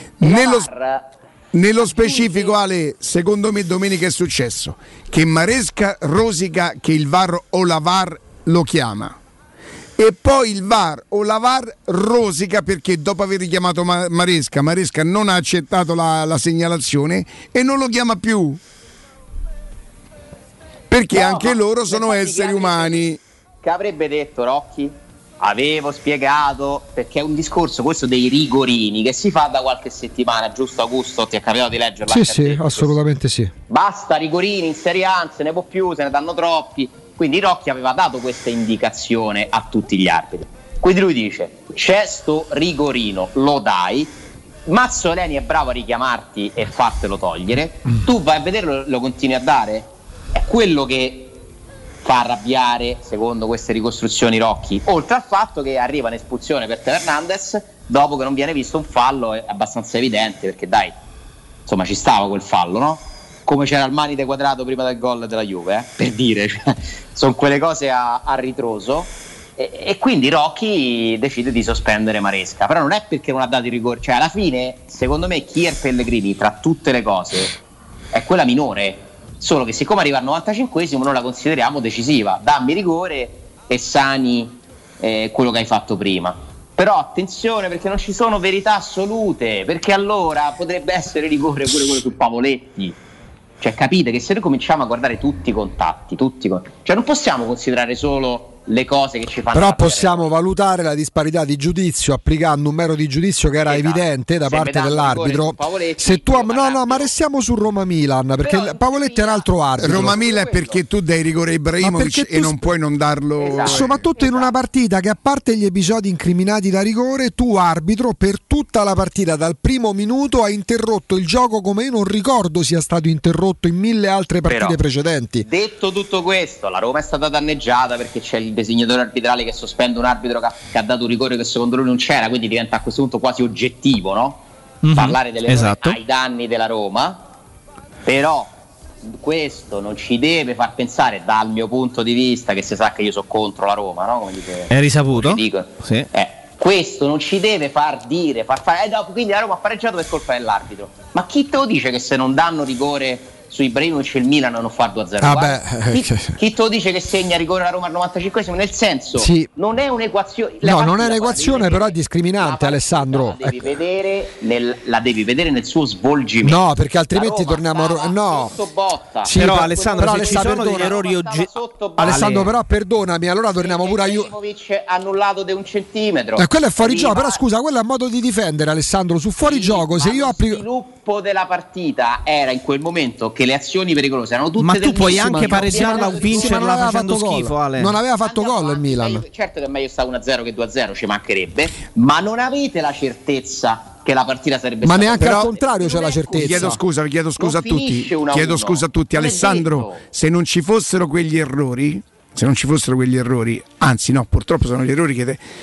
Nello specifico, Ale, secondo me domenica è successo che Maresca rosica che il VAR o la VAR lo chiama, e poi il VAR o la VAR rosica perché dopo aver richiamato Maresca non ha accettato la segnalazione e non lo chiama più, perché anche loro sono esseri umani. Che avrebbe detto Rocchi? Avevo spiegato, perché è un discorso questo dei rigorini che si fa da qualche settimana, giusto Augusto? Ti è capitato di leggerlo? Sì, assolutamente sì. Basta rigorini in Serie A, non se ne può più, se ne danno troppi. Quindi Rocchi aveva dato questa indicazione a tutti gli arbitri. Quindi lui dice: c'è sto rigorino, lo dai. Mazzoleni è bravo a richiamarti e fartelo togliere. Tu vai a vederlo, lo continui a dare. È quello che fa arrabbiare, secondo queste ricostruzioni, Rocchi, oltre al fatto che arriva un'espulsione per Teo Hernandez dopo che non viene visto un fallo è abbastanza evidente, perché dai, insomma ci stava quel fallo, no? Come c'era il Manite Quadrato prima del gol della Juve, per dire, cioè, sono quelle cose a ritroso, e quindi Rocchi decide di sospendere Maresca, però non è perché non ha dato il rigore, cioè alla fine secondo me Kier Pellegrini tra tutte le cose è quella minore, solo che siccome arriva al 95esimo noi la consideriamo decisiva, dammi rigore e sani quello che hai fatto prima. Però attenzione, perché non ci sono verità assolute, perché allora potrebbe essere rigore pure quello su Pavoletti. Cioè capite che se noi cominciamo a guardare tutti i contatti, cioè non possiamo considerare solo le cose che ci fanno. Però possiamo valutare la disparità di giudizio applicando un mero di giudizio che era evidente da parte dell'arbitro. Se tu ma restiamo su Roma-Milan, perché però, Pavoletti è un altro arbitro. Roma-Milan è perché tu dai rigore a Ibrahimovic e non puoi non darlo. Soprattutto in una partita che, a parte gli episodi incriminati da rigore, tu arbitro per tutta la partita dal primo minuto hai interrotto il gioco come io non ricordo sia stato interrotto in 1000 altre partite precedenti. Detto tutto questo, la Roma è stata danneggiata perché c'è il designatore arbitrale che sospende un arbitro che ha dato un rigore che secondo lui non c'era, quindi diventa a questo punto quasi oggettivo, no? Parlare delle ai danni della Roma. Però questo non ci deve far pensare, dal mio punto di vista, che si sa che io sono contro la Roma, no? Come dice, è risaputo? Sì. Questo non ci deve far fare quindi la Roma ha pareggiato per colpa dell'arbitro. Ma chi te lo dice che se non danno rigore su Ibrahimovic il Milan non fa 2-0. Chi te lo dice che segna rigore a Roma al 95esimo? Nel senso, non è un'equazione. No, non è un'equazione, però è discriminante, Alessandro. La devi vedere nel suo svolgimento. No, perché altrimenti torniamo a no. Sì, però Alessandro, se ci sono degli errori Alessandro, però perdonami, allora torniamo pure a Ibrahimovic annullato di 1 centimetro. Quello è fuori gioco, però scusa, quello è un modo di difendere, Alessandro, su fuori gioco, se io applico. Lo sviluppo della partita era in quel momento che le azioni pericolose erano tutte. Ma tu puoi anche pareggiarla o vincerla facendo schifo, Ale. Non aveva fatto gol il Milan. Certo che è meglio sta 1-0 che 2-0, ci mancherebbe, ma non avete la certezza che la partita sarebbe stata. Ma stata. neanche al contrario c'è la certezza. Chiedo scusa a tutti. Chiedo scusa a tutti, Alessandro, se non ci fossero quegli errori, anzi no, purtroppo sono gli errori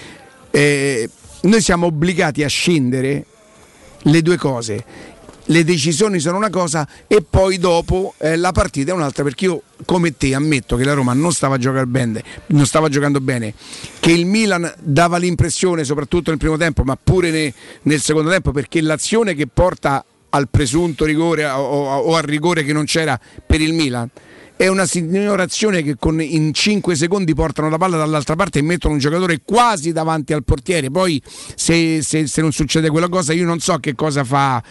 che noi siamo obbligati a scendere le due cose. Le decisioni sono una cosa e poi dopo la partita è un'altra, perché io come te ammetto che la Roma non stava giocando bene, che il Milan dava l'impressione soprattutto nel primo tempo ma pure nel secondo tempo, perché l'azione che porta al presunto rigore o al rigore che non c'era per il Milan è una signorazione che in 5 secondi portano la palla dall'altra parte e mettono un giocatore quasi davanti al portiere. Poi se non succede quella cosa io non so che cosa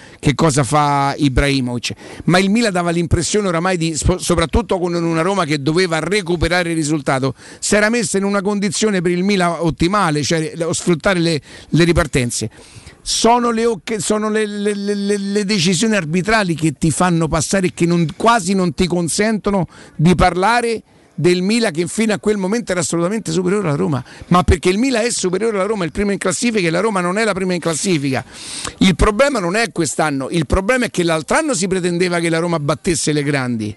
fa Ibrahimovic, ma il Milan dava l'impressione oramai soprattutto con una Roma che doveva recuperare il risultato, si era messa in una condizione per il Milan ottimale, cioè sfruttare le ripartenze. Sono le decisioni arbitrali che ti fanno passare e che quasi non ti consentono di parlare del Milan, che fino a quel momento era assolutamente superiore alla Roma, ma perché il Milan è superiore alla Roma, è il primo in classifica e la Roma non è la prima in classifica. Il problema non è quest'anno, il problema è che l'altro anno si pretendeva che la Roma battesse le grandi.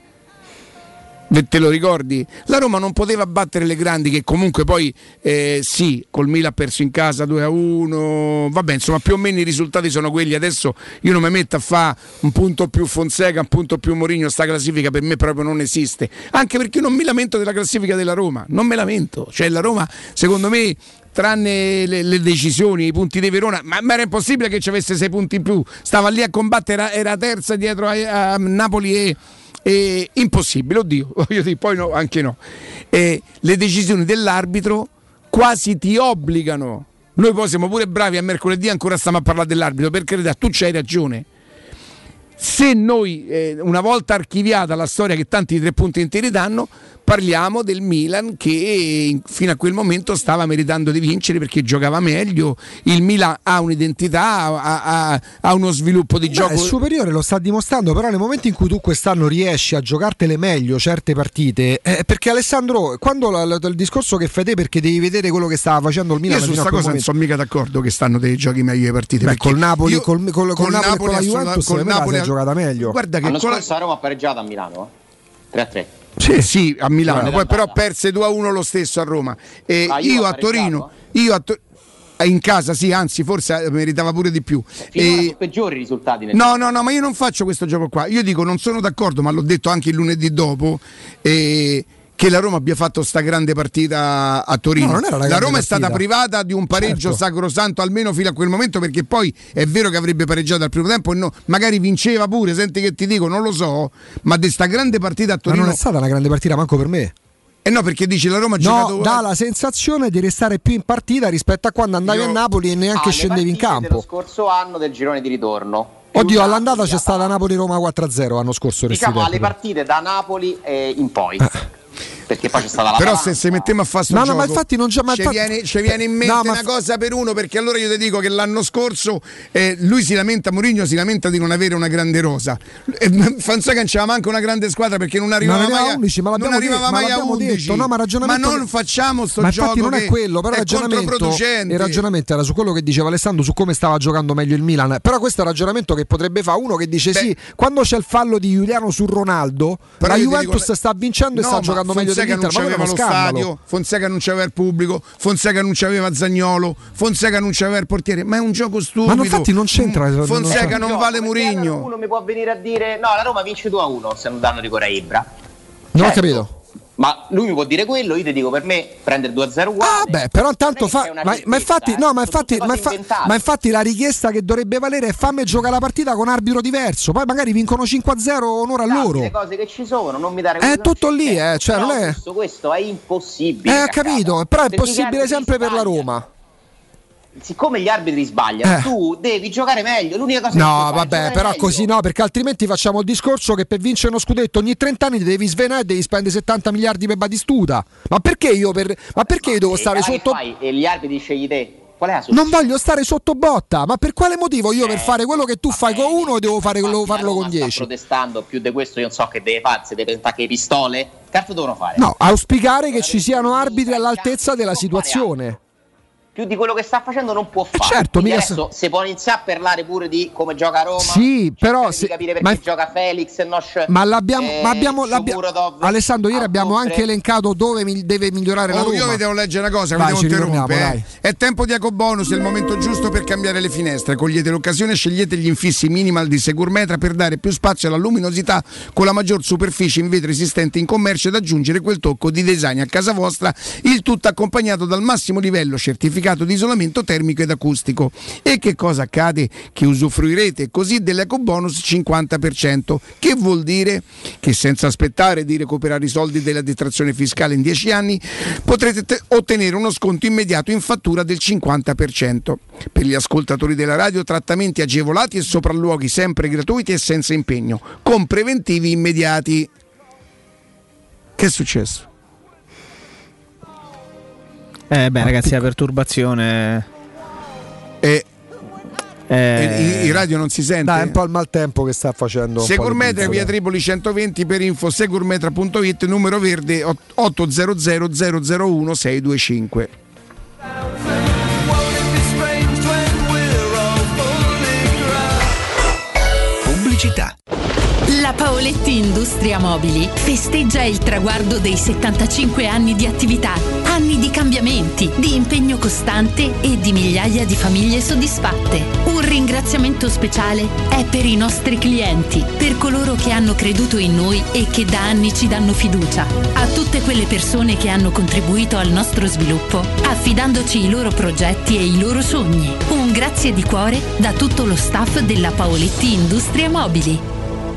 Te lo ricordi? La Roma non poteva battere le grandi, che comunque poi col Milan ha perso in casa 2-1, vabbè, insomma più o meno i risultati sono quelli. Adesso io non mi metto a fare un punto più Fonseca, un punto più Mourinho, sta classifica per me proprio non esiste, anche perché io non mi lamento della classifica della Roma, non me lamento, cioè la Roma secondo me, tranne le decisioni, i punti di Verona, ma era impossibile che ci avesse 6 punti in più, stava lì a combattere, era terza dietro a Napoli e impossibile, oddio, voglio dire, poi no, anche no. Le decisioni dell'arbitro quasi ti obbligano. Noi poi siamo pure bravi a mercoledì, ancora stiamo a parlare dell'arbitro, per carità, tu c'hai ragione. Se noi, una volta archiviata la storia che tanti 3 punti interi danno, parliamo del Milan che fino a quel momento stava meritando di vincere perché giocava meglio. Il Milan ha un'identità, ha uno sviluppo di gioco. È superiore, lo sta dimostrando, però nel momento in cui tu quest'anno riesci a giocartele meglio certe partite, perché Alessandro, quando il discorso che fai te, perché devi vedere quello che stava facendo il Milan. Io su questa cosa non sono mica d'accordo che stanno dei giochi meglio le partite. Beh, col Napoli, col Napoli e con la Juventus col Napoli è giocata meglio. Guarda che l'anno scorso la Roma ha pareggiato a Milano 3-3. Sì, a Milano, poi però perse 2-1 lo stesso a Roma. Io a Torino, in casa sì, anzi forse meritava pure di più. Sono peggiori i risultati. No, ma io non faccio questo gioco qua. Io dico non sono d'accordo, ma l'ho detto anche il lunedì dopo. Che la Roma abbia fatto sta grande partita a Torino. No, la Roma è stata privata di un pareggio sacrosanto almeno fino a quel momento, perché poi è vero che avrebbe pareggiato al primo tempo e no, magari vinceva pure, senti che ti dico, non lo so, ma di sta grande partita a Torino. Ma non è stata una grande partita manco per me. No, perché dici la Roma ha giocato. Dà la sensazione di restare più in partita rispetto a quando andavi a Napoli e neanche scendevi in campo. Lo scorso anno del girone di ritorno. Oddio, all'andata c'è stata Napoli-Roma 4 l'anno scorso. Diciamo alle partite da Napoli in poi. Perché poi c'è stata la però se mettiamo a fare sto gioco, ma infatti non c'è ci viene in mente una cosa per uno, perché allora io ti dico che l'anno scorso lui si lamenta, Mourinho si lamenta di non avere una grande rosa. Fonseca non c'era manco una grande squadra perché non arrivava mai a 11, ma mai a 11. Detto, no, ma non facciamo sto gioco. Ma infatti non è quello, però il ragionamento era su quello che diceva Alessandro, su come stava giocando meglio il Milan. Però questo è un ragionamento che potrebbe fare uno che dice sì, quando c'è il fallo di Giuliano su Ronaldo, la Juventus sta vincendo e sta giocando meglio Fonseca non c'aveva lo stadio, Fonseca non c'aveva il pubblico, Fonseca non c'aveva Zaniolo, Fonseca non c'aveva il portiere, ma è un gioco stupido. Ma infatti non c'entra. Fonseca non vale Mourinho. Uno mi può venire a dire no, la Roma vince 2-1 se non danno rigore a Ibra. Non ho capito. Ma lui mi può dire quello, io ti dico, per me prendere 2-0 uguale. Però intanto ma infatti la richiesta che dovrebbe valere è fammi giocare la partita con arbitro diverso, poi magari vincono 5-0 onore a loro. Le cose che ci sono, non mi dare è tutto lì, cioè non è questo è impossibile. Capito, però è possibile sempre per la Roma. Siccome gli arbitri sbagliano, tu devi giocare meglio. L'unica cosa no, vabbè, però meglio. Così no, perché altrimenti facciamo il discorso che per vincere uno scudetto ogni 30 anni devi svenare e devi spendere 70 miliardi per Batistuta. Ma perché io devo stare sotto? E gli arbitri scegli te. Qual è la non voglio stare sotto botta, ma per quale motivo io per fare quello che tu fai con uno devo farlo con 10? Sta protestando più di questo, io non so che deve fare, se deve presentare che pistole. Cazzo devono fare? No, auspicare che ci siano arbitri all'altezza della situazione. Più di quello che sta facendo non può fare. Certo, adesso se può iniziare a parlare pure di come gioca Roma. Sì, però di capire perché gioca Felix e Nosh. Ma abbiamo Alessandro, ieri abbiamo anche elencato dove deve migliorare la Roma. Io vi devo leggere una cosa, vi devo interrompere. È tempo di ecobonus, è il momento giusto per cambiare le finestre. Cogliete l'occasione e scegliete gli infissi minimal di Securmetra per dare più spazio alla luminosità con la maggior superficie in vetro esistente in commercio ed aggiungere quel tocco di design a casa vostra, il tutto accompagnato dal massimo livello certificato di isolamento termico ed acustico. E che cosa accade? Che usufruirete così dell'ecobonus 50%, che vuol dire che senza aspettare di recuperare i soldi della detrazione fiscale in 10 anni potrete ottenere uno sconto immediato in fattura del 50%. Per gli ascoltatori della radio, trattamenti agevolati e sopralluoghi sempre gratuiti e senza impegno, con preventivi immediati. Che è successo? Ragazzi, la perturbazione. In radio non si sente. Dai, è un po' il maltempo che sta facendo. Securmetra, via Tripoli 120, per info securmetra.it, numero verde 800 001 625. Pubblicità. La Paoletti Industria Mobili festeggia il traguardo dei 75 anni di attività, anni di cambiamenti, di impegno costante e di migliaia di famiglie soddisfatte. Un ringraziamento speciale è per i nostri clienti, per coloro che hanno creduto in noi e che da anni ci danno fiducia, a tutte quelle persone che hanno contribuito al nostro sviluppo, affidandoci i loro progetti e i loro sogni. Un grazie di cuore da tutto lo staff della Paoletti Industria Mobili.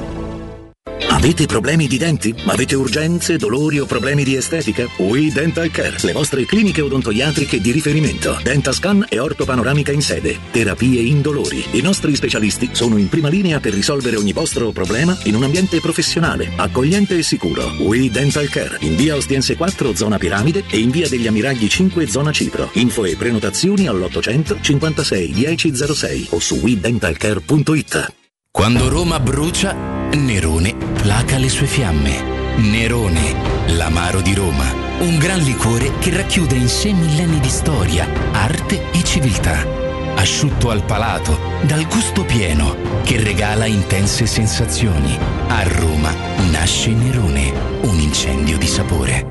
Avete problemi di denti? Avete urgenze, dolori o problemi di estetica? We Dental Care, le vostre cliniche odontoiatriche di riferimento. Dentascan e ortopanoramica in sede. Terapie indolori. I nostri specialisti sono in prima linea per risolvere ogni vostro problema in un ambiente professionale, accogliente e sicuro. We Dental Care, in via Ostiense 4, zona Piramide, e in via degli Ammiragli 5, zona Cipro. Info e prenotazioni all'800 56 1006 o su wedentalcare.it. Quando Roma brucia, Nerone placa le sue fiamme. Nerone, l'amaro di Roma. Un gran liquore che racchiude in sé millenni di storia, arte e civiltà. Asciutto al palato, dal gusto pieno, che regala intense sensazioni. A Roma nasce Nerone, un incendio di sapore.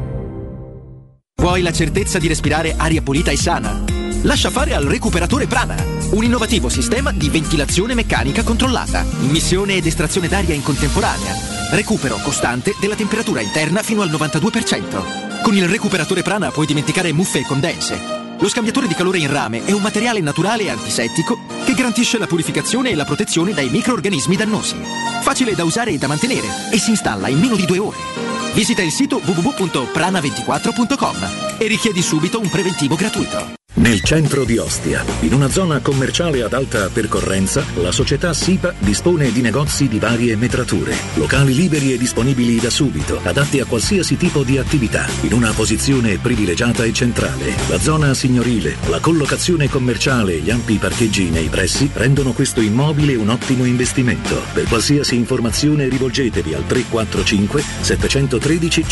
Vuoi la certezza di respirare aria pulita e sana? Lascia fare al recuperatore Prana, un innovativo sistema di ventilazione meccanica controllata, immissione ed estrazione d'aria in contemporanea, recupero costante della temperatura interna fino al 92%. Con il recuperatore Prana puoi dimenticare muffe e condense. Lo scambiatore di calore in rame è un materiale naturale e antisettico che garantisce la purificazione e la protezione dai microrganismi dannosi. Facile da usare e da mantenere e si installa in meno di 2 ore. Visita il sito www.prana24.com e richiedi subito un preventivo gratuito. Nel centro di Ostia, in una zona commerciale ad alta percorrenza, la società SIPA dispone di negozi di varie metrature, locali liberi e disponibili da subito, adatti a qualsiasi tipo di attività, in una posizione privilegiata e centrale. La zona signorile, la collocazione commerciale e gli ampi parcheggi nei pressi rendono questo immobile un ottimo investimento. Per qualsiasi informazione rivolgetevi al 345 713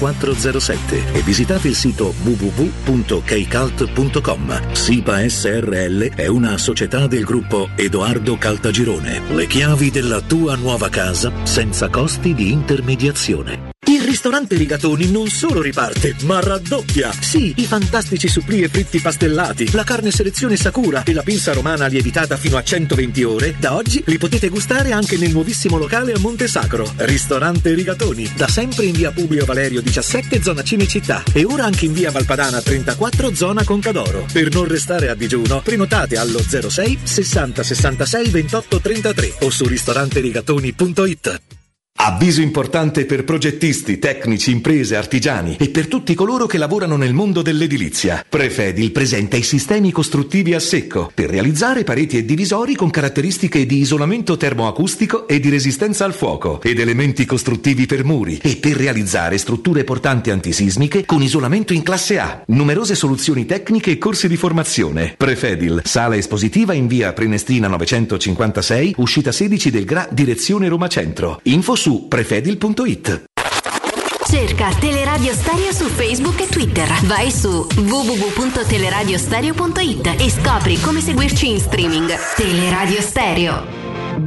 5407 e visitate il sito www.keicalt.com. SIPA SRL è una società del gruppo Edoardo Caltagirone. Le chiavi della tua nuova casa senza costi di intermediazione. Il Ristorante Rigatoni non solo riparte, ma raddoppia. Sì, i fantastici supplì e fritti pastellati, la carne selezione Sakura e la pinza romana lievitata fino a 120 ore, da oggi li potete gustare anche nel nuovissimo locale a Monte Sacro. Ristorante Rigatoni, da sempre in via Publio Valerio 17, zona Cinecittà, e ora anche in via Valpadana 34, zona Concadoro. Per non restare a digiuno, prenotate allo 06 60 66 28 33 o su ristoranterigatoni.it. Avviso importante per progettisti, tecnici, imprese, artigiani e per tutti coloro che lavorano nel mondo dell'edilizia. Prefedil presenta i sistemi costruttivi a secco per realizzare pareti e divisori con caratteristiche di isolamento termoacustico e di resistenza al fuoco ed elementi costruttivi per muri e per realizzare strutture portanti antisismiche con isolamento in classe A. Numerose soluzioni tecniche e corsi di formazione. Prefedil, sala espositiva in via Prenestina 956, uscita 16 del Gra, direzione Roma Centro. Info su prefedil.it. Cerca Teleradio Stereo su Facebook e Twitter. Vai su www.teleradiostereo.it e scopri come seguirci in streaming. Teleradio Stereo.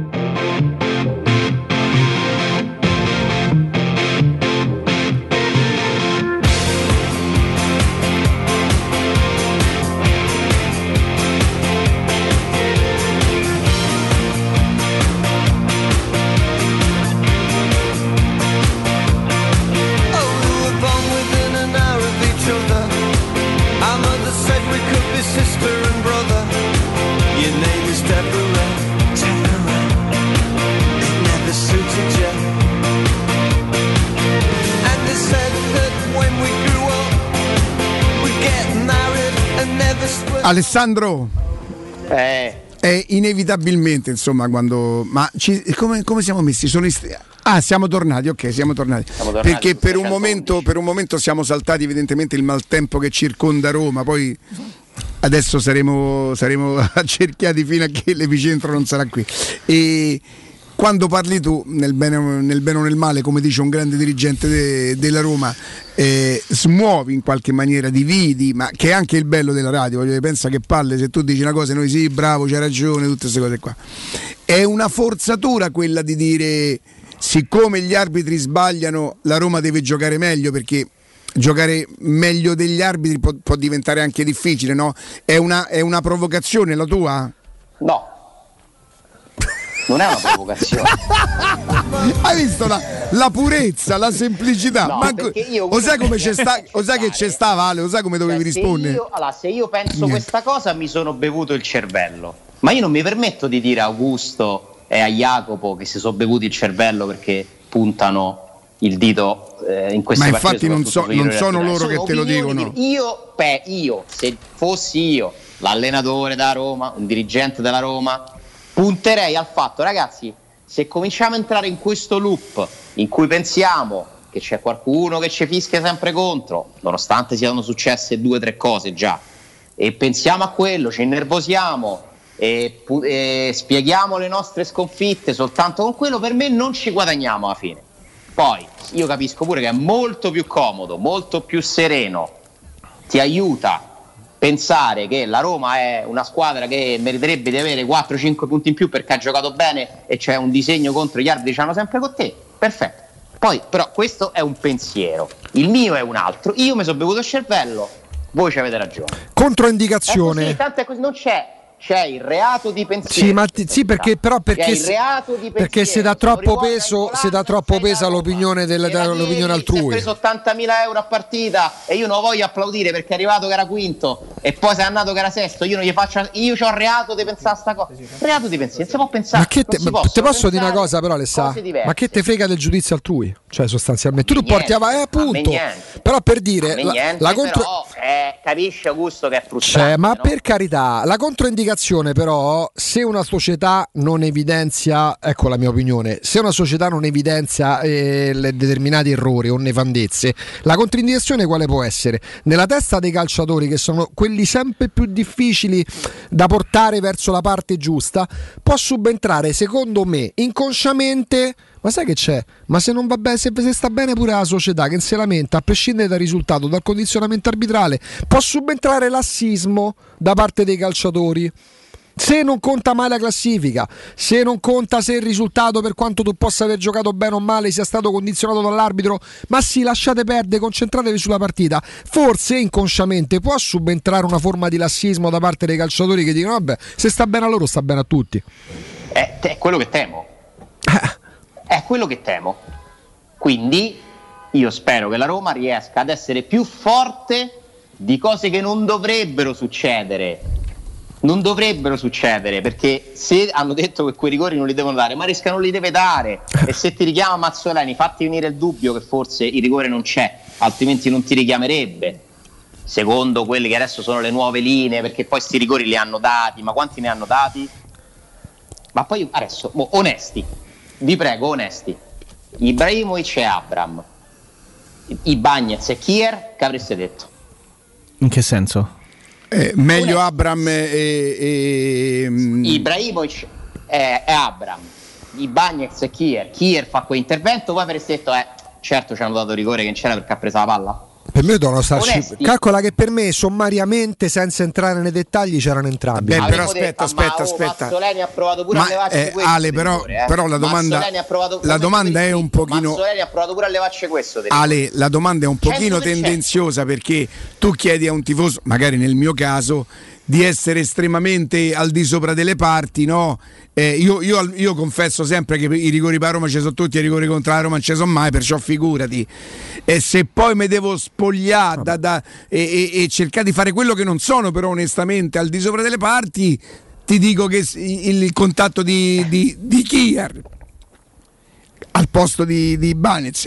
Alessandro, è inevitabilmente, insomma, quando come siamo messi? Siamo tornati, ok, siamo tornati. Perché per un momento siamo saltati evidentemente il maltempo che circonda Roma, poi adesso saremo accerchiati fino a che l'epicentro non sarà qui. E quando parli tu, nel bene o nel male, come dice un grande dirigente della Roma, smuovi in qualche maniera, dividi, ma che è anche il bello della radio. Pensa che palle, se tu dici una cosa noi sì, bravo, c'hai ragione, tutte queste cose qua. È una forzatura quella di dire, siccome gli arbitri sbagliano, la Roma deve giocare meglio, perché giocare meglio degli arbitri può diventare anche difficile, no? È una provocazione la tua? No. Non è una provocazione. Hai visto la purezza, la semplicità? No, o sai come c'è che c'è sta, Vale? O sai come dovevi rispondere? Se io penso questa cosa mi sono bevuto il cervello. Ma io non mi permetto di dire a Augusto e a Jacopo che si sono bevuti il cervello perché puntano il dito in queste partite. Ma infatti non sono loro che te lo dicono. Io, se fossi io l'allenatore da Roma, un dirigente della Roma, punterei al fatto, ragazzi, se cominciamo a entrare in questo loop in cui pensiamo che c'è qualcuno che ci fischia sempre contro, nonostante siano successe 2 o 3 cose già, e pensiamo a quello, ci innervosiamo e spieghiamo le nostre sconfitte soltanto con quello, per me non ci guadagniamo alla fine. Poi io capisco pure che è molto più comodo, molto più sereno, ti aiuta pensare che la Roma è una squadra che meriterebbe di avere 4-5 punti in più perché ha giocato bene e c'è un disegno contro gli arbitri, c'hanno sempre con te, perfetto. Poi però questo è un pensiero, il mio è un altro, io mi sono bevuto il cervello, voi ci avete ragione. Controindicazione. Così, tanto è così, non c'è il reato di pensiero. Perché se dà troppo peso, all'opinione all'opinione altrui. Si è preso 80.000 euro a partita e io non voglio applaudire perché è arrivato che era quinto e poi sei andato che era sesto, io c'ho il reato di pensare a sta cosa. Reato di pensiero, non si può pensare. Ma te posso dire una cosa però, Alessandro? Ma che te frega del giudizio altrui? Cioè sostanzialmente tu porti avanti, appunto. Però per dire capisci Augusto che è frustrante. Ma per carità, la controindicazione però, se una società non evidenzia, ecco la mia opinione, se una società non evidenzia determinati errori o nefandezze, la controindicazione quale può essere? Nella testa dei calciatori, che sono quelli sempre più difficili da portare verso la parte giusta, può subentrare, secondo me, inconsciamente. Ma sai che c'è? Ma se non va bene, se sta bene pure la società che si lamenta, a prescindere dal risultato, dal condizionamento arbitrale, può subentrare lassismo da parte dei calciatori. Se non conta mai la classifica, se non conta se il risultato, per quanto tu possa aver giocato bene o male, sia stato condizionato dall'arbitro, ma sì, lasciate perdere, concentratevi sulla partita. Forse inconsciamente può subentrare una forma di lassismo da parte dei calciatori che dicono vabbè, se sta bene a loro sta bene a tutti. È quello che temo. È quello che temo. Quindi io spero che la Roma riesca ad essere più forte di cose che non dovrebbero succedere. Non dovrebbero succedere, perché se hanno detto che quei rigori non li devono dare, Maresca non li deve dare. E se ti richiama Mazzoleni, fatti venire il dubbio che forse il rigore non c'è, altrimenti non ti richiamerebbe. Secondo quelle che adesso sono le nuove linee, perché poi sti rigori li hanno dati, ma quanti ne hanno dati? Ma poi adesso, onesti, vi prego, onesti. Ibrahimovic e Abram, Ibañez e Kier, che avreste detto? In che senso? Meglio Abram e Ibrahimovic e Abram, Ibañez e Kier fa quell'intervento, voi avreste detto certo ci hanno dato rigore che non c'era perché ha preso la palla. Per me devono starci. Calcola che per me sommariamente, senza entrare nei dettagli, c'erano entrambi. Però aspetta. Mazzoleni ha provato pure a levarci questo. Ale, però la domanda è un pochino. Mazzoleni ha provato pure a levarci questo. Ale, la domanda è un pochino 100%. Tendenziosa, perché tu chiedi a un tifoso, magari nel mio caso, di essere estremamente al di sopra delle parti, no? Io confesso sempre che i rigori per Roma ci sono tutti, i rigori contro la Roma non ci sono mai, perciò figurati. E se poi mi devo spogliare e cercare di fare quello che non sono, però onestamente al di sopra delle parti, ti dico che il contatto di Kier al posto di Ibañez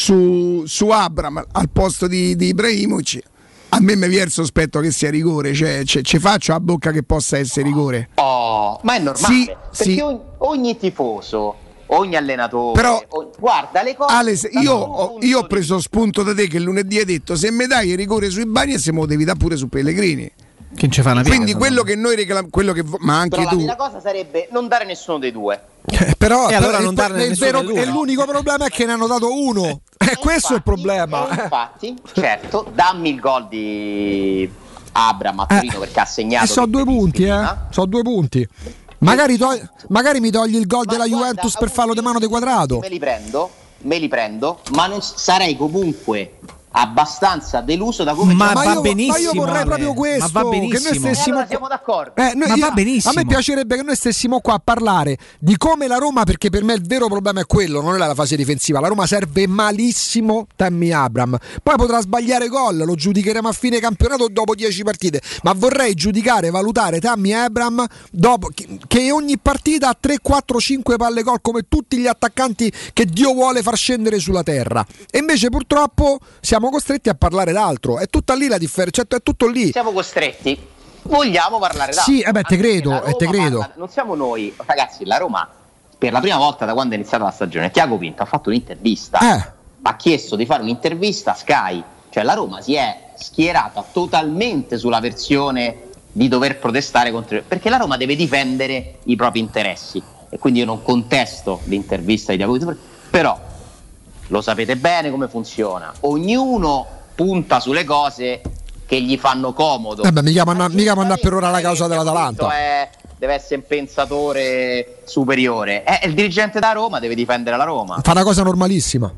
su Abram al posto di Ibrahimovic, a me mi viene il sospetto che sia rigore, cioè ci faccio a bocca che possa essere rigore. Ma è normale, perché ogni tifoso, ogni allenatore, però, guarda le cose. Ale, io ho preso spunto da te che lunedì hai detto se mi dai il rigore sui Ibañez me lo devi dare pure su Pellegrini. Che ci fa una piega, quindi quello che noi reclamiamo, ma anche però tu. La cosa sarebbe non dare nessuno dei due. Però allora non darne nessuno dei due. L'unico problema è che ne hanno dato uno. Questo è il problema. Infatti, certo, dammi il gol di Abram a Torino perché ha segnato. So 2 punti, so 2 punti. Magari mi togli il gol della Juventus per fallo di mano di Quadrato. Me li prendo, ma non sarei comunque abbastanza deluso da come va benissimo. Ma io vorrei proprio questo, ma va benissimo. Che noi stessimo allora siamo d'accordo. Va benissimo. A me piacerebbe che noi stessimo qua a parlare di come la Roma, perché per me il vero problema è quello, non è la fase difensiva. La Roma serve malissimo Tammy Abraham. Poi potrà sbagliare gol, lo giudicheremo a fine campionato dopo 10 partite, ma vorrei valutare Tammy Abraham dopo che ogni partita ha 3, 4, 5 palle gol come tutti gli attaccanti che Dio vuole far scendere sulla terra. E invece purtroppo siamo costretti a parlare d'altro. È tutta lì la differenza, è tutto lì. Siamo costretti. Vogliamo parlare d'altro. Sì, te credo. Non siamo noi, ragazzi, la Roma per la prima volta da quando è iniziata la stagione, Tiago Pinto ha fatto un'intervista. Ha chiesto di fare un'intervista a Sky. Cioè la Roma si è schierata totalmente sulla versione di dover protestare contro, perché la Roma deve difendere i propri interessi. E quindi io non contesto l'intervista di Tiago Pinto, però lo sapete bene come funziona. Ognuno punta sulle cose che gli fanno comodo. Mica mandare per ora la causa dell'Atalanta. Deve essere un pensatore superiore. Il dirigente da Roma deve difendere la Roma. Fa una cosa normalissima.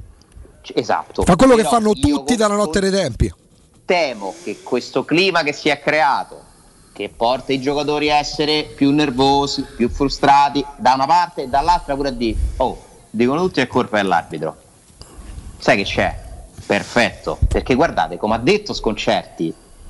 Esatto. Fa quello che fanno tutti dalla notte dei tempi. Temo che questo clima che si è creato, che porta i giocatori a essere più nervosi, più frustrati, da una parte e dall'altra pure a dire dicono tutti è colpa dell'arbitro. Sai che c'è? Perfetto, perché guardate, come ha detto Sconcerti,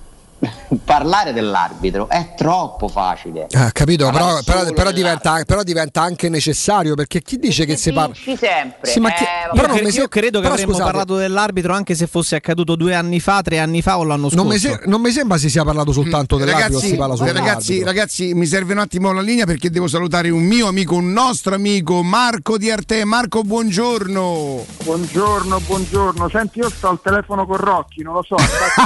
parlare dell'arbitro è troppo facile. Capito, però diventa anche necessario, perché chi dice che si parla sempre. Sì, io credo che avremmo parlato dell'arbitro anche se fosse accaduto 2 anni fa, 3 anni fa o l'anno scorso. Non mi sembra si sia parlato soltanto dell'arbitro, si parla solo ragazzi, mi serve un attimo la linea perché devo salutare un mio amico, un nostro amico, Marco Di Arte. Marco, buongiorno. Buongiorno. Senti, io sto al telefono con Rocchi, non lo so.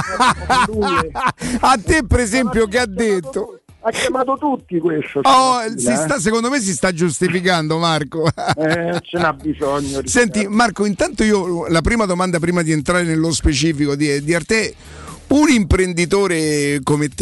A te per esempio che ha detto? Ha chiamato tutti questo. Secondo me si sta giustificando, Marco. Ce n'ha bisogno. Senti Marco, intanto io la prima domanda prima di entrare nello specifico di Arte, un imprenditore come te,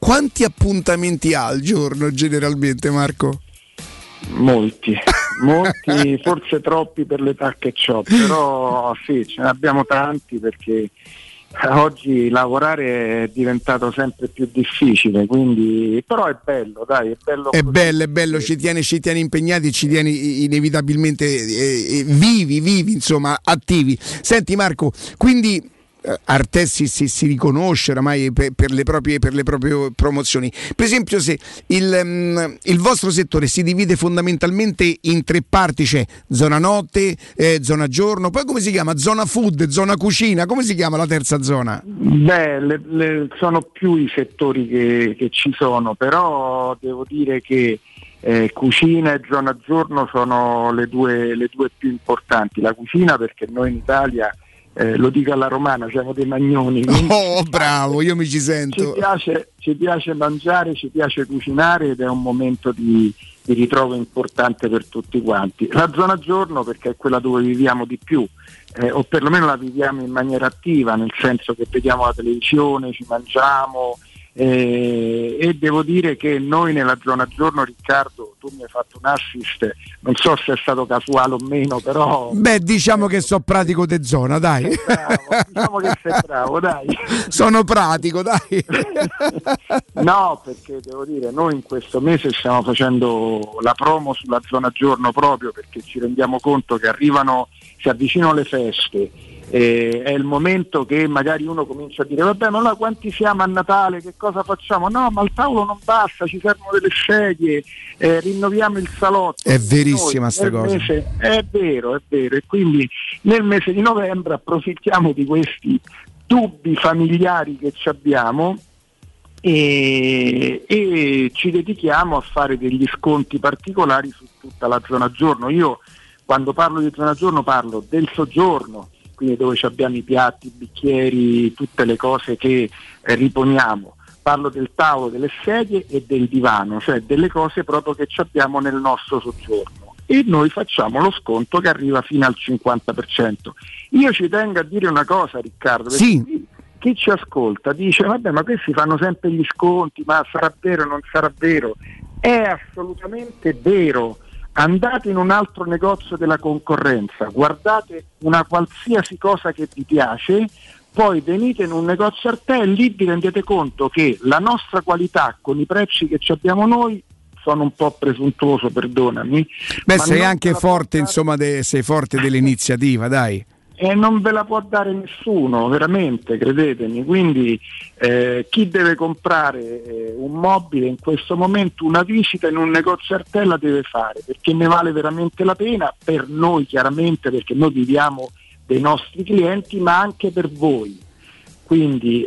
Quanti appuntamenti ha al giorno generalmente, Marco? Molti, forse troppi per l'età che c'ho, però sì, ce ne abbiamo tanti, perché oggi lavorare è diventato sempre più difficile, quindi però è bello, dai, è bello. È bello, ci tiene impegnati, ci tiene inevitabilmente vivi, insomma, attivi. Senti Marco, quindi Artessi si riconosce oramai per le proprie promozioni. Per esempio, se il vostro settore si divide fondamentalmente in 3 parti, c'è zona notte, zona giorno, poi come si chiama? Zona food, zona cucina, come si chiama la terza zona? Beh, sono più i settori che ci sono, però devo dire che cucina e zona giorno sono le due più importanti. La cucina, perché noi in Italia, lo dico alla romana, siamo dei magnoni. Oh, bravo, io mi ci sento. Ci piace mangiare, ci piace cucinare, ed è un momento di ritrovo importante per tutti quanti. La zona giorno, perché è quella dove viviamo di più, o perlomeno la viviamo in maniera attiva, nel senso che vediamo la televisione, ci mangiamo, e devo dire che noi nella zona giorno, Riccardo, tu mi hai fatto un assist, non so se è stato casuale o meno, però diciamo che so pratico de zona, dai. Diciamo che sei bravo, dai. Sono pratico, dai. No, perché devo dire, noi in questo mese stiamo facendo la promo sulla zona giorno, proprio perché ci rendiamo conto che si avvicinano le feste. È il momento che magari uno comincia a dire vabbè, ma allora quanti siamo a Natale, che cosa facciamo? No, ma il tavolo non basta, ci servono delle sedie, rinnoviamo il salotto. È verissima sta cosa. È vero, e quindi nel mese di novembre approfittiamo di questi dubbi familiari che ci abbiamo e ci dedichiamo a fare degli sconti particolari su tutta la zona giorno. Io quando parlo di zona giorno parlo del soggiorno, quindi dove abbiamo i piatti, i bicchieri, tutte le cose che riponiamo. Parlo del tavolo, delle sedie e del divano, cioè delle cose proprio che abbiamo nel nostro soggiorno, e noi facciamo lo sconto che arriva fino al 50%. Io ci tengo a dire una cosa, Riccardo, perché sì. Chi ci ascolta dice vabbè, ma questi fanno sempre gli sconti, ma sarà vero o non sarà vero? È assolutamente vero. Andate in un altro negozio della concorrenza, guardate una qualsiasi cosa che vi piace, poi venite in un negozio Arte e lì vi rendete conto che la nostra qualità con i prezzi che abbiamo noi, sono un po' presuntuoso, perdonami. Beh, sei anche forte, insomma, sei forte dell'iniziativa, dai. E non ve la può dare nessuno, veramente, credetemi. Quindi chi deve comprare un mobile in questo momento, una visita in un negozio Arte la deve fare, perché ne vale veramente la pena, per noi chiaramente, perché noi viviamo dei nostri clienti, ma anche per voi. Quindi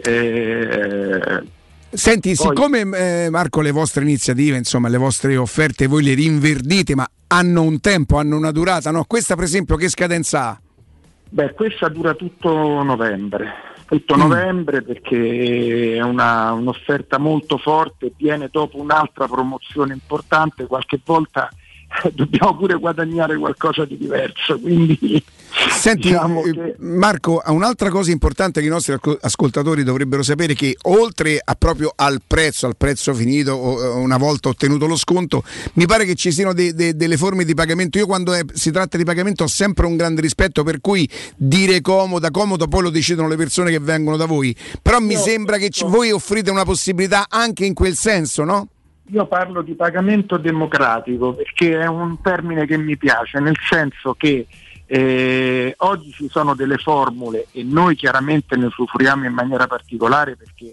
senti, siccome Marco, le vostre iniziative, insomma le vostre offerte voi le rinverdite, ma hanno un tempo, hanno una durata, no? Questa per esempio che scadenza ha? Beh, questa dura tutto novembre, perché è un'offerta molto forte, viene dopo un'altra promozione importante, qualche volta dobbiamo pure guadagnare qualcosa di diverso, quindi senti, diciamo Marco, un'altra cosa importante che i nostri ascoltatori dovrebbero sapere, che oltre a proprio al prezzo finito o una volta ottenuto lo sconto, mi pare che ci siano delle forme di pagamento. Io quando si tratta di pagamento ho sempre un grande rispetto, per cui dire comodo poi lo decidono le persone che vengono da voi, però mi sembra che voi offrite una possibilità anche in quel senso, no? Io parlo di pagamento democratico perché è un termine che mi piace, nel senso che oggi ci sono delle formule e noi chiaramente ne usufruiamo in maniera particolare, perché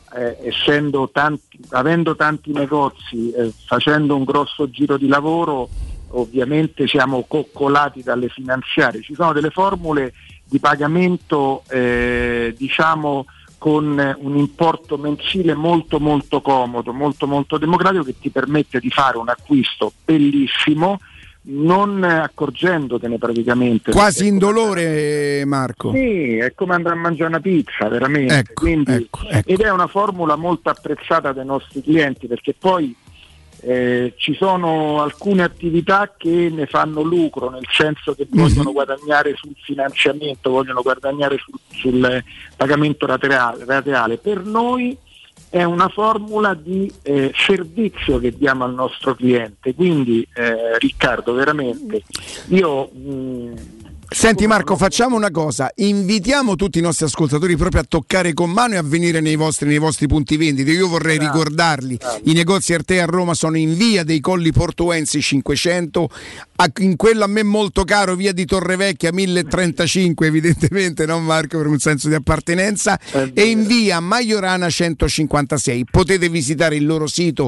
avendo tanti negozi, facendo un grosso giro di lavoro, ovviamente siamo coccolati dalle finanziarie. Ci sono delle formule di pagamento diciamo con un importo mensile molto molto comodo, molto molto democratico, che ti permette di fare un acquisto bellissimo non accorgendotene praticamente. Quasi indolore, Marco. Sì, è come andare a mangiare una pizza, veramente. Ecco. Ed è una formula molto apprezzata dai nostri clienti, perché poi ci sono alcune attività che ne fanno lucro, nel senso che vogliono guadagnare sul finanziamento, vogliono guadagnare sul pagamento rateale. Per noi è una formula di servizio che diamo al nostro cliente. Quindi Riccardo, veramente io senti Marco, facciamo una cosa, invitiamo tutti i nostri ascoltatori proprio a toccare con mano e a venire nei vostri punti vendita. Io vorrei ricordarli, i negozi Arte a Roma sono in via dei Colli Portuensi 500, in quello a me molto caro via di Torrevecchia 1035, evidentemente, no Marco, per un senso di appartenenza, e in via Maiorana 156. Potete visitare il loro sito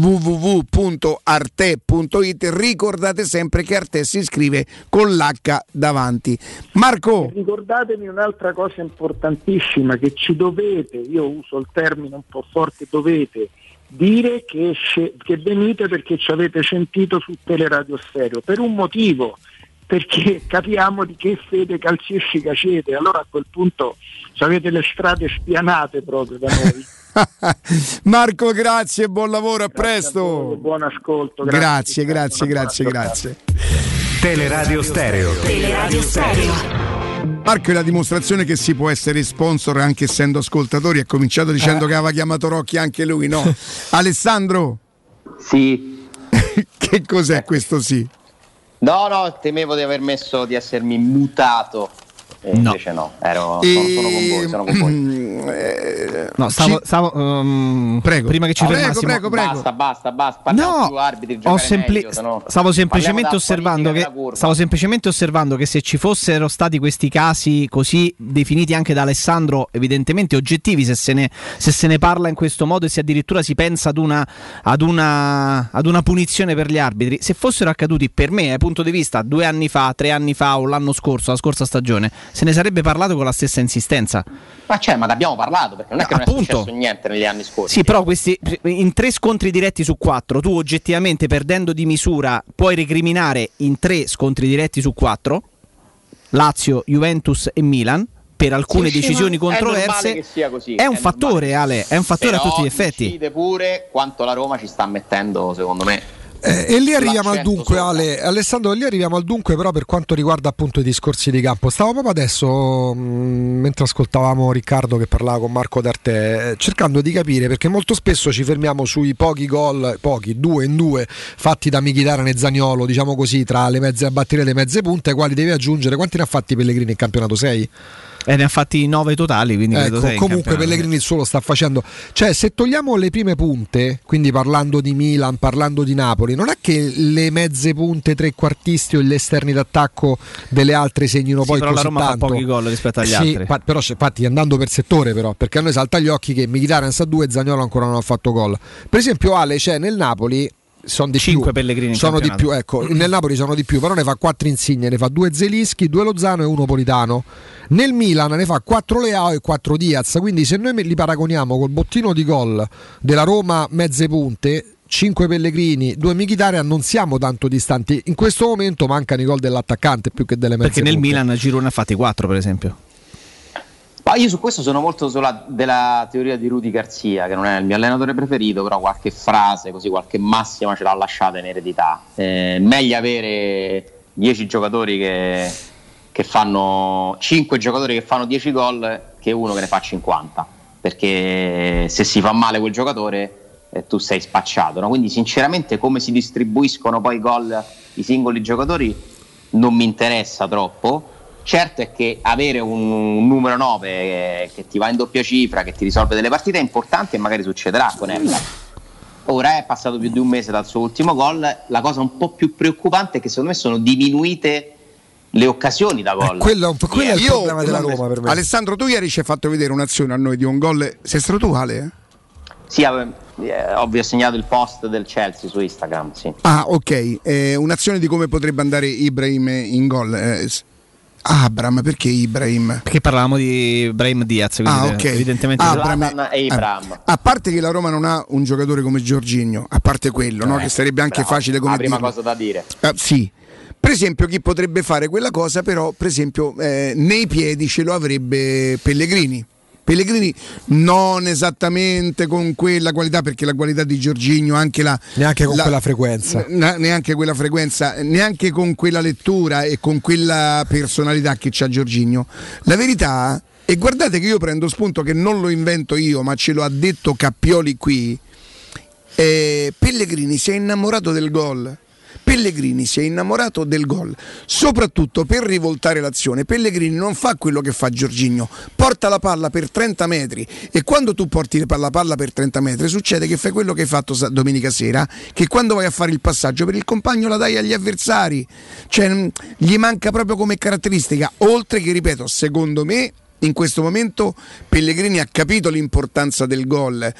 www.arte.it. ricordate sempre che Arte si scrive con l'H davanti. Marco, ricordatevi un'altra cosa importantissima, che ci dovete, io uso il termine un po' forte, dovete dire che venite perché ci avete sentito su Teleradio Stereo, per un motivo, perché capiamo di che fede calcistica siete. Allora a quel punto avete le strade spianate proprio da noi. Marco, grazie, buon lavoro, a presto. A voi, buon ascolto. Grazie. Teleradio Stereo. Teleradio Stereo. Marco è la dimostrazione che si può essere sponsor anche essendo ascoltatori. Ha cominciato dicendo che aveva chiamato Rocchi anche lui, no? Alessandro? Sì. Che cos'è questo sì? No, temevo di essermi mutato. Invece no, sono con voi. No, prego. Prima che ci fermassimo. Prego. Basta. Parliamo più arbitri, stavo semplicemente osservando che se ci fossero stati questi casi così definiti anche da Alessandro, evidentemente oggettivi, se se ne parla in questo modo e se addirittura si pensa ad una punizione per gli arbitri, se fossero accaduti per me, punto di vista, 2 anni fa, 3 anni fa o l'anno scorso, la scorsa stagione, se ne sarebbe parlato con la stessa insistenza. Ma ne abbiamo parlato, perché non è che non è successo niente negli anni scorsi. Sì, però questi in 3 scontri diretti su 4, tu oggettivamente, perdendo di misura, puoi recriminare in 3 scontri diretti su 4 Lazio, Juventus e Milan per alcune decisioni controverse. Che sia così. È un fattore, Ale, è un fattore però a tutti gli effetti. Decide pure quanto la Roma ci sta mettendo, secondo me. E lì arriviamo al dunque, Alessandro, lì arriviamo al dunque, però per quanto riguarda appunto i discorsi di campo. Stavo proprio adesso, mentre ascoltavamo Riccardo che parlava con Marco D'Arte, cercando di capire, perché molto spesso ci fermiamo sui pochi gol, 2 in 2, fatti da Mkhitaryan e Zaniolo, diciamo così, tra le mezze batterie e le mezze punte, ai quali devi aggiungere. Quanti ne ha fatti Pellegrini in campionato? 6? E ne ha fatti 9 totali, quindi comunque Pellegrini il suo lo sta facendo. Cioè, se togliamo le prime punte, quindi parlando di Milan, parlando di Napoli, non è che le mezze punte, trequartisti o gli esterni d'attacco delle altre segnino poi però così la Roma tanto. Fa pochi gol rispetto agli altri. Però infatti andando per settore, però, perché a noi salta agli occhi che Mkhitaryan sa 2 e Zaniolo ancora non ha fatto gol. Per esempio Ale, c'è nel Napoli sono di 5 Pellegrini sono di più, ecco, nel Napoli sono di più, però ne fa 4 Insigne, ne fa 2 Zelinski, 2 Lozano e 1 Politano. Nel Milan ne fa 4 Leao e 4 Diaz, quindi se noi li paragoniamo col bottino di gol della Roma mezze punte, 5 Pellegrini, 2 Mkhitaryan, non siamo tanto distanti. In questo momento mancano i gol dell'attaccante più che delle mezze perché nel punte. Milan Girone ha fatti 4 per esempio. Ma io su questo sono molto della teoria di Rudy Garcia, che non è il mio allenatore preferito, però qualche frase, così qualche massima ce l'ha lasciata in eredità. Meglio avere 10 giocatori che fanno 5 giocatori che fanno 10 gol che uno che ne fa 50, perché se si fa male quel giocatore tu sei spacciato, no? Quindi sinceramente come si distribuiscono poi i gol i singoli giocatori non mi interessa troppo. Certo è che avere un numero 9 che ti va in doppia cifra, che ti risolve delle partite è importante e magari succederà con Ella. Ora è passato più di un mese dal suo ultimo gol, la cosa un po' più preoccupante è che secondo me sono diminuite le occasioni da gol. Quello è il problema della Roma per me. Alessandro, tu ieri ci hai fatto vedere un'azione a noi di un gol, sei stato tu Ale? Sì, vi ho segnato il post del Chelsea su Instagram, sì. Ah, ok, un'azione di come potrebbe andare Ibrahim in gol. Abram, perché Ibrahim? Perché parlavamo di Ibrahim Diaz, quindi evidentemente Zlatan e Ibrahim. A parte che la Roma non ha un giocatore come Jorginho, a parte quello, no? Che sarebbe anche facile come la prima cosa da dire. Sì. Per esempio chi potrebbe fare quella cosa, però per esempio nei piedi ce lo avrebbe Pellegrini Pellegrini non esattamente con quella qualità, perché la qualità di Jorginho anche neanche con quella frequenza, neanche quella frequenza, neanche con quella lettura e con quella personalità che c'ha Jorginho. La verità E guardate che io prendo spunto, che non lo invento io, ma ce lo ha detto Cappioli qui. Pellegrini si è innamorato del gol. Pellegrini si è innamorato del gol, soprattutto per rivoltare l'azione. Pellegrini non fa quello che fa Jorginho, porta la palla per 30 metri, e quando tu porti la palla per 30 metri succede che fai quello che hai fatto domenica sera, che quando vai a fare il passaggio per il compagno la dai agli avversari, cioè gli manca proprio come caratteristica, oltre che, ripeto, secondo me in questo momento Pellegrini ha capito l'importanza del gol,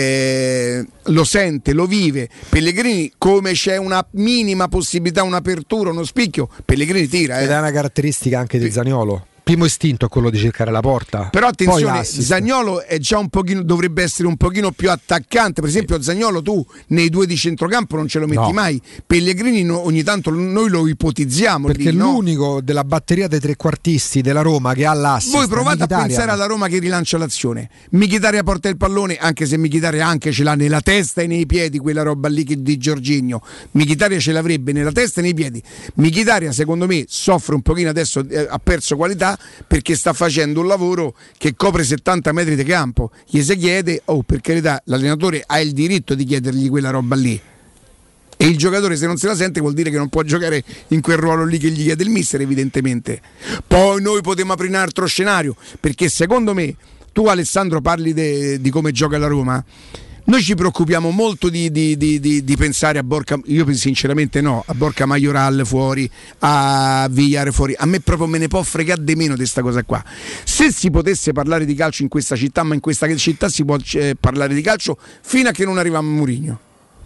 lo sente, lo vive. Pellegrini, come c'è una minima possibilità, un'apertura, uno spicchio, Pellegrini tira. Ed è una caratteristica anche di Zaniolo. Primo istinto è quello di cercare la porta. Però attenzione, Zaniolo è già un pochino, dovrebbe essere un pochino più attaccante. Per esempio, Zaniolo tu nei due di centrocampo non ce lo metti mai. Pellegrini ogni tanto noi lo ipotizziamo. Perché lì, l'unico della batteria dei trequartisti della Roma che ha l'assist. Voi provate a pensare alla Roma che rilancia l'azione. Mkhitaryan porta il pallone, anche se Mkhitaryan anche ce l'ha nella testa e nei piedi, quella roba lì di Jorginho. Mkhitaryan ce l'avrebbe nella testa e nei piedi. Mkhitaryan secondo me soffre un pochino adesso, ha perso qualità, perché sta facendo un lavoro che copre 70 metri di campo. Gli si chiede, per carità, l'allenatore ha il diritto di chiedergli quella roba lì, e il giocatore, se non se la sente, vuol dire che non può giocare in quel ruolo lì che gli chiede il mister, evidentemente. Poi noi potremmo aprire un altro scenario, perché secondo me, tu Alessandro parli di come gioca la Roma. Noi ci preoccupiamo molto di pensare a Borca, io sinceramente no, a Borca Majoral fuori, a Villar fuori. A me proprio me ne può fregare di meno di questa cosa qua. Se si potesse parlare di calcio in questa città, ma in questa città si può parlare di calcio fino a che non arriviamo a Mourinho.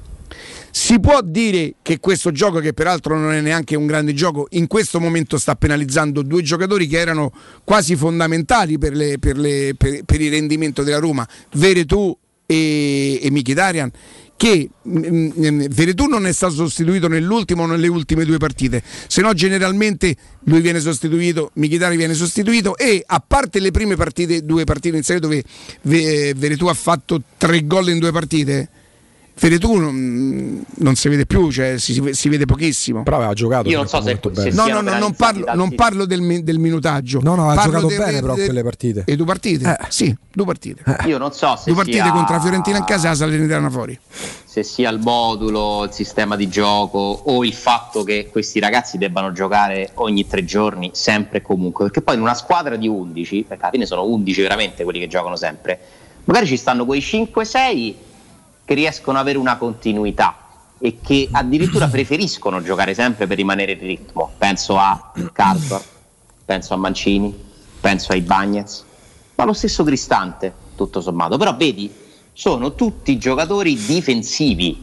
Si può dire che questo gioco, che peraltro non è neanche un grande gioco, in questo momento sta penalizzando due giocatori che erano quasi fondamentali per il rendimento della Roma, Veretout e Mkhitaryan, che Veretout non è stato sostituito nell'ultimo o nelle ultime due partite, se no generalmente lui viene sostituito, Mkhitaryan viene sostituito, e a parte le prime partite, due partite in serie dove Veretout ha fatto 3 gol in 2 partite, Veretout non si vede più, cioè si vede pochissimo. Però aveva giocato. Io non so se non parlo del minutaggio. No, ha giocato bene però quelle partite. E 2 partite? Sì, 2 partite. Io non so se 2 partite contro la Fiorentina in casa, la Salernitana fuori. Se sia il modulo, il sistema di gioco, o il fatto che questi ragazzi debbano giocare ogni 3 giorni, sempre e comunque. Perché poi in una squadra di 11, perché alla fine sono 11 veramente quelli che giocano sempre, magari ci stanno quei 5-6 che riescono ad avere una continuità e che addirittura preferiscono giocare sempre per rimanere in ritmo. Penso a Carlton, penso a Mancini, penso ai Bagnez, ma lo stesso Cristante, tutto sommato. Però vedi, sono tutti giocatori difensivi.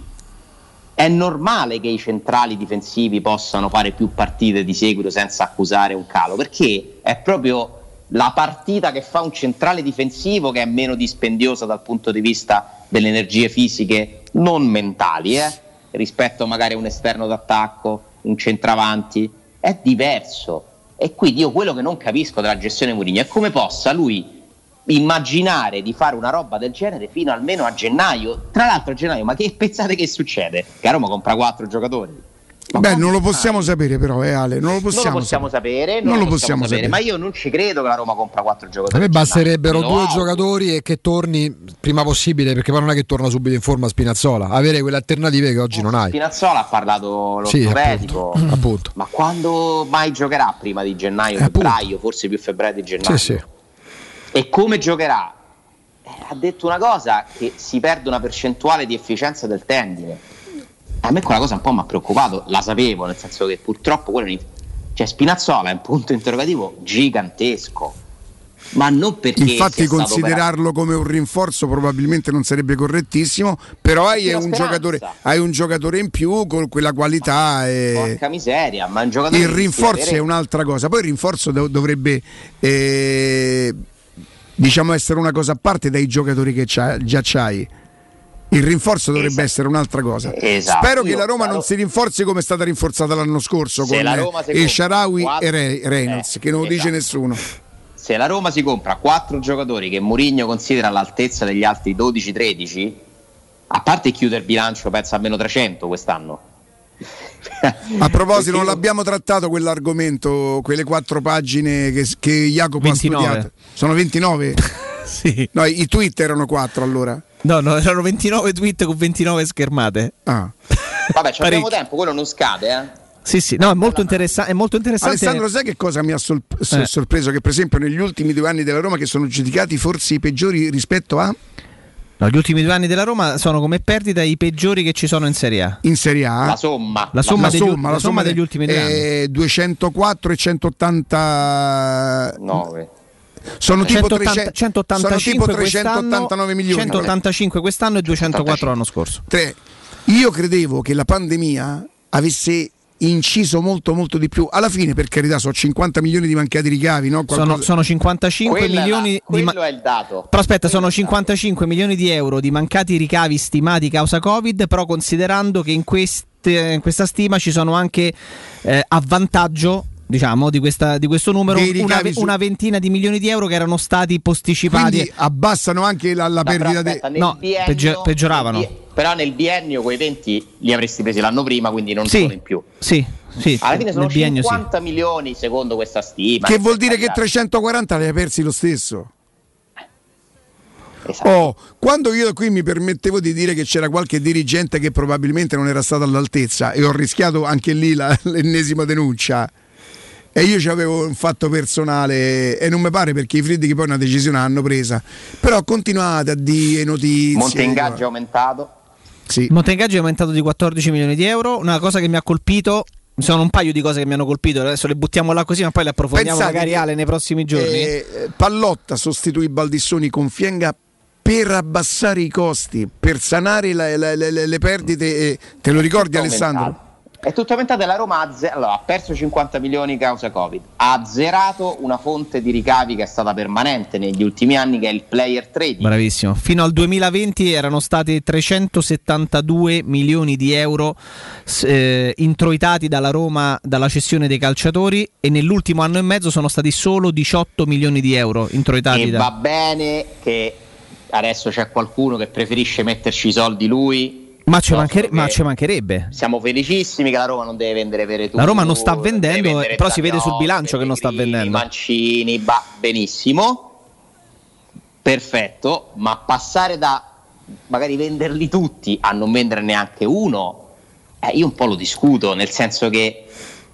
È normale che i centrali difensivi possano fare più partite di seguito senza accusare un calo, perché è proprio la partita che fa un centrale difensivo che è meno dispendiosa dal punto di vista delle energie fisiche, non mentali, rispetto magari a un esterno d'attacco, un centravanti. È diverso. E quindi io quello che non capisco della gestione Mourinho è come possa lui immaginare di fare una roba del genere fino almeno a gennaio. Tra l'altro a gennaio, ma che pensate che succede? Che a Roma compra 4 giocatori. Non lo possiamo sapere, però, Ale, non lo possiamo sapere. Ma io non ci credo che la Roma compra 4 giocatori. A me basterebbero 2 giocatori e che torni prima possibile, perché poi non è che torna subito in forma Spinazzola. Avere quelle alternative che oggi non hai. Spinazzola ha parlato l'ortopedico, appunto. Ma quando mai giocherà prima di gennaio, febbraio, forse più febbraio di gennaio? Sì. E come giocherà? Ha detto una cosa, che si perde una percentuale di efficienza del tendine. A me quella cosa un po' mi ha preoccupato, la sapevo, nel senso che purtroppo Spinazzola è un punto interrogativo gigantesco, ma non perché infatti considerarlo come un rinforzo probabilmente non sarebbe correttissimo, però hai un giocatore in più con quella qualità porca miseria, ma un giocatore il rinforzo è un'altra cosa. Poi il rinforzo dovrebbe essere una cosa a parte dai giocatori che già c'hai. Il rinforzo dovrebbe essere un'altra cosa. Spero che la Roma non si rinforzi come è stata rinforzata l'anno scorso con El Shaarawy e Reynolds, che non lo dice nessuno. Se la Roma si compra 4 giocatori che Mourinho considera all'altezza degli altri 12-13, a parte chiude il bilancio pensa a meno 300 quest'anno, A proposito, non l'abbiamo trattato quell'argomento, quelle 4 pagine che Jacopo 29. Ha studiato. Sono 29? Sì. No, i tweet erano 4 allora. No, erano 29 tweet con 29 schermate. Ah. Vabbè, abbiamo tempo, quello non scade, Sì, no, è molto interessante. Alessandro, sai che cosa mi ha sorpreso? Che per esempio negli ultimi 2 anni della Roma, che sono giudicati forse i peggiori rispetto a... No, gli ultimi 2 anni della Roma sono come perdita i peggiori che ci sono in Serie A. In Serie A? La somma degli ultimi 2 anni. 204 e 189. Sono tipo 389 milioni. 185 quest'anno e 204 l'anno scorso. Io credevo che la pandemia avesse inciso molto di più. Alla fine, per carità, sono 50 milioni di mancati ricavi, no? Sono 55 milioni quello è il dato. Però aspetta, sono 55 milioni di euro di mancati ricavi stimati causa Covid, però considerando che in questa stima ci sono anche a vantaggio, diciamo, di questo numero una ventina di milioni di euro che erano stati posticipati. Quindi abbassano anche la perdita peggioravano. Però nel biennio quei 20 li avresti presi l'anno prima, quindi non sono in più. Sì. Alla fine sono 50 milioni secondo questa stima. Che vuol dire che 340 li hai persi lo stesso. Esatto. Quando io qui mi permettevo di dire che c'era qualche dirigente che probabilmente non era stato all'altezza, e ho rischiato anche lì l'ennesima denuncia, e io ci avevo un fatto personale, e non mi pare, perché i Friedrich poi una decisione l'hanno presa, però continuate a dire notizie. Monte-ingaggio è aumentato. Sì. Monte-ingaggio è aumentato di 14 milioni di euro. Una cosa che mi ha colpito, sono un paio di cose che mi hanno colpito, adesso le buttiamo là così, ma poi le approfondiamo. Pensate magari Ale nei prossimi giorni. Pallotta sostituì Baldissoni con Fienga per abbassare i costi, per sanare le perdite. Te lo ricordi, Alessandro? È tutto aumentato e la Roma ha perso 50 milioni causa Covid, ha azzerato una fonte di ricavi che è stata permanente negli ultimi anni, che è il player trading. Bravissimo. Fino al 2020 erano stati 372 milioni di euro introitati dalla Roma dalla cessione dei calciatori, e nell'ultimo anno e mezzo sono stati solo 18 milioni di euro introitati. Va bene che adesso c'è qualcuno che preferisce metterci i soldi lui. Ma ci mancherebbe. Siamo felicissimi che la Roma non deve vendere Veretù. La Roma non sta vendendo, però si vede sul bilancio che non sta vendendo. Mancini, benissimo, perfetto, ma passare da magari venderli tutti a non vendere neanche uno, io un po' lo discuto, nel senso che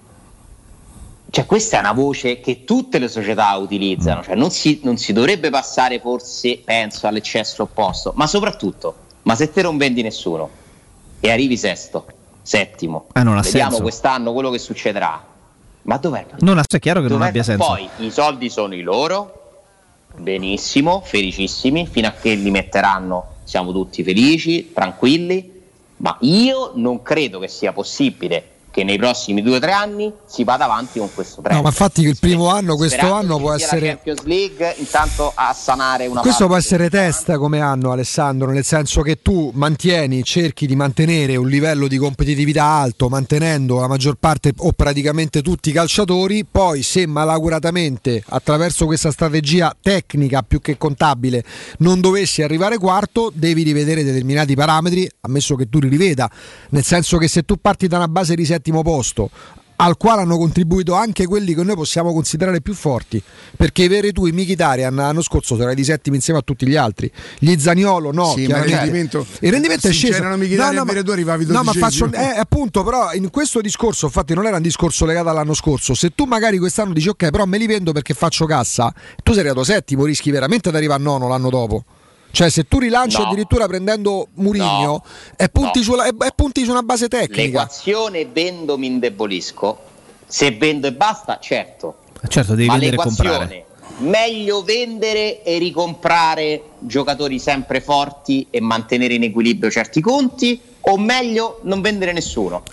questa è una voce che tutte le società utilizzano, non si dovrebbe passare, forse penso all'eccesso opposto, ma soprattutto, ma se te non vendi nessuno e arrivi sesto, settimo, non ha vediamo senso. Quest'anno quello che succederà, ma dov'è? È chiaro che non abbia senso. Poi i soldi sono i loro, benissimo, felicissimi, fino a che li metteranno siamo tutti felici, tranquilli, ma io non credo che sia possibile che nei prossimi 2 o 3 anni si vada avanti con questo trend. No, ma infatti il primo anno, questo anno può essere la Champions League, intanto a sanare una questo può parte essere test come anno, Alessandro, nel senso che tu cerchi di mantenere un livello di competitività alto, mantenendo la maggior parte o praticamente tutti i calciatori, poi se malauguratamente attraverso questa strategia tecnica più che contabile non dovessi arrivare quarto, devi rivedere determinati parametri, ammesso che tu li riveda, nel senso che se tu parti da una base di settimo posto al quale hanno contribuito anche quelli che noi possiamo considerare più forti, perché i Veretù e Mkhitaryan l'anno scorso sono di settimi insieme a tutti gli altri, gli Zaniolo il rendimento è sceso. C'erano Mkhitaryan e Veretù arrivavi 12. No, ma faccio appunto, però in questo discorso, infatti non era un discorso legato all'anno scorso, se tu magari quest'anno dici ok, però me li vendo perché faccio cassa, tu sei arrivato settimo, rischi veramente ad arrivare a nono l'anno dopo. Cioè se tu rilanci addirittura prendendo Mourinho e punti su una base tecnica. L'equazione vendo mi indebolisco, se vendo e basta, certo devi ma vendere e comprare. Meglio vendere e ricomprare giocatori sempre forti e mantenere in equilibrio certi conti, o meglio non vendere nessuno?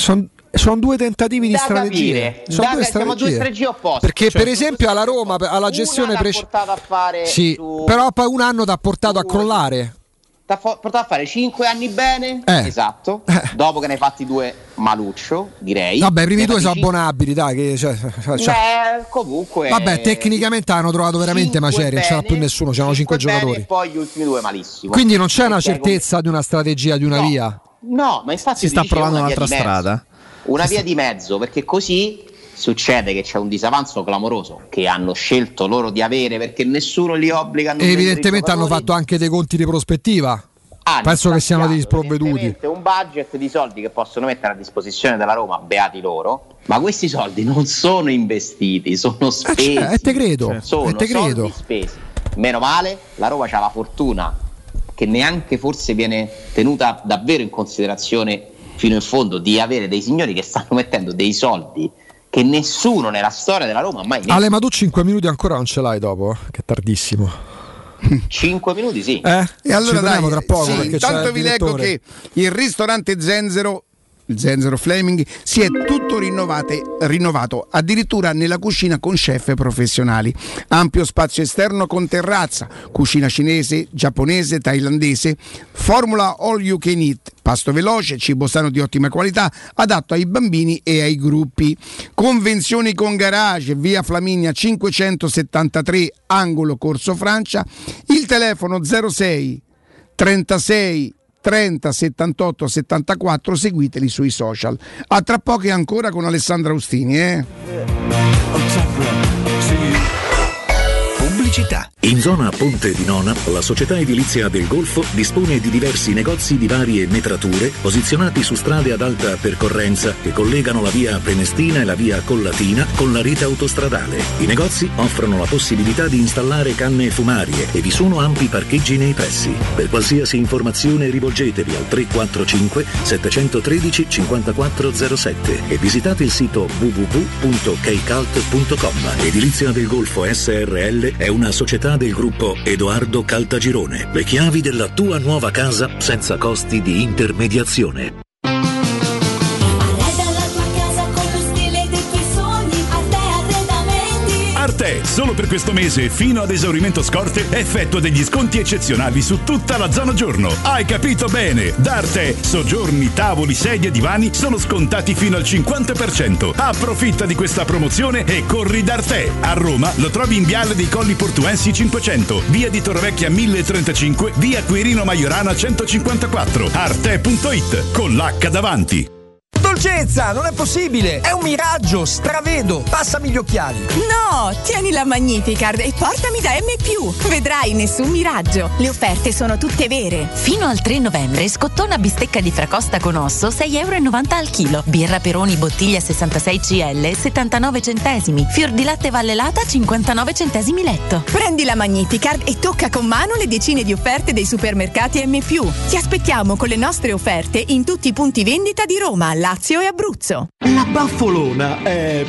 Sono 2 tentativi di strategie. Siamo 2 strategie opposte. Perché per esempio alla Roma, alla gestione portato a fare però poi un anno ti ha portato a crollare. Ti ha portato a fare 5 anni bene, esatto. Dopo che ne hai fatti 2 maluccio, direi. Vabbè, i primi 2 sono abbonabili, dai. Comunque. Vabbè, tecnicamente hanno trovato veramente macerie, non c'era più nessuno, c'erano 5 giocatori. E poi gli ultimi 2 malissimo. Quindi non c'è una certezza di una strategia, di una via. No, ma infatti si sta provando un'altra strada. Una via di mezzo, perché così succede che c'è un disavanzo clamoroso che hanno scelto loro di avere, perché nessuno li obbliga. E evidentemente hanno fatto anche dei conti di prospettiva. Penso che siano degli sprovveduti. Un budget di soldi che possono mettere a disposizione della Roma, beati loro, ma questi soldi non sono investiti, sono spesi. Te credo. Sono soldi spesi. Meno male, la Roma c'ha la fortuna che neanche forse viene tenuta davvero in considerazione fino in fondo, di avere dei signori che stanno mettendo dei soldi che nessuno nella storia della Roma ha mai messo. Ale, ma tu 5 minuti ancora non ce l'hai dopo? Che è tardissimo. 5 minuti sì. E allora dai, tra poco, sì, intanto vi leggo che il ristorante Zenzero, il Zenzero Fleming, si è tutto rinnovato, addirittura nella cucina con chef professionali. Ampio spazio esterno con terrazza, cucina cinese, giapponese, thailandese, formula all you can eat, pasto veloce, cibo sano di ottima qualità, adatto ai bambini e ai gruppi. Convenzioni con garage, via Flaminia 573, angolo Corso Francia. Il telefono 06 36 30 78 74, seguiteli sui social. A tra poco ancora con Alessandra Austini. Pubblicità. In zona Ponte di Nona, la società edilizia del Golfo dispone di diversi negozi di varie metrature posizionati su strade ad alta percorrenza che collegano la via Prenestina e la via Collatina con la rete autostradale. I negozi offrono la possibilità di installare canne fumarie e vi sono ampi parcheggi nei pressi. Per qualsiasi informazione rivolgetevi al 345 713 5407 e visitate il sito www.keicalt.com. Edilizia del Golfo SRL è una società del gruppo Edoardo Caltagirone. Le chiavi della tua nuova casa senza costi di intermediazione. Arte, solo per questo mese fino ad esaurimento scorte effettua degli sconti eccezionali su tutta la zona giorno. Hai capito bene? Da Arte, soggiorni, tavoli, sedie e divani sono scontati fino al 50%. Approfitta di questa promozione e corri da Arte. A Roma lo trovi in Viale dei Colli Portuensi 500, via di Torrevecchia 1035, via Quirino Maiorana 154. Arte.it con l'H davanti. Dolcezza, non è possibile! È un miraggio, stravedo! Passami gli occhiali! No, tieni la Magnificard e portami da M+. Vedrai, nessun miraggio. Le offerte sono tutte vere. Fino al 3 novembre, scottona bistecca di fracosta con osso, €6,90 al chilo. Birra Peroni bottiglia 66 CL, 79 centesimi. Fior di latte Vallelata, 59 centesimi letto. Prendi la Magnificard e tocca con mano le decine di offerte dei supermercati M+. Ti aspettiamo con le nostre offerte in tutti i punti vendita di Roma, Lazio e Abruzzo. La Baffolona è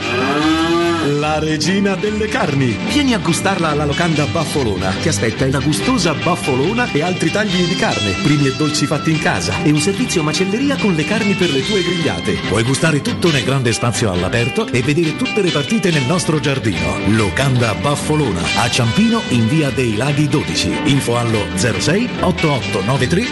la regina delle carni. Vieni a gustarla alla locanda Baffolona. Ti aspetta una gustosa baffolona e altri tagli di carne, primi e dolci fatti in casa e un servizio macelleria con le carni per le tue grigliate. Puoi gustare tutto nel grande spazio all'aperto e vedere tutte le partite nel nostro giardino. Locanda Baffolona a Ciampino in via dei Laghi 12. Info allo 06 8893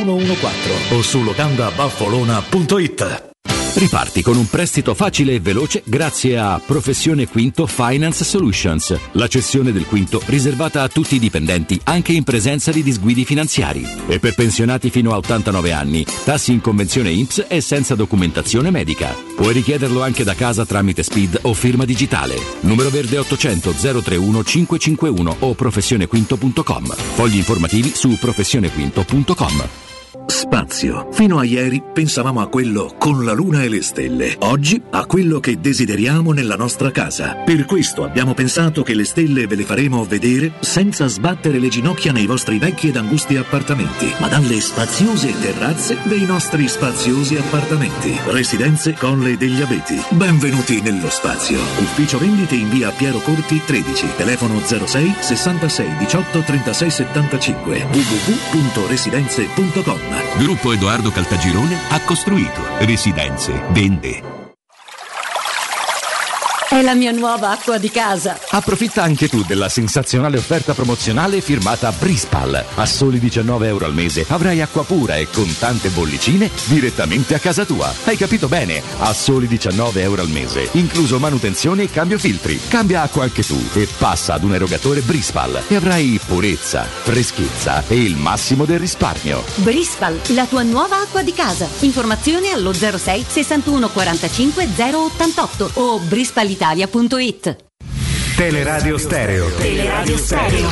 0114 o su locandabaffolona.it. Riparti con un prestito facile e veloce grazie a Professione Quinto Finance Solutions, la cessione del quinto riservata a tutti i dipendenti anche in presenza di disguidi finanziari. E per pensionati fino a 89 anni, tassi in convenzione INPS e senza documentazione medica. Puoi richiederlo anche da casa tramite SPID o firma digitale. Numero verde 800 031 551 o professionequinto.com. Fogli informativi su professionequinto.com. Spazio. Fino a ieri pensavamo a quello con la luna e le stelle. Oggi a quello che desideriamo nella nostra casa. Per questo abbiamo pensato che le stelle ve le faremo vedere senza sbattere le ginocchia nei vostri vecchi ed angusti appartamenti, ma dalle spaziose terrazze dei nostri spaziosi appartamenti. Residenze Colle degli Abeti. Benvenuti nello spazio. Ufficio vendite in via Piero Corti 13. Telefono 06 66 18 36 75. www.residenze.com. Gruppo Edoardo Caltagirone ha costruito, residenze, vende. È la mia nuova acqua di casa. Approfitta anche tu della sensazionale offerta promozionale firmata Brispal. A soli €19 al mese avrai acqua pura e con tante bollicine direttamente a casa tua. Hai capito bene? A soli €19 al mese, incluso manutenzione e cambio filtri. Cambia acqua anche tu e passa ad un erogatore Brispal e avrai purezza, freschezza e il massimo del risparmio. Brispal, la tua nuova acqua di casa. Informazioni allo 06 61 45 088 o brispalitalia.it. Teleradio Stereo. Teleradio Stereo.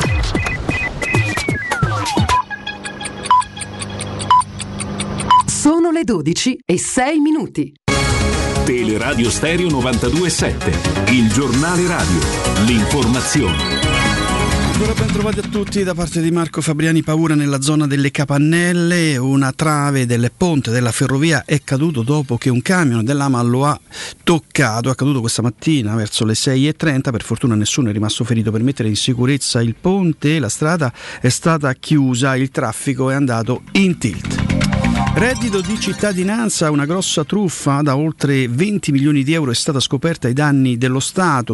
Sono le 12:06. Teleradio Stereo 92.7, il giornale radio, l'informazione. Allora, ben trovati a tutti da parte di Marco Fabriani. Paura nella zona delle Capannelle, una trave del ponte della ferrovia è caduto dopo che un camion dell'AMAL lo ha toccato. È accaduto questa mattina verso le 6:30, per fortuna nessuno è rimasto ferito. Per mettere in sicurezza il ponte la strada è stata chiusa, il traffico è andato in tilt. Reddito di cittadinanza, una grossa truffa da oltre 20 milioni di euro è stata scoperta ai danni dello Stato.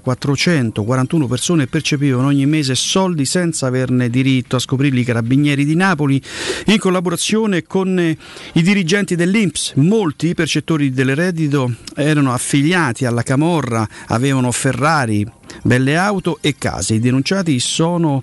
2.441 persone percepivano ogni mese soldi senza averne diritto. A scoprirli i carabinieri di Napoli in collaborazione con i dirigenti dell'INPS. Molti percettori del reddito erano affiliati alla camorra, avevano Ferrari, belle auto e case. I denunciati sono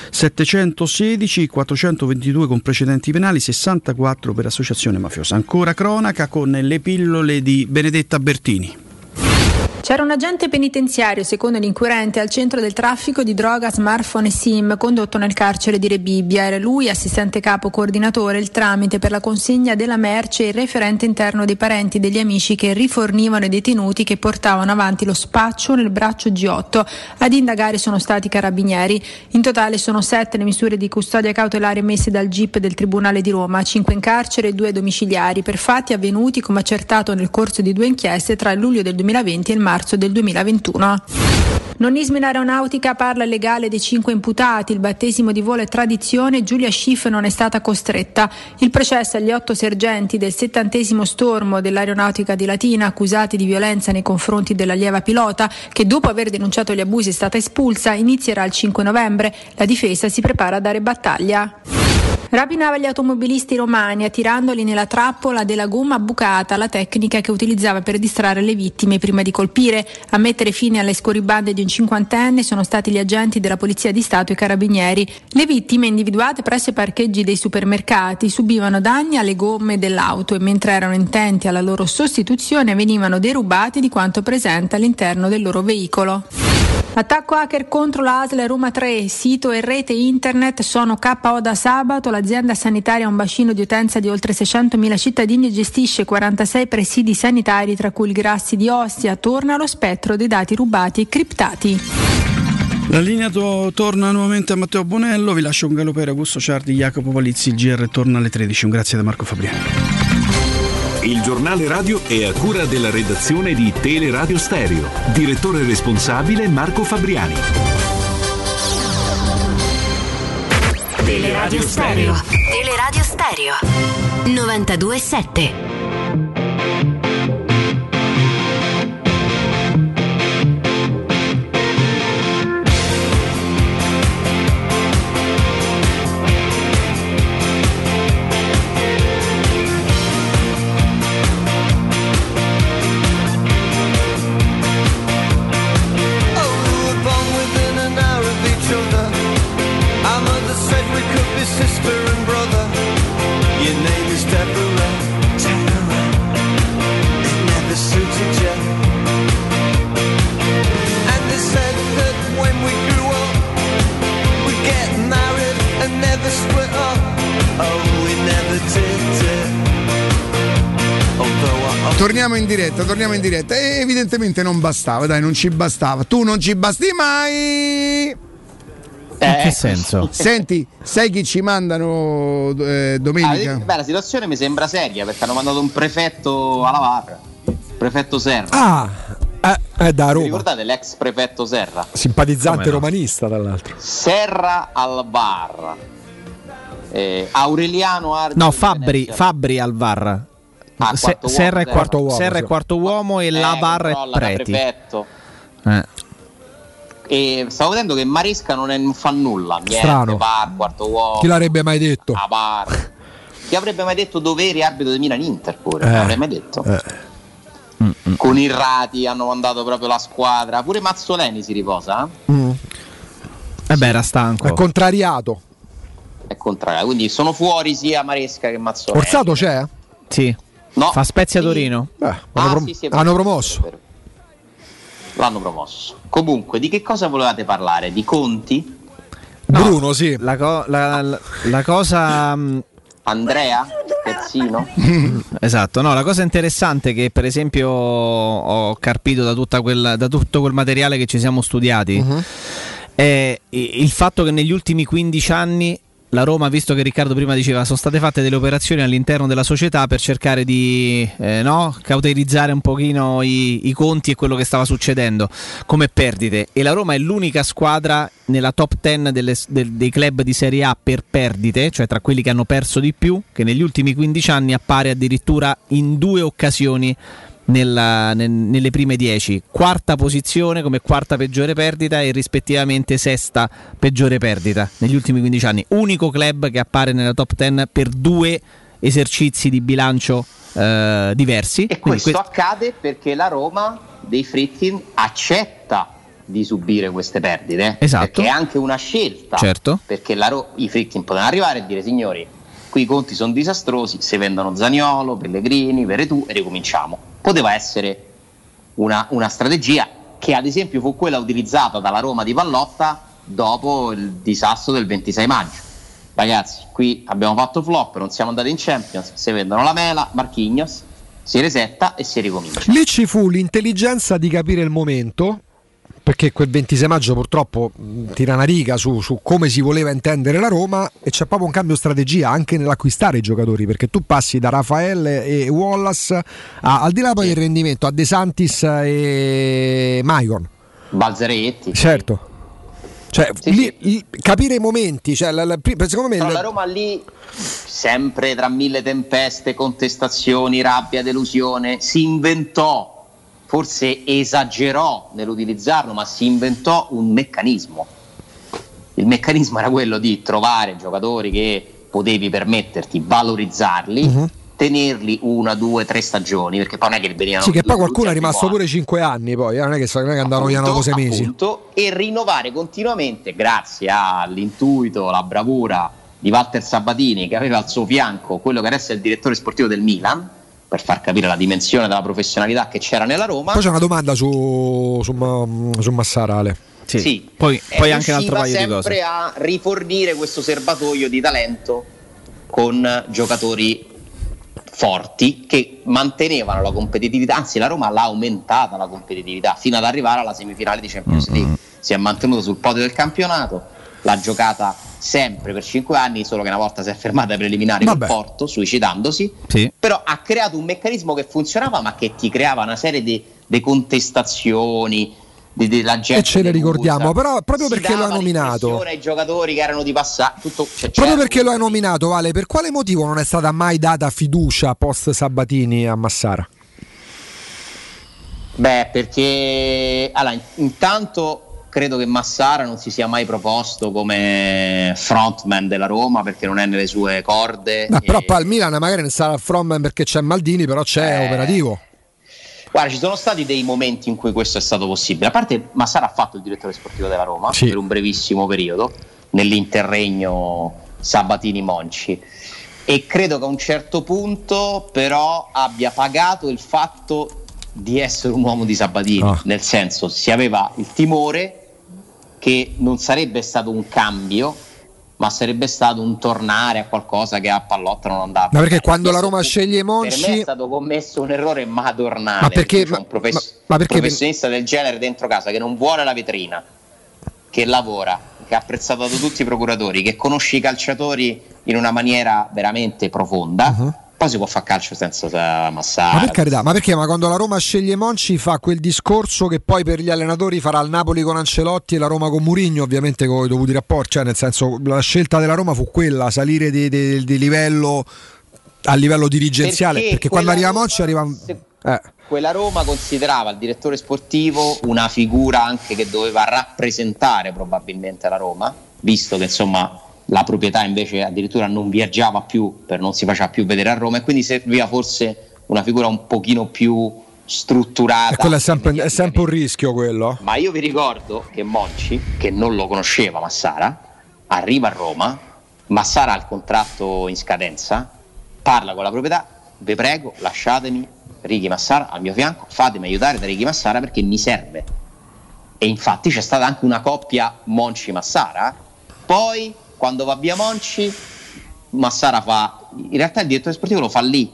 716, 422 con precedenti penali, 64 per associazione mafiosa. Ancora cronaca con le pillole di Benedetta Bertini. C'era un agente penitenziario, secondo l'inquirente, al centro del traffico di droga, smartphone e SIM, condotto nel carcere di Rebibbia. Era lui, assistente capo coordinatore, il tramite per la consegna della merce e il referente interno dei parenti e degli amici che rifornivano i detenuti che portavano avanti lo spaccio nel braccio G8. Ad indagare sono stati i carabinieri. In totale sono 7 le misure di custodia cautelare emesse dal GIP del Tribunale di Roma, 5 in carcere e 2 domiciliari, per fatti avvenuti, come accertato nel corso di 2 inchieste, tra il luglio del 2020 e il marzo del 2021. Nonnismo in aeronautica, parla il legale dei 5 imputati. Il battesimo di volo è tradizione, Giulia Schiff non è stata costretta. Il processo agli 8 sergenti del 70° stormo dell'aeronautica di Latina, accusati di violenza nei confronti dell'allieva pilota, che dopo aver denunciato gli abusi è stata espulsa, inizierà il 5 novembre. La difesa si prepara a dare battaglia. Rapinava gli automobilisti romani attirandoli nella trappola della gomma bucata, la tecnica che utilizzava per distrarre le vittime prima di colpire. A mettere fine alle scorribande di un 50enne sono stati gli agenti della Polizia di Stato e Carabinieri. Le vittime, individuate presso i parcheggi dei supermercati, subivano danni alle gomme dell'auto e mentre erano intenti alla loro sostituzione venivano derubati di quanto presente all'interno del loro veicolo. Attacco hacker contro la ASL Roma 3, sito e rete internet sono KO da sabato. L'azienda sanitaria ha un bacino di utenza di oltre 600.000 cittadini e gestisce 46 presidi sanitari, tra cui il Grassi di Ostia. Torna lo spettro dei dati rubati e criptati. La linea torna nuovamente a Matteo Bonello, vi lascio un gallo per Augusto Ciardi, Jacopo Palizzi. Il GR torna alle 13. Un grazie da Marco Fabriani. Il giornale radio è a cura della redazione di Teleradio Stereo. Direttore responsabile Marco Fabriani. Teleradio Stereo. Teleradio Stereo 92.7. Sister and brother, your name is Deborah. It never suited you. And they said that when we grew up, we'd get married and never split up. Oh, we never did it. Torniamo in diretta e evidentemente non bastava, dai, non ci bastava. Tu non ci basti mai. In che senso? Senti, sai chi ci mandano domenica? La situazione mi sembra seria perché hanno mandato un prefetto alla VAR, prefetto Serra. Da Roma. Vi ricordate l'ex prefetto Serra? Simpatizzante romanista, tra l'altro. Serra al VAR. Aureliano Ardi. No, Fabbri al VAR. Serra è quarto uomo e la VAR è Preti. Prefetto. E stavo vedendo che Maresca non fa nulla, niente, strano. VAR, quarto uomo. Chi l'avrebbe mai detto? Chi avrebbe mai detto doveri arbitro di Milan-Inter pure? Non l'avrei mai detto. Con Irrati hanno mandato proprio la squadra. Pure Mazzoleni si riposa? Era stanco. È contrariato. Quindi sono fuori sia Maresca che Mazzoleni. Orsato c'è? Sì. No. Fa Spezia Torino. Hanno promosso. L'hanno promosso. Comunque, di che cosa volevate parlare? Di Conti? Bruno, sì. La cosa... Andrea? Terzino? Esatto, no, la cosa interessante che per esempio ho carpito da tutto quel materiale che ci siamo studiati è il fatto che negli ultimi 15 anni la Roma, visto che Riccardo prima diceva, sono state fatte delle operazioni all'interno della società per cercare di cauterizzare un pochino i conti e quello che stava succedendo come perdite, e la Roma è l'unica squadra nella top 10 dei club di Serie A per perdite, cioè tra quelli che hanno perso di più, che negli ultimi 15 anni appare addirittura in 2 occasioni nelle prime 10, quarta posizione come quarta peggiore perdita e rispettivamente sesta peggiore perdita negli ultimi 15 anni, unico club che appare nella top 10 per 2 esercizi di bilancio diversi. E questo accade perché la Roma dei Friedkin accetta di subire queste perdite, esatto, perché è anche una scelta, certo, perché i Friedkin potevano arrivare e dire: signori, qui i conti sono disastrosi, se vendono Zaniolo, Pellegrini, Veretù e ricominciamo. Poteva essere una strategia che ad esempio fu quella utilizzata dalla Roma di Pallotta dopo il disastro del 26 maggio. Ragazzi, qui abbiamo fatto flop, non siamo andati in Champions, se vendono la Mela, Marquinhos, si resetta e si ricomincia. Lì ci fu l'intelligenza di capire il momento, perché quel 26 maggio purtroppo tira una riga su come si voleva intendere la Roma, e c'è proprio un cambio strategia anche nell'acquistare i giocatori, perché tu passi da Raffaele e Wallace al di là poi del rendimento a De Santis e Maicon, Balzaretti, certo, cioè lì, capire i momenti, cioè, secondo me la Roma lì, sempre tra mille tempeste, contestazioni, rabbia, delusione, si inventò, forse esagerò nell'utilizzarlo, ma si inventò un meccanismo. Il meccanismo era quello di trovare giocatori che potevi permetterti, valorizzarli, tenerli 1, 2, 3 stagioni, perché poi non è che venivano. Sì, che poi qualcuno è rimasto pure 5 anni, poi non è che andavano via dopo 6 mesi. E rinnovare continuamente, grazie all'intuito, alla bravura di Walter Sabatini, che aveva al suo fianco quello che adesso è il direttore sportivo del Milan, per far capire la dimensione della professionalità che c'era nella Roma. Poi c'è una domanda su Massara, Ale. Sì. Poi anche un altro paio di cose. Sempre a rifornire questo serbatoio di talento con giocatori forti che mantenevano la competitività, anzi la Roma l'ha aumentata la competitività fino ad arrivare alla semifinale di Champions League. Si è mantenuto sul podio del campionato, l'ha giocata sempre per 5 anni, solo che una volta si è fermata ai preliminari col Porto, suicidandosi, però ha creato un meccanismo che funzionava, ma che ti creava una serie di contestazioni, della gente, e ce le ricordiamo, però proprio perché lo ha nominato ai giocatori che erano di passato, proprio perché lo ha nominato, Vale, per quale motivo non è stata mai data fiducia post Sabatini a Massara? Perché allora, intanto credo che Massara non si sia mai proposto come frontman della Roma, perché non è nelle sue corde. Però poi al Milan magari non sarà frontman perché c'è Maldini, però c'è operativo. Guarda, ci sono stati dei momenti in cui questo è stato possibile. A parte, Massara ha fatto il direttore sportivo della Roma per un brevissimo periodo nell'interregno Sabatini-Monci, e credo che a un certo punto però abbia pagato il fatto di essere un uomo di Sabatini, nel senso, si aveva il timore che non sarebbe stato un cambio, ma sarebbe stato un tornare a qualcosa che a Pallotta non andava. Ma perché quando la Roma sceglie Monci, per me è stato commesso un errore madornale, perché c'è un professionista del genere dentro casa che non vuole la vetrina, che lavora, che ha apprezzato da tutti i procuratori, che conosce i calciatori in una maniera veramente profonda. Poi si può fare calcio senza Massara. Ma per carità, ma perché? Ma quando la Roma sceglie Monci fa quel discorso che poi per gli allenatori farà il Napoli con Ancelotti e la Roma con Mourinho, ovviamente con i dovuti rapporti, cioè nel senso la scelta della Roma fu quella, salire di livello a livello dirigenziale, perché quando arriva Monci arriva quella Roma considerava il direttore sportivo una figura anche che doveva rappresentare probabilmente la Roma, visto che insomma la proprietà invece addirittura non viaggiava più, non si faceva più vedere a Roma, e quindi serviva forse una figura un pochino più strutturata. E quello è sempre un rischio quello. Ma io vi ricordo che Monchi, che non lo conosceva Massara, arriva a Roma, Massara ha il contratto in scadenza, parla con la proprietà: vi prego lasciatemi Ricky Massara al mio fianco, fatemi aiutare da Ricky Massara perché mi serve. E infatti c'è stata anche una coppia Monchi-Massara. Poi quando va via Monchi, Massara fa, in realtà il direttore sportivo lo fa lì,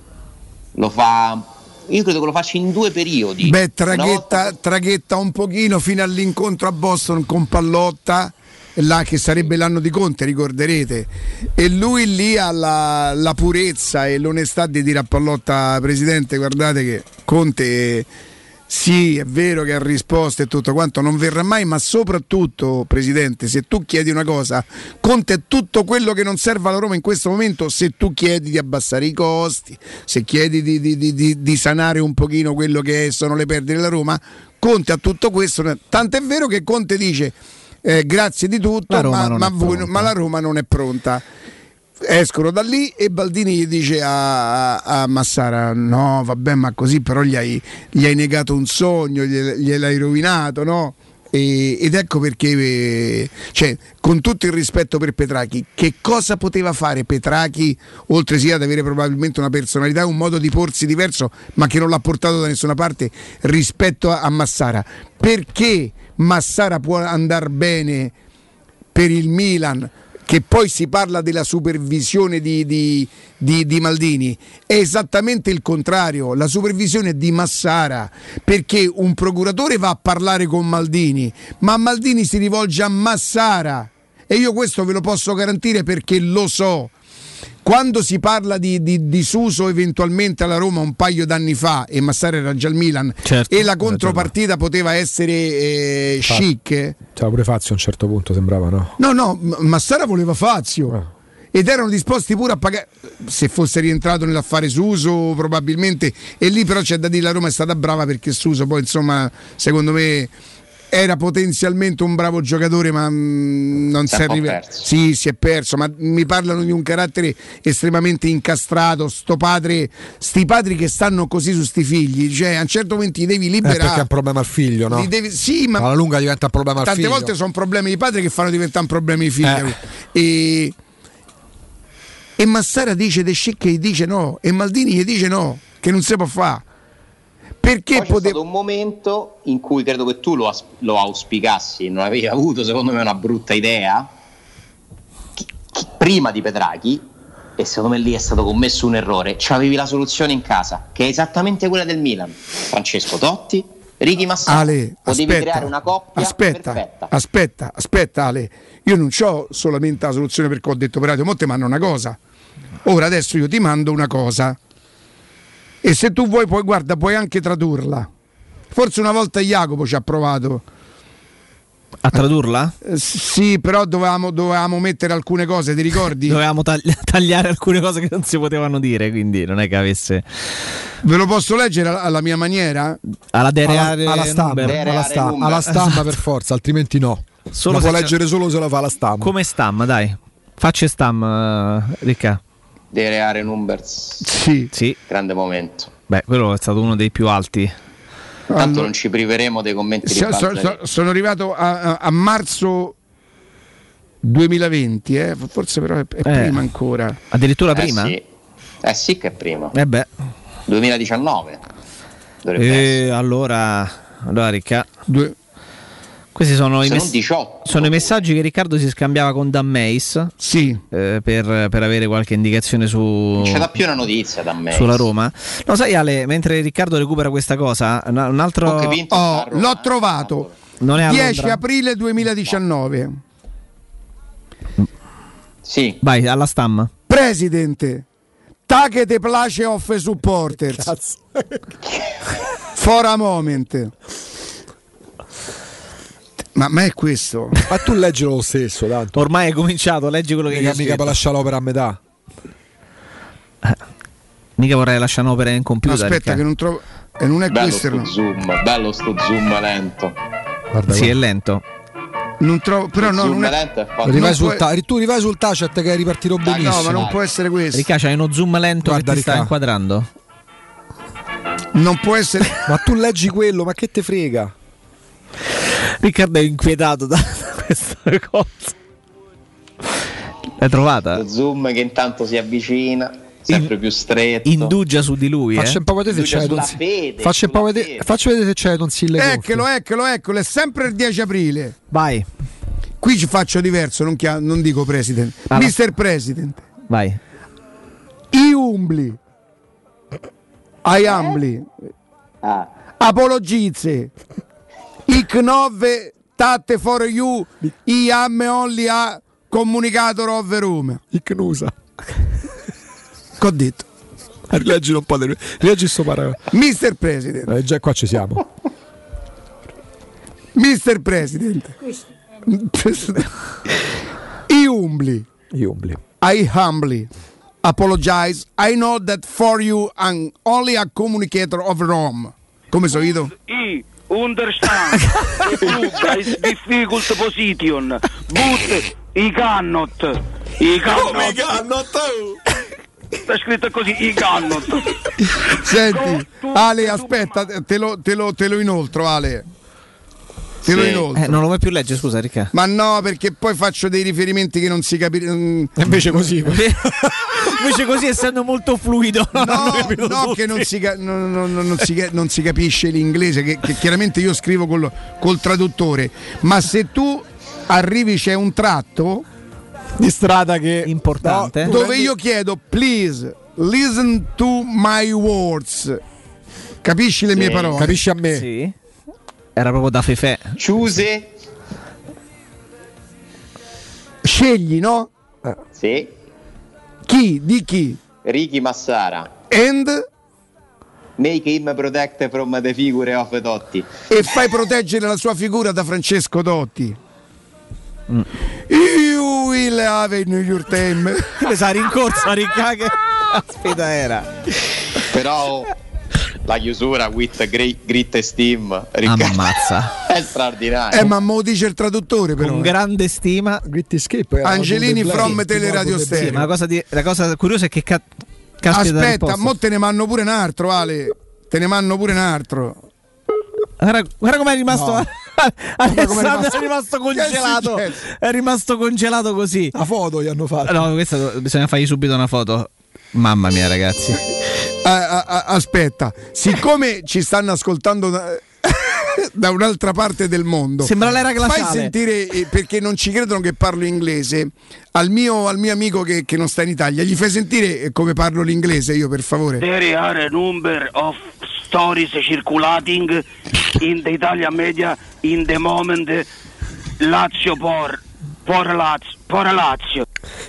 lo fa, io credo che lo faccia in 2 periodi. Beh, traghetta un pochino fino all'incontro a Boston con Pallotta, là che sarebbe l'anno di Conte, ricorderete, e lui lì ha la purezza e l'onestà di dire a Pallotta: presidente, guardate che Conte sì, è vero che ha risposto e tutto quanto, non verrà mai, ma soprattutto, presidente, se tu chiedi una cosa, Conte è tutto quello che non serve alla Roma in questo momento. Se tu chiedi di abbassare i costi, se chiedi di sanare un pochino quello che sono le perdite della Roma, Conte ha tutto questo. Tant'è vero che Conte dice grazie di tutto, ma la Roma non è pronta. Escono da lì e Baldini gli dice a Massara: no vabbè, ma così però gli hai negato un sogno, gliel'hai rovinato, no? Ed ecco perché, cioè, con tutto il rispetto per Petrachi, che cosa poteva fare Petrachi, oltre sia ad avere probabilmente una personalità, un modo di porsi diverso, ma che non l'ha portato da nessuna parte rispetto a Massara? Perché Massara può andare bene per il Milan, che poi si parla della supervisione di Maldini? È esattamente il contrario, la supervisione è di Massara, perché un procuratore va a parlare con Maldini, ma Maldini si rivolge a Massara, e io questo ve lo posso garantire perché lo so. Quando si parla di Suso eventualmente alla Roma un paio d'anni fa, e Massara era già al Milan, certo, e la contropartita poteva essere Schick, c'era pure Fazio a un certo punto, sembrava, no? No, Massara voleva Fazio. Ed erano disposti pure a pagare, se fosse rientrato nell'affare Suso probabilmente, e lì però c'è da dire la Roma è stata brava, perché Suso poi insomma secondo me era potenzialmente un bravo giocatore, ma non si arriva. Sì, si è perso, ma mi parlano di un carattere estremamente incastrato, sti padri che stanno così su sti figli, cioè a un certo momento li devi liberare. Perché è un problema al figlio, no? Sì, ma alla lunga diventa un problema al figlio. Tante volte sono problemi di padri che fanno diventare un problema di figli. E Massara dice De Schick gli dice no, e Maldini gli dice no, che non si può fare. Perché c'è stato un momento in cui credo che tu lo auspicassi, non avevi avuto secondo me una brutta idea prima di Petrachi, e secondo me lì è stato commesso un errore. C'avevi la soluzione in casa, che è esattamente quella del Milan: Francesco Totti, Ricky Massara. Potevi creare una coppia perfetta. Aspetta Ale, io non c'ho solamente la soluzione perché ho detto per radio, mo te mando una cosa. Ora adesso io ti mando una cosa, e se tu vuoi poi, guarda, puoi anche tradurla. Forse una volta Jacopo ci ha provato a tradurla? Sì, però dovevamo mettere alcune cose, ti ricordi? Dovevamo tagliare alcune cose che non si potevano dire, quindi non è che avesse. Ve lo posso leggere alla mia maniera? Alla stamma per forza, altrimenti no. La può leggere solo se la fa la stamma. Come stamma, dai. Faccia stamma, Ricca. Dereare Numbers. Sì. Grande momento. Beh, quello è stato uno dei più alti. Tanto non ci priveremo dei commenti di sono arrivato a marzo 2020, forse però è prima ancora. Addirittura prima? Sì che è prima. 2019. Allora Ricca. Questi sono sono i messaggi che Riccardo si scambiava con Dan Meis, per avere qualche indicazione su. Non c'è da più una notizia Dan Meis sulla Roma. No, sai Ale, mentre Riccardo recupera questa cosa, un altro l'ho trovato. Non è 10 aprile 2019. Sì. Vai alla stamma. Presidente, che te place off supporters. For a moment. Ma è questo? Ma tu leggilo lo stesso, tanto. Ormai è cominciato, leggi quello che mica può lasciare l'opera a metà. Mica vorrei lasciare un'opera in computer. Aspetta, che non trovo. E non è bello questo. Bello sto zoom lento. Guarda, sì, è lento. Non trovo, però no, non è... Tu rivai sul Tacet che è ripartito benissimo. No, ma non può essere questo. Ricca, c'hai uno zoom lento. Guarda, che ti sta inquadrando. Non può essere. Ma tu leggi quello, ma che te frega? Riccardo è inquietato da questa cosa. L'hai trovata? Lo zoom che intanto si avvicina, sempre più stretto. Indugia su di lui. Faccia un po' vedere se c'è faccia vedere se c'è tonsille. Eccolo, è sempre il 10 aprile. Vai. Qui ci faccio diverso, non dico President. Mr. President. Vai. I umbli. I humbly. Apologize. Ich nove tatte for you. I am only a comunicator of Rome. Ich nusa. Che ho detto? Rileggi un po' rileggi sto paragrafo. Mr. President. Già qua ci siamo. Mr. President. I humbly. I humbly apologize. I know that for you I'm only a communicator of Rome. Come so io? I understand. Is difficult position. But I cannot. Sta scritto così, I cannot. Senti, Ale, aspetta, te lo inoltro, Ale. Te lo inoltro. Non lo vuoi più leggere, scusa, Ricca. Ma no, perché poi faccio dei riferimenti che non si capiscono. Invece così. Invece così, essendo molto fluido. No, che non si capisce l'inglese, che chiaramente io scrivo col traduttore. Ma se tu arrivi, c'è un tratto di strada che importante, dove io chiedo please listen to my words, capisci le mie parole, capisci a me. Sì. Era proprio da Fefè. Choose. Scegli, no? Sì. Chi? Di chi? Ricky Massara. And make him protect from the figure of Totti. E fai proteggere la sua figura da Francesco Totti. You will have in your time. Come sa rincorsa Ricca, che aspetta era. Però la chiusura with grit e steam, ammazza, è straordinario. Ma mo dice il traduttore, però. Con grande stima. Grit Escape. Angelini from Teleradio Stereo. Sì, ma la cosa curiosa è che aspetta, mo te ne manno pure un altro, Ale. Te ne manno pure un altro. Guarda com'è rimasto. No. Alessandro è rimasto congelato. È rimasto congelato così. La foto gli hanno fatto. No, questa bisogna fargli subito una foto. Mamma mia, ragazzi. Aspetta, siccome ci stanno ascoltando da un'altra parte del mondo, sembra l'era glaciale. Fai sentire, perché non ci credono che parlo inglese, al mio amico che non sta in Italia, gli fai sentire come parlo l'inglese, io, per favore. There are a number of stories circulating in the Italian media in the moment. Lazio por Lazio.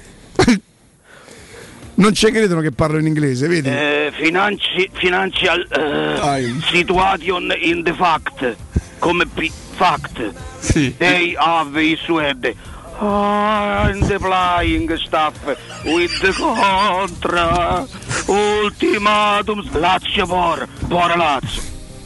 Non ci credono che parlo in inglese, vedi? Financial situation in the fact. Come fact. Sì. They have issued in the flying stuff with the contra ultimatum Lazio por Lazio.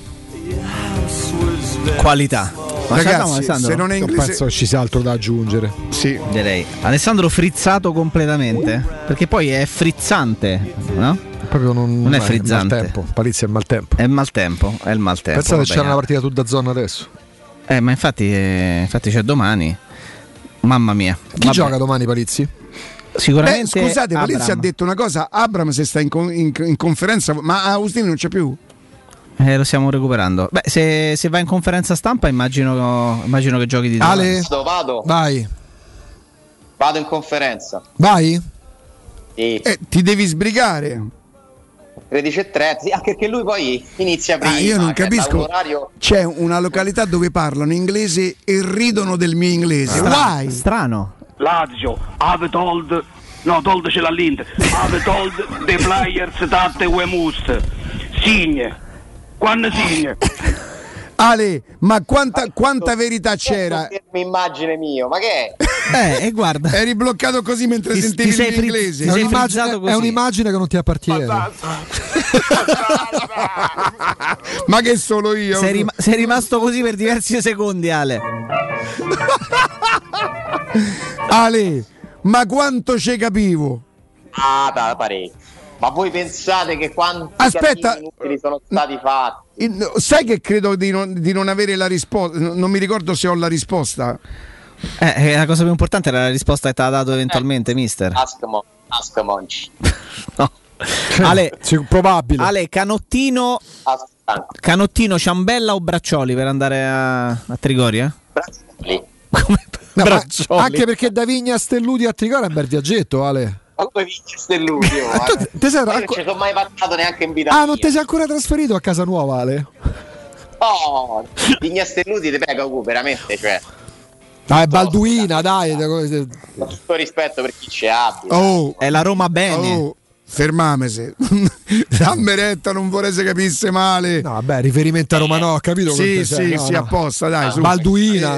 Qualità. Ma ragazzi, se non è inglese, penso ci sia altro da aggiungere. Sì, direi. Alessandro frizzato completamente, perché poi è frizzante, no? Proprio non è frizzante. Maltempo. Palizia è il maltempo. È il maltempo. Pensate che c'era una partita tutta da zona adesso. Ma infatti c'è domani. Mamma mia. Chi gioca domani, Palizzi? Sicuramente. Scusate, Palizzi ha detto una cosa. Abram se sta in conferenza, ma Agustini non c'è più. Lo stiamo recuperando. Beh, se va in conferenza stampa immagino che giochi di Ale, vado. Vai. Vado in conferenza. Vai? Sì. Ti devi sbrigare. 13:30, anche perché lui poi inizia prima. Io non capisco. C'è una località dove parlano inglese e ridono del mio inglese. Why? Strano. Lazio, have told ce l'ha l'Inter. Have told the players that we must. Signe. Quando signe? Ale, ma quanta verità c'era? Immagine mio, ma che è? E guarda, eri bloccato così mentre sentivi l'inglese. È un'immagine che non ti appartiene. Ma che solo io? Sei rimasto così per diversi secondi, Ale. Ale, ma quanto ci capivo? Parecchio. Ma voi pensate che quanti inutili sono stati fatti? Sai che credo di non avere la risposta. Non mi ricordo se ho la risposta. La cosa più importante era la risposta che ti ha dato eventualmente, mister. Ask Monci. No. Ale, probabile. Ale, Canottino, Ciambella o Braccioli per andare a Trigoria? Braccioli. Anche perché da Vigna a Stelluti a Trigoria è un bel viaggetto, Ale. Ma come vince Stelluti? Io non ci sono mai passato neanche in vita mia. Non ti sei ancora trasferito a casa nuova, Ale? Oh, Vigna Stelluti ti prego, veramente, cioè. Dai, Balduina, dai. Con tutto rispetto per chi ci abita. È la Roma bene. Fermamese. Dammi retta, non vorrei se capisse male. No, vabbè, riferimento a Roma, no, ho capito. Sì, apposta, dai. Su. Balduina.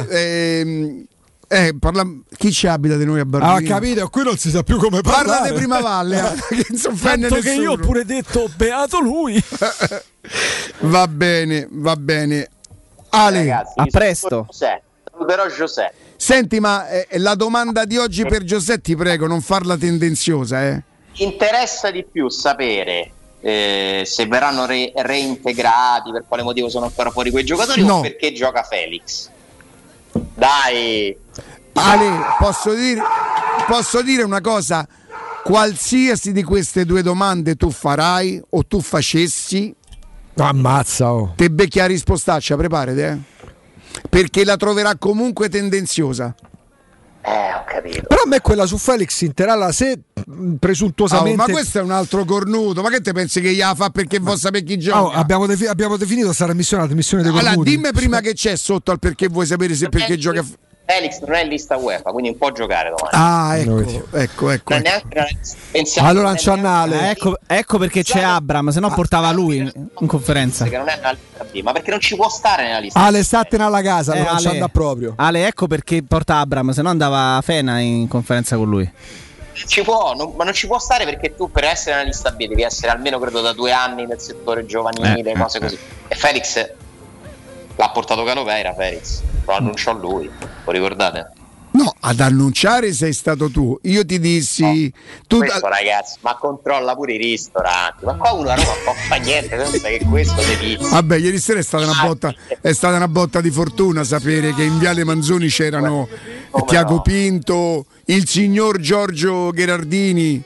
Chi ci abita di noi a Balduina? Ah, capito, qui non si sa più come parlare. Parla di Prima Valle, che non si offende nessuno. Che io ho pure detto beato lui. Va bene. Ale, ragazzi, a presto. Saluterò Giuseppe. Senti, ma la domanda di oggi per Giuseppe, ti prego, non farla tendenziosa, Interessa di più sapere se verranno reintegrati, per quale motivo sono ancora fuori quei giocatori, o perché gioca Felix? Dai, Ale, posso dire una cosa? Qualsiasi di queste due domande tu farai o tu facessi, ammazza, te becchi a rispostaccia, preparati, perché la troverà comunque tendenziosa. Ho capito. Però a me quella su Felix interalla, se presuntuosamente. Ma questo è un altro cornuto. Ma che te pensi che gliela fa perché vuol sapere chi gioca? Abbiamo definito sta missione dei cornuti. Allora, dimmi prima che c'è sotto al perché vuoi sapere se perché gioca. Felix non è in lista UEFA, quindi non può giocare domani. Ecco. Non è neanche allora non c'è Annale. Ecco perché c'è Abram, se no portava lui in conferenza. Che non è nella lista B, ma perché non ci può stare nella lista. Ale, statene alla casa, non ci andà proprio. Ale, ecco perché porta Abram, se no andava Fena in conferenza con lui. Ci può, ma non ci può stare, perché tu per essere nella lista B devi essere almeno, credo, da 2 anni nel settore giovanile, cose così. E Felix l'ha portato Calopeira, Felix lo annunciò lui, lo ricordate? No, ad annunciare sei stato tu. Io ti dissi ragazzi, ma controlla pure i ristoranti. Ma qua uno a Roma non fa niente, pensa che questo ti dice. Vabbè, ieri sera è stata una botta di fortuna sapere che in Viale Manzoni c'erano Tiago Pinto, il signor Giorgio Ghirardi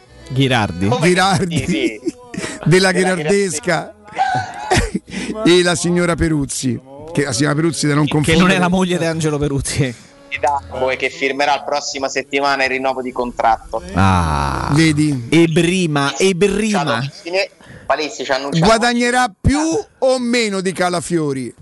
della Ghirardesca e la signora Peruzzi, che la signora Peruzzi da non confondere, che non è la moglie di Angelo Peruzzi, e che firmerà la prossima settimana il rinnovo di contratto. Vedi? Ebrima Palessi ci ha annunciato. Guadagnerà più o meno di Calafiori?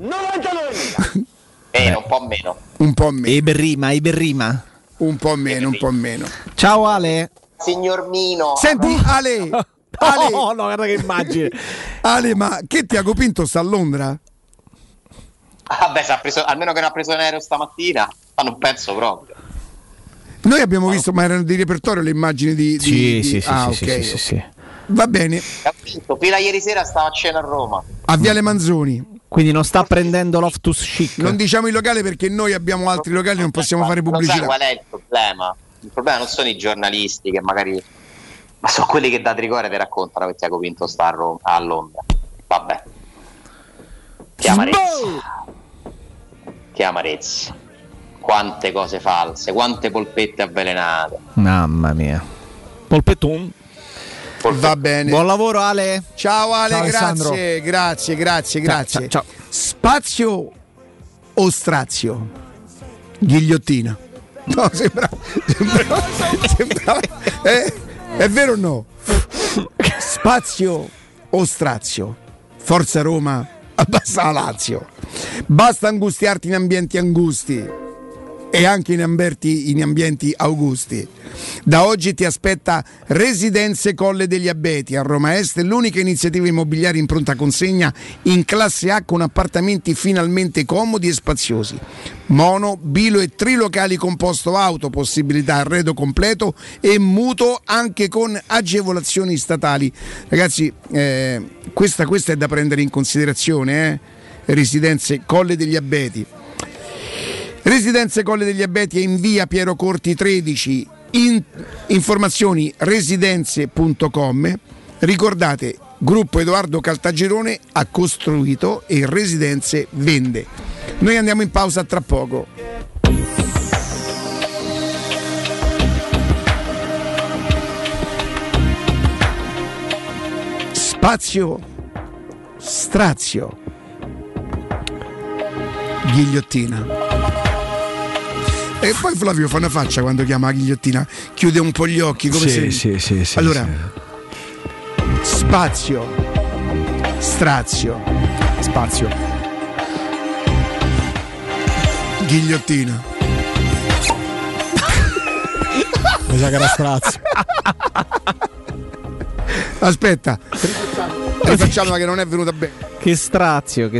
Un po' meno. Ebrima. Un po' meno. Ciao Ale. Signor Mino. Senti Ale. No, guarda che immagine. Ale, ma che Tiago Pinto sta a Londra? Vabbè, almeno che non ha preso un aereo stamattina, ma non penso proprio. Noi abbiamo visto, ma erano di repertorio le immagini di Sì. Va bene. Capito, fino a ieri sera stava a cena a Roma. A Viale Manzoni. Quindi non sta prendendo Loftus Cheek. Non diciamo il locale perché noi abbiamo altri locali, non possiamo fare pubblicità. Sai qual è il problema? Il problema non sono i giornalisti che magari, ma sono quelli che da Trigoria ti raccontano che Tiago Pinto sta a Londra. Vabbè. Che amarezza. Quante cose false, quante polpette avvelenate. Mamma mia. Polpettone. Va bene. Buon lavoro Ale. Ciao Ale, ciao, grazie. Ciao. Spazio o strazio? Ghigliottina. No, sembra è vero o no? Spazio o strazio? Forza Roma, abbassa la Lazio. Basta angustiarti in ambienti angusti e anche in ambienti augusti. Da oggi ti aspetta Residenze Colle degli Abeti a Roma Est, l'unica iniziativa immobiliare in pronta consegna in classe A con appartamenti finalmente comodi e spaziosi. Mono, bilo e trilocali con posto auto, possibilità arredo completo e mutuo anche con agevolazioni statali. Ragazzi, questa è da prendere in considerazione, Residenze Colle degli Abeti. Residenze Colle degli Abeti è in via Piero Corti 13, informazioni residenze.com. Ricordate, gruppo Edoardo Caltagirone ha costruito e Residenze vende. Noi andiamo in pausa tra poco. Spazio strazio, ghigliottina. E poi Flavio fa una faccia quando chiama la ghigliottina, chiude un po' gli occhi come sì. Allora, spazio strazio, spazio, ghigliottina. Mi sa che era strazio. Aspetta, rifacciamola che non è venuta bene. Che strazio.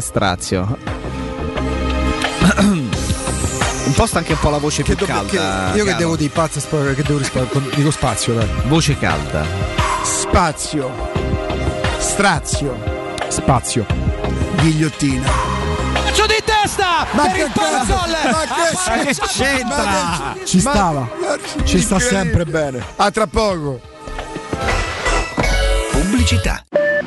Imposta anche un po' la voce più calda. Io che devo dire pazzo, che devo rispondere? Dico spazio, dai. Voce calda. Spazio strazio, spazio, ghigliottina. Calcio di testa per il Pazzol. Ma che c'entra? Ci stava. Ci sta sempre bene. A tra poco. Pubblicità.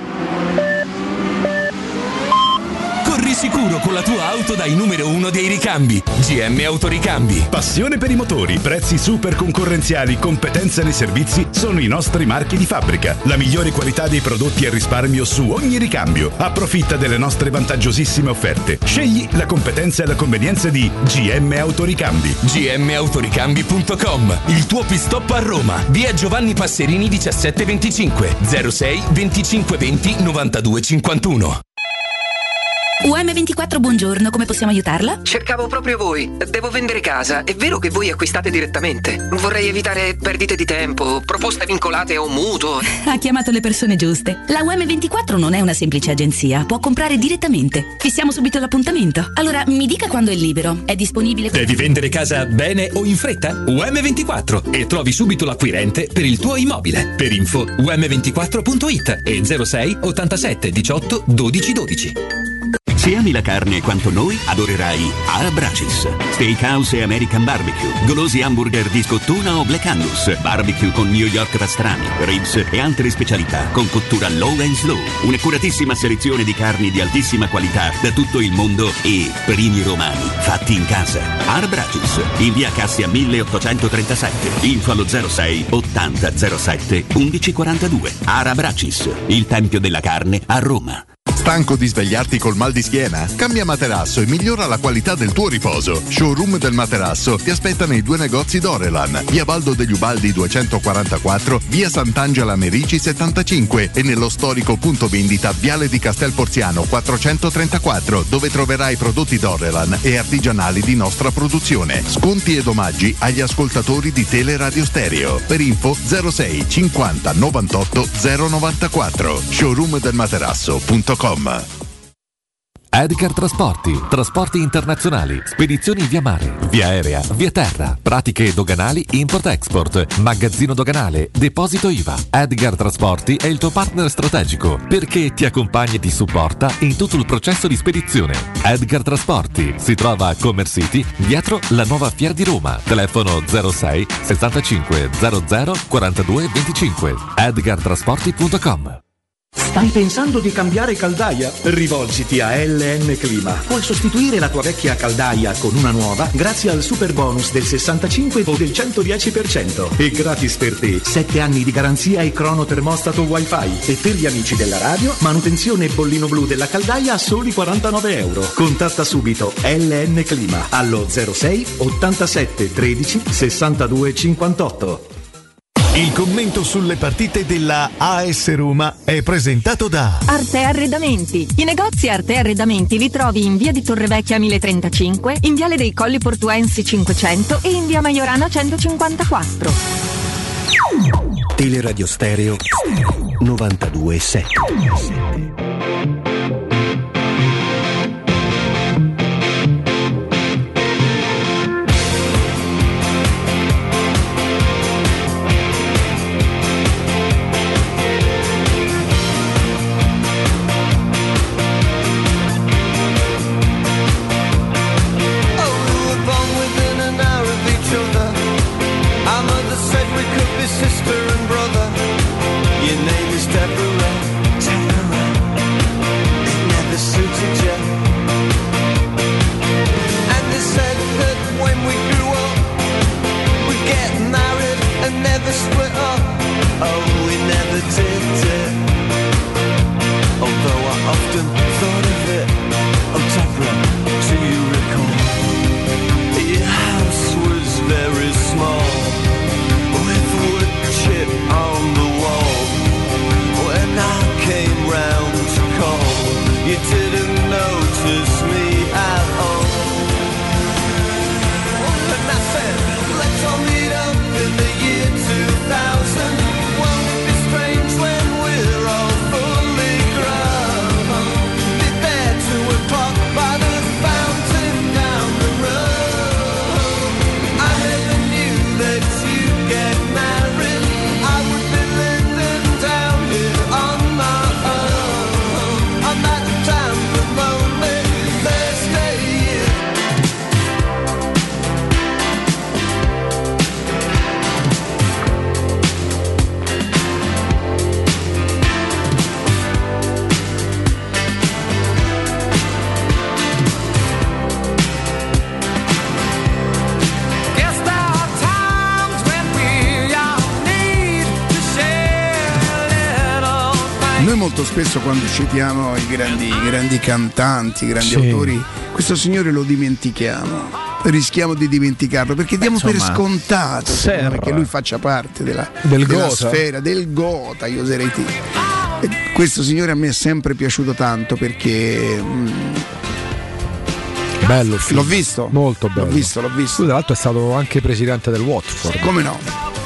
Corri sicuro con la tua auto dai numero 1 dei ricambi. GM Autoricambi. Passione per i motori, prezzi super concorrenziali, competenza nei servizi sono i nostri marchi di fabbrica. La migliore qualità dei prodotti e risparmio su ogni ricambio. Approfitta delle nostre vantaggiosissime offerte. Scegli la competenza e la convenienza di GM Autoricambi. gmautoricambi.com. Il tuo pit stop a Roma. Via Giovanni Passerini 1725 06 25 20 92 51. UM24, buongiorno, come possiamo aiutarla? Cercavo proprio voi. Devo vendere casa. È vero che voi acquistate direttamente? Vorrei evitare perdite di tempo, proposte vincolate a un mutuo. Ha chiamato le persone giuste. La UM24 non è una semplice agenzia, può comprare direttamente. Fissiamo subito l'appuntamento. Allora, mi dica quando è libero. È disponibile? Devi vendere casa bene o in fretta? UM24 e trovi subito l'acquirente per il tuo immobile. Per info um24.it e 06 87 18 12 12. Se ami la carne quanto noi, adorerai Arabracis. Steakhouse e American Barbecue, golosi hamburger di scottuna o Black Angus, barbecue con New York pastrami, ribs e altre specialità con cottura low and slow. Un'accuratissima selezione di carni di altissima qualità da tutto il mondo e primi romani fatti in casa. Arabracis, in via Cassia 1837, info allo 06 80 07 1142. Arabracis, il tempio della carne a Roma. Stanco di svegliarti col mal di schiena? Cambia materasso e migliora la qualità del tuo riposo. Showroom del materasso ti aspetta nei due negozi Dorelan, via Baldo degli Ubaldi 244, via Sant'Angela Merici 75 e nello storico punto vendita Viale di Castel Porziano 434, dove troverai prodotti Dorelan e artigianali di nostra produzione. Sconti ed omaggi agli ascoltatori di Teleradio Stereo. Per info 06 50 98 094. showroomdelmaterasso.com. Edgar Trasporti, trasporti internazionali, spedizioni via mare, via aerea, via terra, pratiche doganali, import-export, magazzino doganale, deposito IVA. Edgar Trasporti è il tuo partner strategico perché ti accompagna e ti supporta in tutto il processo di spedizione. Edgar Trasporti si trova a Commerce City, dietro la nuova Fiera di Roma. Telefono 06 65 00 42 25. edgartrasporti.com. Stai pensando di cambiare caldaia? Rivolgiti a LN Clima. Puoi sostituire la tua vecchia caldaia con una nuova grazie al super bonus del 65 o del 110%. E gratis per te 7 anni di garanzia e cronotermostato wifi. E per gli amici della radio, manutenzione e bollino blu della caldaia a soli €49. Contatta subito LN Clima allo 06 87 13 62 58. Il commento sulle partite della AS Roma è presentato da Arte Arredamenti. I negozi Arte Arredamenti li trovi in via di Torrevecchia 1035, in viale dei Colli Portuensi 500 e in via Maiorana 154. Teleradio Stereo 92.7. Sister and brother, your name is Deborah, Deborah. It never suited you. And they said that when we grew up, we'd get married and never split up. Oh, we never did it. Although I often thought of it. Oh, Deborah, do you recall? Your house was very small, with wood chip on the wall. When I came round to call, you didn't notice me at all. And I said, let's all meet up in the year 2000. Won't it be strange when we're all fully grown? Be there 2 o'clock by the fountain down the road. I never knew that you'd get married. I would be living down here on my own. On that damn lonely Thursday. Guess there are times when we all need to share little things. Noi molto spesso quando citiamo i grandi cantanti, i grandi autori, questo signore lo dimentichiamo. Rischiamo di dimenticarlo perché diamo per scontato che lui faccia parte della Gotha. sfera del Gotha, io oserei dire. E questo signore a me è sempre piaciuto tanto perché bello il film. L'ho visto, molto bello. L'ho visto. Lui tra l'altro è stato anche presidente del Watford. Come no?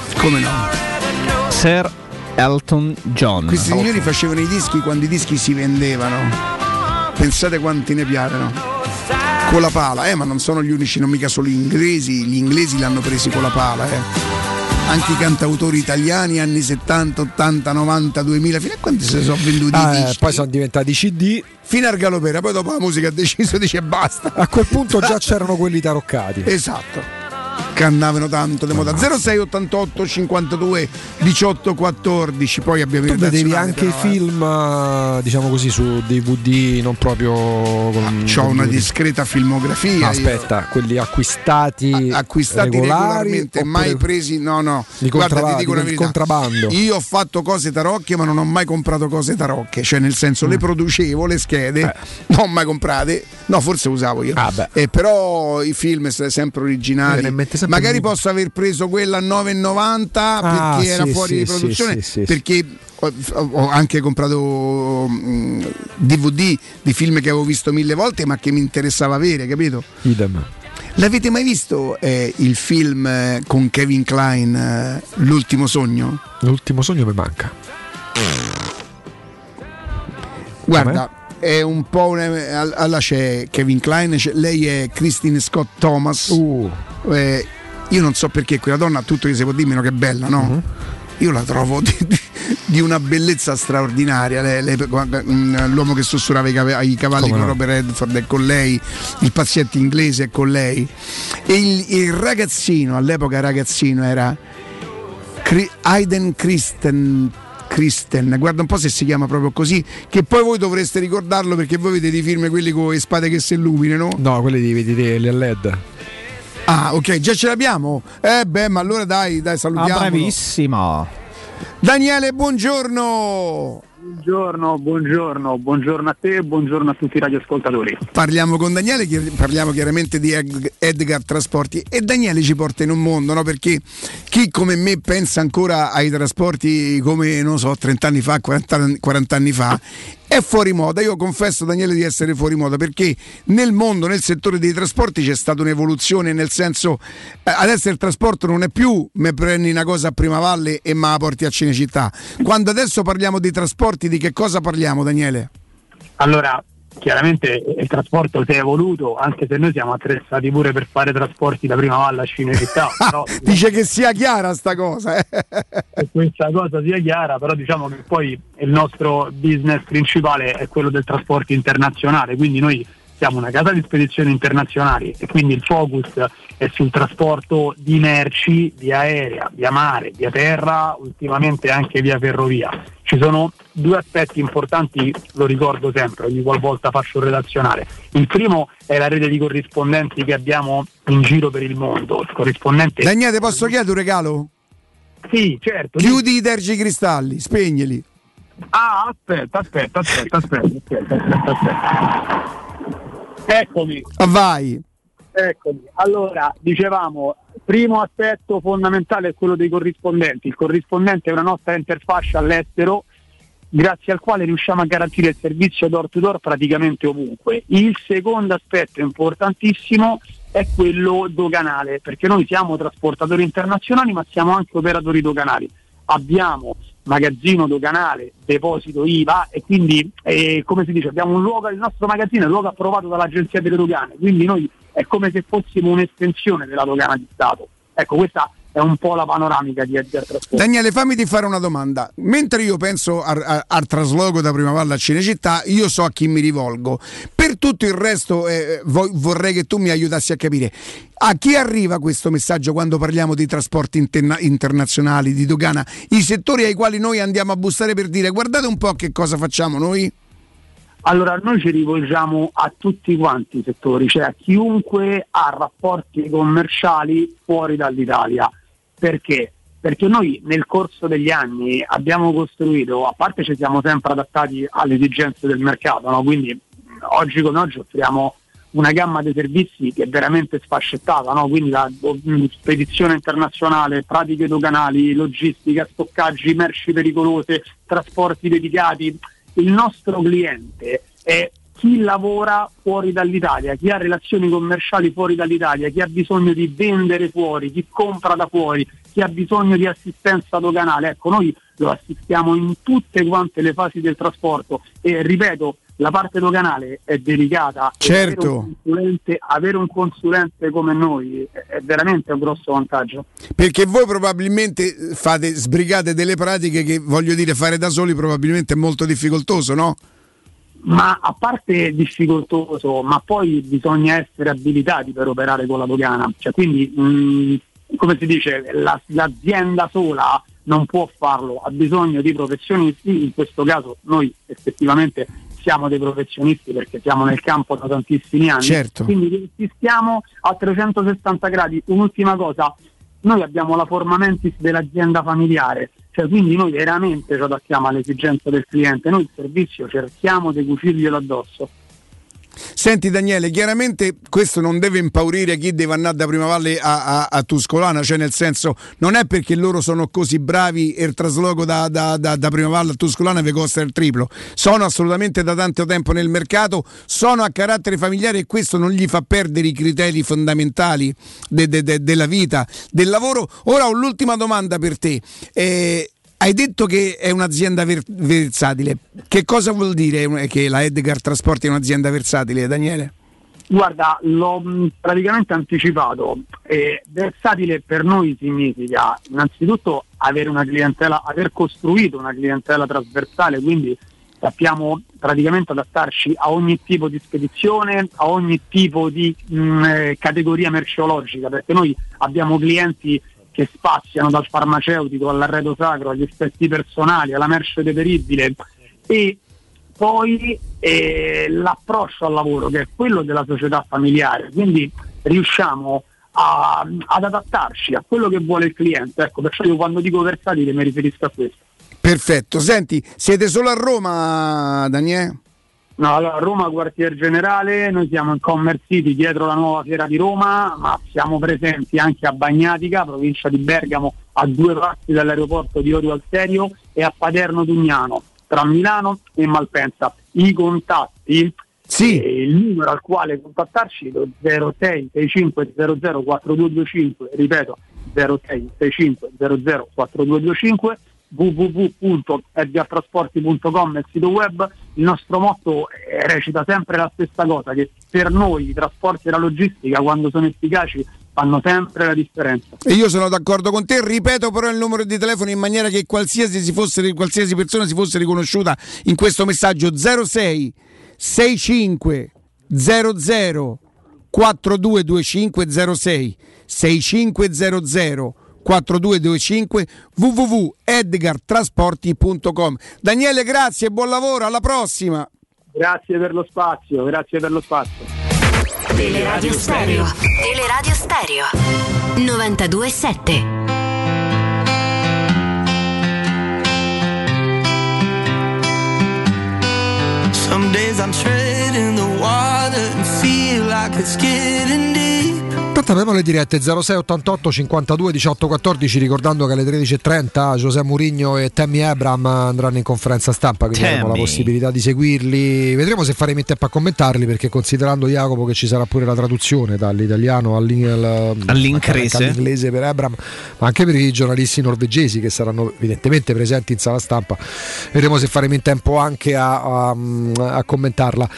Sir Elton John. Questi signori facevano i dischi quando i dischi si vendevano. Pensate quanti ne piacciono. Con la pala, ma non sono gli unici, non mica solo gli inglesi l'hanno presi con la pala, Anche i cantautori italiani anni 70, 80, 90, 2000, fino a quanti se ne sono venduti i dischi? Poi sono diventati CD. Fino al galopera, poi dopo la musica ha deciso, dice basta. A quel punto già c'erano quelli taroccati. Esatto. Che andavano tanto di moda. 0688 52 18 14. Poi abbiamo il vedevi anche i film, diciamo così, su DVD, non proprio con. C'ho una discreta filmografia. No, aspetta, quelli acquistati regolarmente, mai presi. No. Guarda, ti dico una verità. Contrabbando. Io ho fatto cose tarocche, ma non ho mai comprato cose tarocche. Cioè, nel senso, le producevo le schede, non ho mai comprate. No, forse usavo io. Però i film sempre originali. Magari posso aver preso quella a 9,90 perché era fuori di produzione, perché ho anche comprato DVD di film che avevo visto 1000 volte ma che mi interessava avere, capito? Idem. L'avete mai visto il film con Kevin Kline, L'ultimo sogno? L'ultimo sogno mi manca. Guarda, è un po' alla c'è Kevin Kline, lei è Christine Scott Thomas. Io non so perché quella donna ha tutto che si può dire meno che bella, no? Io la trovo di una bellezza straordinaria. L'uomo che sussurrava i cavalli con Robert Redford è con lei, il paziente inglese è con lei, e il ragazzino, all'epoca ragazzino, era Hayden Christen, guarda un po' se si chiama proprio così, che poi voi dovreste ricordarlo perché voi vedete i film quelli con le spade che si illuminano. No, quelli li vedete le LED. Ah, ok, già ce l'abbiamo? Ma allora dai, salutiamo. Bravissimo. Daniele, buongiorno. Buongiorno a te e buongiorno a tutti i radioascoltatori. Parliamo con Daniele, parliamo chiaramente di Edgar Trasporti, e Daniele ci porta in un mondo, no? Perché chi come me pensa ancora ai trasporti come, non so, 30 anni fa, 40 anni fa, è fuori moda. Io confesso, Daniele, di essere fuori moda, perché nel mondo, nel settore dei trasporti c'è stata un'evoluzione, nel senso adesso il trasporto non è più me prendi una cosa a Primavalle e me la porti a Cinecittà. Quando adesso parliamo di trasporti, di che cosa parliamo, Daniele? Allora, chiaramente il trasporto si è evoluto, anche se noi siamo attrezzati pure per fare trasporti da Primavalle a Cinecittà. Però, dice che sia chiara sta cosa. Che questa cosa sia chiara, però diciamo che poi il nostro business principale è quello del trasporto internazionale, quindi noi siamo una casa di spedizioni internazionali e quindi il focus è sul trasporto di merci via aerea, via mare, via terra, ultimamente anche via ferrovia. Ci sono due aspetti importanti, lo ricordo sempre, ogni qualvolta faccio relazionare. Il primo è la rete di corrispondenti che abbiamo in giro per il mondo. Il corrispondente... Daniele, posso chiedere un regalo? Sì, certo. Chiudi i tergicristalli, spegnili. Ah, aspetta. Eccomi. Vai. Eccomi. Allora, dicevamo, primo aspetto fondamentale è quello dei corrispondenti. Il corrispondente è una nostra interfaccia all'estero, grazie al quale riusciamo a garantire il servizio door to door praticamente ovunque. Il secondo aspetto importantissimo è quello doganale, perché noi siamo trasportatori internazionali ma siamo anche operatori doganali. Abbiamo magazzino doganale, deposito IVA e quindi come si dice, abbiamo un luogo, il nostro magazzino è un luogo approvato dall'Agenzia delle Dogane, quindi noi è come se fossimo un'estensione della dogana di Stato. Ecco, questa è un po' la panoramica di Edgar Trasporti. Daniele, fammi di fare una domanda. Mentre io penso al trasloco da Primavalle a Cinecittà, io so a chi mi rivolgo. Per tutto il resto vorrei che tu mi aiutassi a capire a chi arriva questo messaggio quando parliamo di trasporti internazionali, di dogana, i settori ai quali noi andiamo a bussare per dire guardate un po' che cosa facciamo noi? Allora, noi ci rivolgiamo a tutti quanti i settori, cioè a chiunque ha rapporti commerciali fuori dall'Italia. Perché? Perché noi nel corso degli anni abbiamo costruito, a parte ci siamo sempre adattati alle esigenze del mercato, no? Quindi oggi come oggi offriamo una gamma di servizi che è veramente sfascettata, no? Quindi la spedizione internazionale, pratiche doganali, logistica, stoccaggi, merci pericolose, trasporti dedicati. Il nostro cliente è chi lavora fuori dall'Italia, chi ha relazioni commerciali fuori dall'Italia, chi ha bisogno di vendere fuori, chi compra da fuori, chi ha bisogno di assistenza doganale. Ecco, noi lo assistiamo in tutte quante le fasi del trasporto e ripeto, la parte doganale è delicata. Certo. Avere un consulente come noi è veramente un grosso vantaggio. Perché voi probabilmente sbrigate delle pratiche che, voglio dire, fare da soli probabilmente è molto difficoltoso, no? Ma a parte difficoltoso, ma poi bisogna essere abilitati per operare con la dogana. Cioè, quindi, come si dice, l'azienda sola non può farlo, ha bisogno di professionisti. In questo caso noi effettivamente siamo dei professionisti perché siamo nel campo da tantissimi anni, certo. Quindi assistiamo a 360 gradi. Un'ultima cosa, noi abbiamo la forma mentis dell'azienda familiare, cioè quindi noi veramente ci adattiamo alle esigenze del cliente, noi il servizio cerchiamo di cucirglielo addosso. Senti Daniele, chiaramente questo non deve impaurire chi deve andare da Primavalle a Tuscolana, cioè nel senso non è perché loro sono così bravi e il trasloco da Primavalle a Tuscolana vi costa il triplo, sono assolutamente da tanto tempo nel mercato, sono a carattere familiare e questo non gli fa perdere i criteri fondamentali della vita, del lavoro. Ora ho l'ultima domanda per te. Hai detto che è un'azienda versatile. Che cosa vuol dire che la Edgar Trasporti è un'azienda versatile, Daniele? Guarda, l'ho praticamente anticipato. Versatile per noi significa innanzitutto avere una clientela, aver costruito una clientela trasversale, quindi sappiamo praticamente adattarci a ogni tipo di spedizione, a ogni tipo di categoria merceologica, perché noi abbiamo clienti che spaziano dal farmaceutico all'arredo sacro, agli effetti personali, alla merce deperibile, e poi l'approccio al lavoro che è quello della società familiare, quindi riusciamo ad adattarci a quello che vuole il cliente. Ecco, perciò io quando dico versatile mi riferisco a questo. Perfetto, senti, siete solo a Roma, Daniele? No, allora Roma quartier generale, noi siamo in Commerce City dietro la nuova fiera di Roma, ma siamo presenti anche a Bagnatica, provincia di Bergamo, a 2 passi dall'aeroporto di Orio al Serio, e a Paderno Dugnano, tra Milano e Malpensa. I contatti, il numero al quale contattarci, lo 06 65 00 4225, ripeto 06 65 00 4225, www.edgartrasporti.com è il sito web. Il nostro motto recita sempre la stessa cosa, che per noi i trasporti e la logistica, quando sono efficaci, fanno sempre la differenza. E io sono d'accordo con te, ripeto però il numero di telefono in maniera che qualsiasi persona si fosse riconosciuta in questo messaggio: 06 65 00 4225, 06 6500 4225, www.edgartrasporti.com. Daniele, grazie e buon lavoro, alla prossima. Grazie per lo spazio. Teleradio Stereo 92.7. Some days I'm treading the water and feel like it's getting deep. Intanto abbiamo le dirette 06 88 52 18 14, ricordando che alle 13.30 José Mourinho e Tammy Abraham andranno in conferenza stampa, quindi avremo la possibilità di seguirli. Vedremo se faremo in tempo a commentarli, perché considerando, Jacopo, che ci sarà pure la traduzione dall'italiano all'inglese per Abraham, ma anche per i giornalisti norvegesi che saranno evidentemente presenti in sala stampa, vedremo se faremo in tempo anche a commentarla.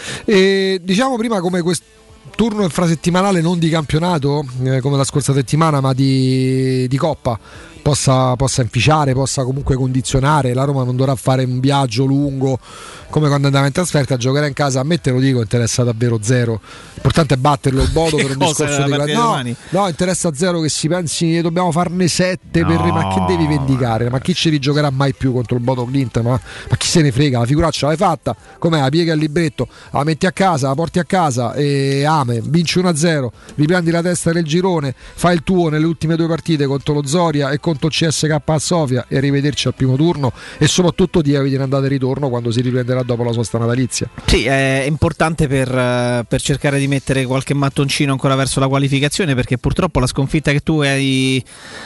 E diciamo prima come questo turno infrasettimanale, non di campionato come la scorsa settimana, ma di Coppa, possa inficiare, possa comunque condizionare. La Roma non dovrà fare un viaggio lungo come quando andava in trasferta, giocherà in casa. A me, te lo dico, interessa davvero zero. L'importante è batterlo il Bodo per un discorso di no, interessa zero che si pensi dobbiamo farne 7 ma che devi vendicare? Ma chi ci rigiocherà mai più contro il Bodo Clint? Ma chi se ne frega? La figuraccia l'hai fatta, com'è? La piega al libretto, la metti a casa, la porti a casa e vinci 1-0, riprendi la testa del girone, fai il tuo nelle ultime 2 partite contro lo Zoria e contro il CSK a Sofia, e arrivederci al primo turno, e soprattutto di eviti andata e ritorno quando si riprenderà dopo la sosta natalizia. Sì, è importante per cercare di mettere qualche mattoncino ancora verso la qualificazione, perché purtroppo la sconfitta che tu hai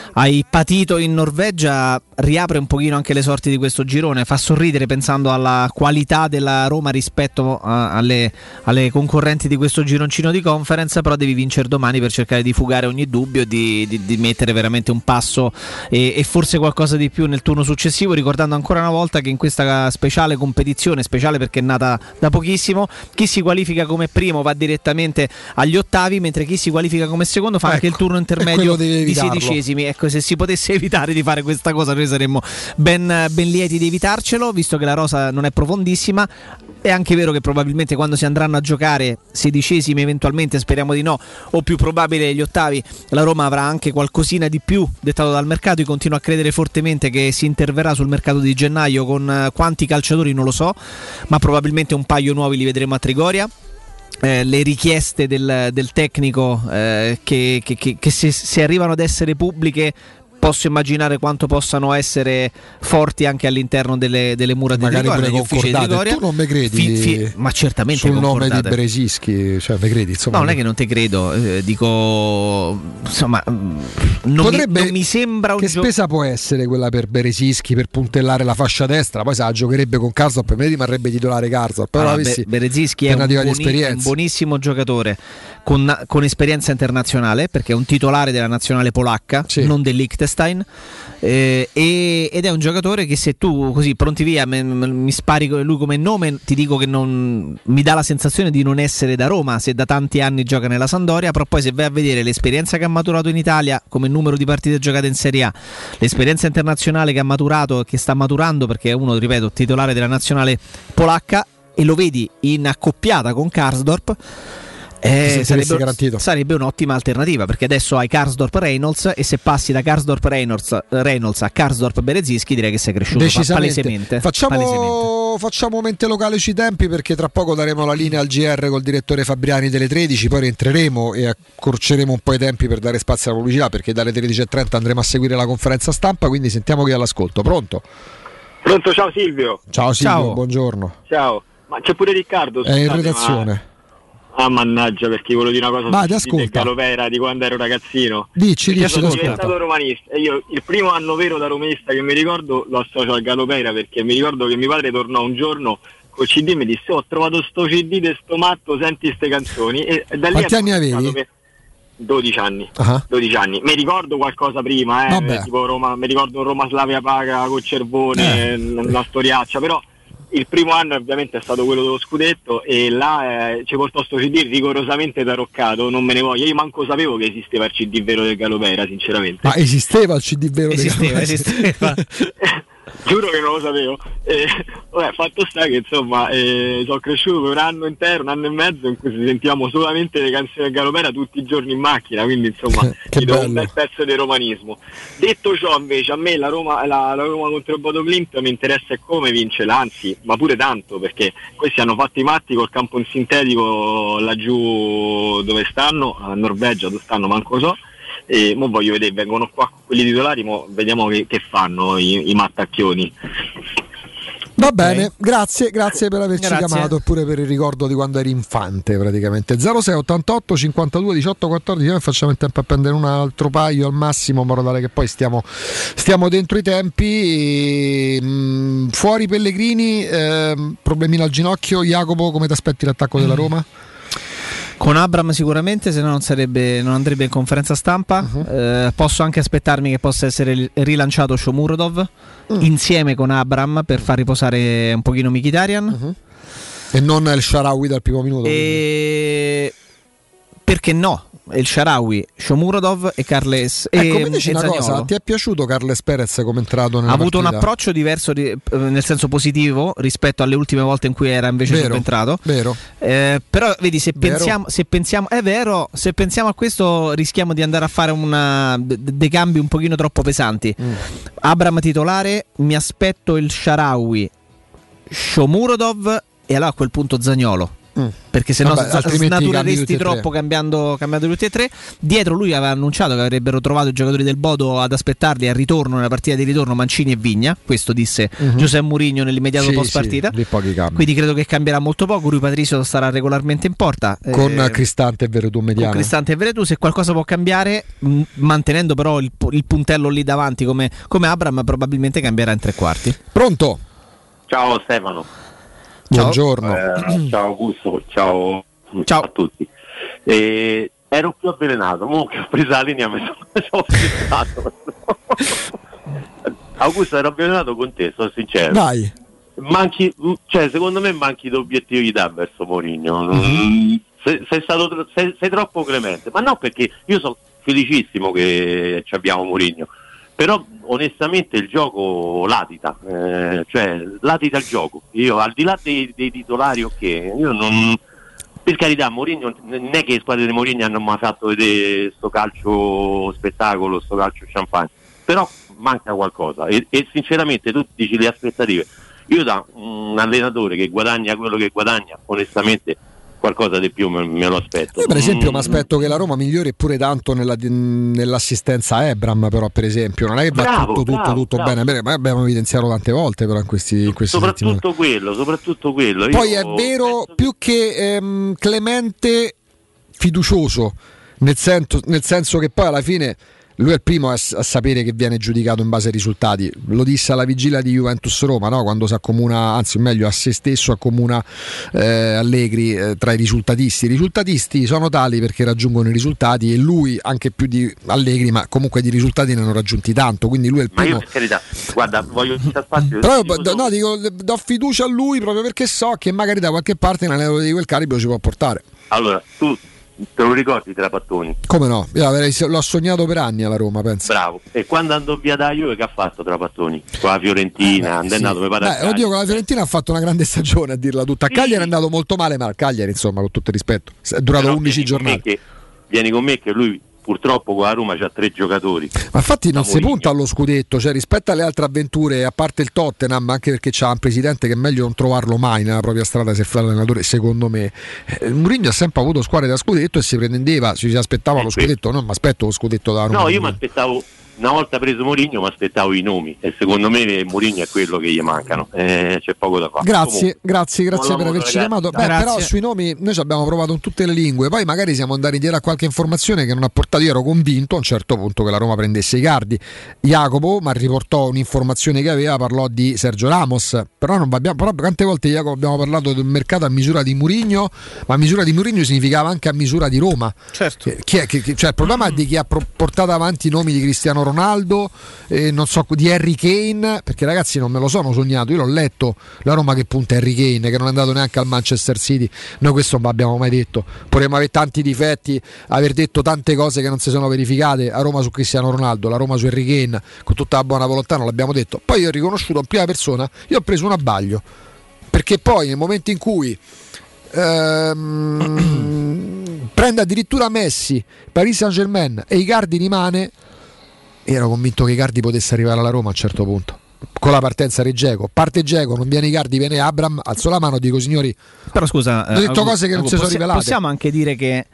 patito in Norvegia riapre un pochino anche le sorti di questo girone, fa sorridere pensando alla qualità della Roma rispetto alle concorrenti di questo gironcino di Conference, però devi vincere domani per cercare di fugare ogni dubbio, di mettere veramente un passo e forse qualcosa di più nel turno successivo, ricordando ancora una volta che in questa speciale competizione, speciale perché è nata da pochissimo, chi si qualifica come primo va direttamente agli ottavi, mentre chi si qualifica come secondo fa anche il turno intermedio di 16esimi. Ecco, se si potesse evitare di fare questa cosa noi saremmo ben lieti di evitarcelo, visto che la rosa non è profondissima. È anche vero che probabilmente quando si andranno a giocare 16esimi, eventualmente, speriamo di no, o più probabile gli ottavi, la Roma avrà anche qualcosina di più dettato dal mercato. Io continuo a credere fortemente che si interverrà sul mercato di gennaio con quanti calciatori non lo so, ma probabilmente un paio nuovi li vedremo a Trigoria. Le richieste del tecnico che se arrivano ad essere pubbliche, posso immaginare quanto possano essere forti anche all'interno delle mura di Trigoria, degli uffici di Trigoria. Tu non mi credi ma certamente sul nome di Beresischi, cioè mi credi, insomma? No, non è che non te credo, dico insomma non mi sembra che spesa può essere quella per Beresischi per puntellare la fascia destra, poi se la giocherebbe con Karsdorp per me rimarrebbe titolare Karsdorp, però Beresischi è un buonissimo giocatore con esperienza internazionale, perché è un titolare della nazionale polacca, non dell'Liechtenstein, ed è un giocatore che, se tu così pronti via mi spari lui come nome, ti dico che non mi dà la sensazione di non essere da Roma, se da tanti anni gioca nella Sampdoria. Però poi se vai a vedere l'esperienza che ha maturato in Italia come numero di partite giocate in Serie A, l'esperienza internazionale che ha maturato e che sta maturando, perché è uno, ripeto, titolare della nazionale polacca, e lo vedi in accoppiata con Karsdorp, sarebbe un'ottima alternativa, perché adesso hai Karsdorp-Reynolds, e se passi da Karsdorp-Reynolds a Karsdorp-Beresischi direi che sei cresciuto palesemente. Facciamo mente locale sui tempi, perché tra poco daremo la linea al GR col direttore Fabriani delle 13, poi rientreremo e accorceremo un po' i tempi per dare spazio alla pubblicità, perché dalle 13.30 andremo a seguire la conferenza stampa, quindi sentiamo chi è all'ascolto. Pronto? Pronto, ciao Silvio. Ciao Silvio, buongiorno. Ciao, ma c'è pure Riccardo. È in redazione. Ah, mannaggia, perché volevo dire una cosa Vai, ti su ascolta. Galopera di quando ero ragazzino. Dici, sono diventato romanista e io il primo anno vero da romista che mi ricordo lo associo al Galopera, perché mi ricordo che mio padre tornò un giorno col CD e mi disse: ho trovato sto CD di sto matto, senti ste canzoni. E da lì quanti anni avevi? 12 anni. Uh-huh. 12 anni. Mi ricordo qualcosa prima, tipo Roma, mi ricordo Roma Slavia Praga col Cervone, la storiaccia, però il primo anno ovviamente è stato quello dello scudetto e là ci portò sto CD rigorosamente taroccato, non me ne voglio, io manco sapevo che esisteva il CD vero del Galopera, sinceramente. Ma esisteva il CD vero del Galopera? Esisteva. Giuro che non lo sapevo. Vabbè, fatto sta che insomma sono cresciuto per un anno intero, un anno e mezzo in cui sentivamo solamente le canzoni del Galopera tutti i giorni in macchina, quindi insomma mi do un bel pezzo di romanismo. Detto ciò, invece, a me la Roma contro il Bodo Glimt mi interessa come vince, anzi, ma pure tanto, perché questi hanno fatto i matti col campo in sintetico laggiù dove stanno, a Norvegia, dove stanno manco so. E mo voglio vedere, vengono qua quelli titolari, mo vediamo che fanno i mattacchioni. Va bene, grazie per averci chiamato e pure per il ricordo di quando eri infante praticamente. 06 88 52 18 14, noi facciamo in tempo a prendere un altro paio al massimo in modo tale che poi stiamo dentro i tempi. Fuori Pellegrini, problemino al ginocchio. Jacopo, come ti aspetti l'attacco della Roma? Con Abram sicuramente, se no non andrebbe in conferenza stampa. Posso anche aspettarmi che possa essere rilanciato Shomurodov insieme con Abram per far riposare un pochino Mkhitaryan. E non il Shaarawy dal primo minuto? Perché no? El Shaarawy, Shomurodov e Carles. Ecco, mi dici una cosa, ti è piaciuto Carles Perez come entrato nella partita? Ha avuto un approccio diverso, nel senso positivo rispetto alle ultime volte in cui era invece subentrato. Vero. Però vedi, se pensiamo è vero, se pensiamo a questo rischiamo di andare a fare dei cambi un pochino troppo pesanti. Abram titolare, mi aspetto il Shaarawy, Shomurodov e allora a quel punto Zaniolo. Perché se no snatureresti troppo cambiando tutti e tre. Dietro lui aveva annunciato che avrebbero trovato i giocatori del Bodo ad aspettarli al ritorno, nella partita di ritorno, Mancini e Vigna. Questo disse Giuseppe Mourinho nell'immediato post partita. Quindi credo che cambierà molto poco. Rui Patricio starà regolarmente in porta con Cristante e Veretù mediano. Con Cristante e Veretù, se qualcosa può cambiare, mantenendo però il puntello lì davanti come Abram, probabilmente cambierà in tre quarti. Pronto? Ciao Stefano. Buongiorno. Ciao Augusto, ciao a tutti. Ero più avvelenato, comunque ho preso la linea, mi sono fissato. Augusto, ero avvelenato con te, sono sincero. Dai. Secondo me manchi di obiettività verso Mourinho. Sei troppo clemente, ma no, perché io sono felicissimo che abbiamo Mourinho. Però onestamente il gioco latita, latita il gioco. Io al di là dei titolari, io non, per carità, Mourinho non è che le squadre di Mourinho hanno mai fatto vedere sto calcio spettacolo, sto calcio champagne, però manca qualcosa e sinceramente tu dici le aspettative. Io da un allenatore che guadagna quello che guadagna, onestamente qualcosa di più me lo aspetto. Io per esempio mi aspetto che la Roma migliori pure tanto nell'assistenza a Ebram, però per esempio non è che va tutto bene, ma abbiamo evidenziato tante volte però in questi soprattutto quello. Poi è vero, più che clemente, fiducioso, nel senso che poi alla fine lui è il primo a sapere che viene giudicato in base ai risultati. Lo disse alla vigilia di Juventus-Roma, no? Quando si accomuna, anzi meglio a se stesso accomuna Allegri tra i risultatisti. I risultatisti sono tali perché raggiungono i risultati e lui anche più di Allegri, ma comunque di risultati ne hanno raggiunti tanto, quindi lui è il primo. Ma io per carità, guarda, voglio spazio. Però do fiducia a lui proprio perché so che magari da qualche parte un allenatore di quel calibro ci può portare. Allora, tu te lo ricordi Trapattoni? Come no? Io l'ho sognato per anni alla Roma, penso. Bravo. E quando andò via da Juve che ha fatto Trapattoni? Con la Fiorentina, è andato mi pare. Oddio, con la Fiorentina ha fatto una grande stagione, a dirla tutta. A Cagliari è andato molto male, ma a Cagliari, insomma, con tutto il rispetto, è durato 11 giornate. Vieni con me che lui purtroppo con la Roma c'ha 3 giocatori. Ma infatti non si punta allo scudetto, cioè rispetto alle altre avventure, a parte il Tottenham, anche perché c'ha un presidente che è meglio non trovarlo mai nella propria strada se fa l'allenatore, secondo me. Mourinho ha sempre avuto squadre da scudetto e si pretendeva, si aspettava lo scudetto, non mi aspetto lo scudetto da Roma. No, io mi aspettavo una volta preso Mourinho mi aspettavo i nomi e secondo me Mourinho è quello che gli mancano, c'è poco da fare. Grazie per averci chiamato. Però sui nomi noi ci abbiamo provato in tutte le lingue, poi magari siamo andati dietro a qualche informazione che non ha portato. Io ero convinto a un certo punto che la Roma prendesse Icardi. Jacopo mi riportò un'informazione che aveva, parlò di Sergio Ramos, però non abbiamo, però quante volte Jacopo abbiamo parlato del mercato a misura di Mourinho, ma a misura di Mourinho significava anche a misura di Roma. Certo. Cioè il problema è di chi ha portato avanti i nomi di Cristiano Ronaldo, non so, di Harry Kane, perché ragazzi non me lo sono sognato, io l'ho letto, la Roma che punta Harry Kane, che non è andato neanche al Manchester City. Noi questo non l'abbiamo mai detto, potremmo avere tanti difetti, aver detto tante cose che non si sono verificate, a Roma su Cristiano Ronaldo, la Roma su Harry Kane, con tutta la buona volontà non l'abbiamo detto. Poi io ho riconosciuto in prima persona, io ho preso un abbaglio, perché poi nel momento in cui prende addirittura Messi, Paris Saint-Germain e Icardi rimane, ero convinto che Icardi potesse arrivare alla Roma a un certo punto. Con la partenza di Dzeko, parte Dzeko, non viene Icardi, viene Abraham, alzo la mano, dico signori, però scusa, ho detto cose che non si sono rivelate. Possiamo anche dire che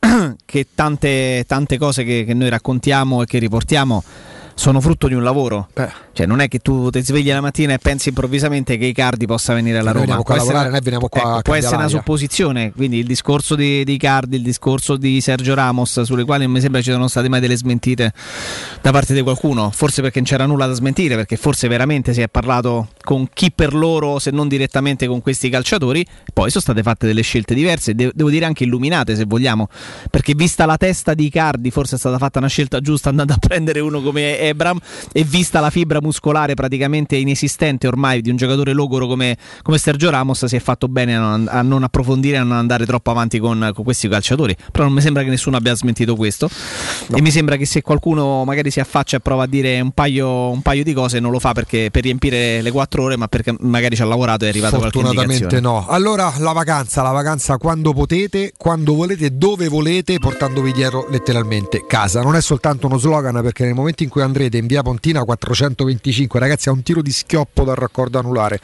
tante cose che noi raccontiamo e che riportiamo sono frutto di un lavoro. Cioè non è che tu ti svegli la mattina e pensi improvvisamente che Icardi possa venire alla Roma. Veniamo qua a lavorare, noi veniamo qua a può essere una supposizione, quindi il discorso di Icardi, il discorso di Sergio Ramos, sulle quali non mi sembra ci siano state mai delle smentite da parte di qualcuno, forse perché non c'era nulla da smentire, perché forse veramente si è parlato con chi per loro, se non direttamente con questi calciatori. Poi sono state fatte delle scelte diverse, devo dire anche illuminate se vogliamo, perché vista la testa di Icardi forse è stata fatta una scelta giusta andando a prendere uno come Abraham, e vista la fibra muscolare praticamente inesistente ormai di un giocatore logoro come Sergio Ramos, si è fatto bene a non approfondire e a non andare troppo avanti con questi calciatori. Però non mi sembra che nessuno abbia smentito questo, no. E mi sembra che se qualcuno magari si affaccia e prova a dire un paio di cose, non lo fa perché per riempire le 4 ore, ma perché magari ci ha lavorato e è arrivato qualche indicazione. Fortunatamente no. Allora la vacanza quando potete, quando volete, dove volete, portandovi dietro letteralmente casa. Non è soltanto uno slogan, perché nel momento in cui andrete in via Pontina 425, ragazzi, ha un tiro di schioppo dal raccordo anulare,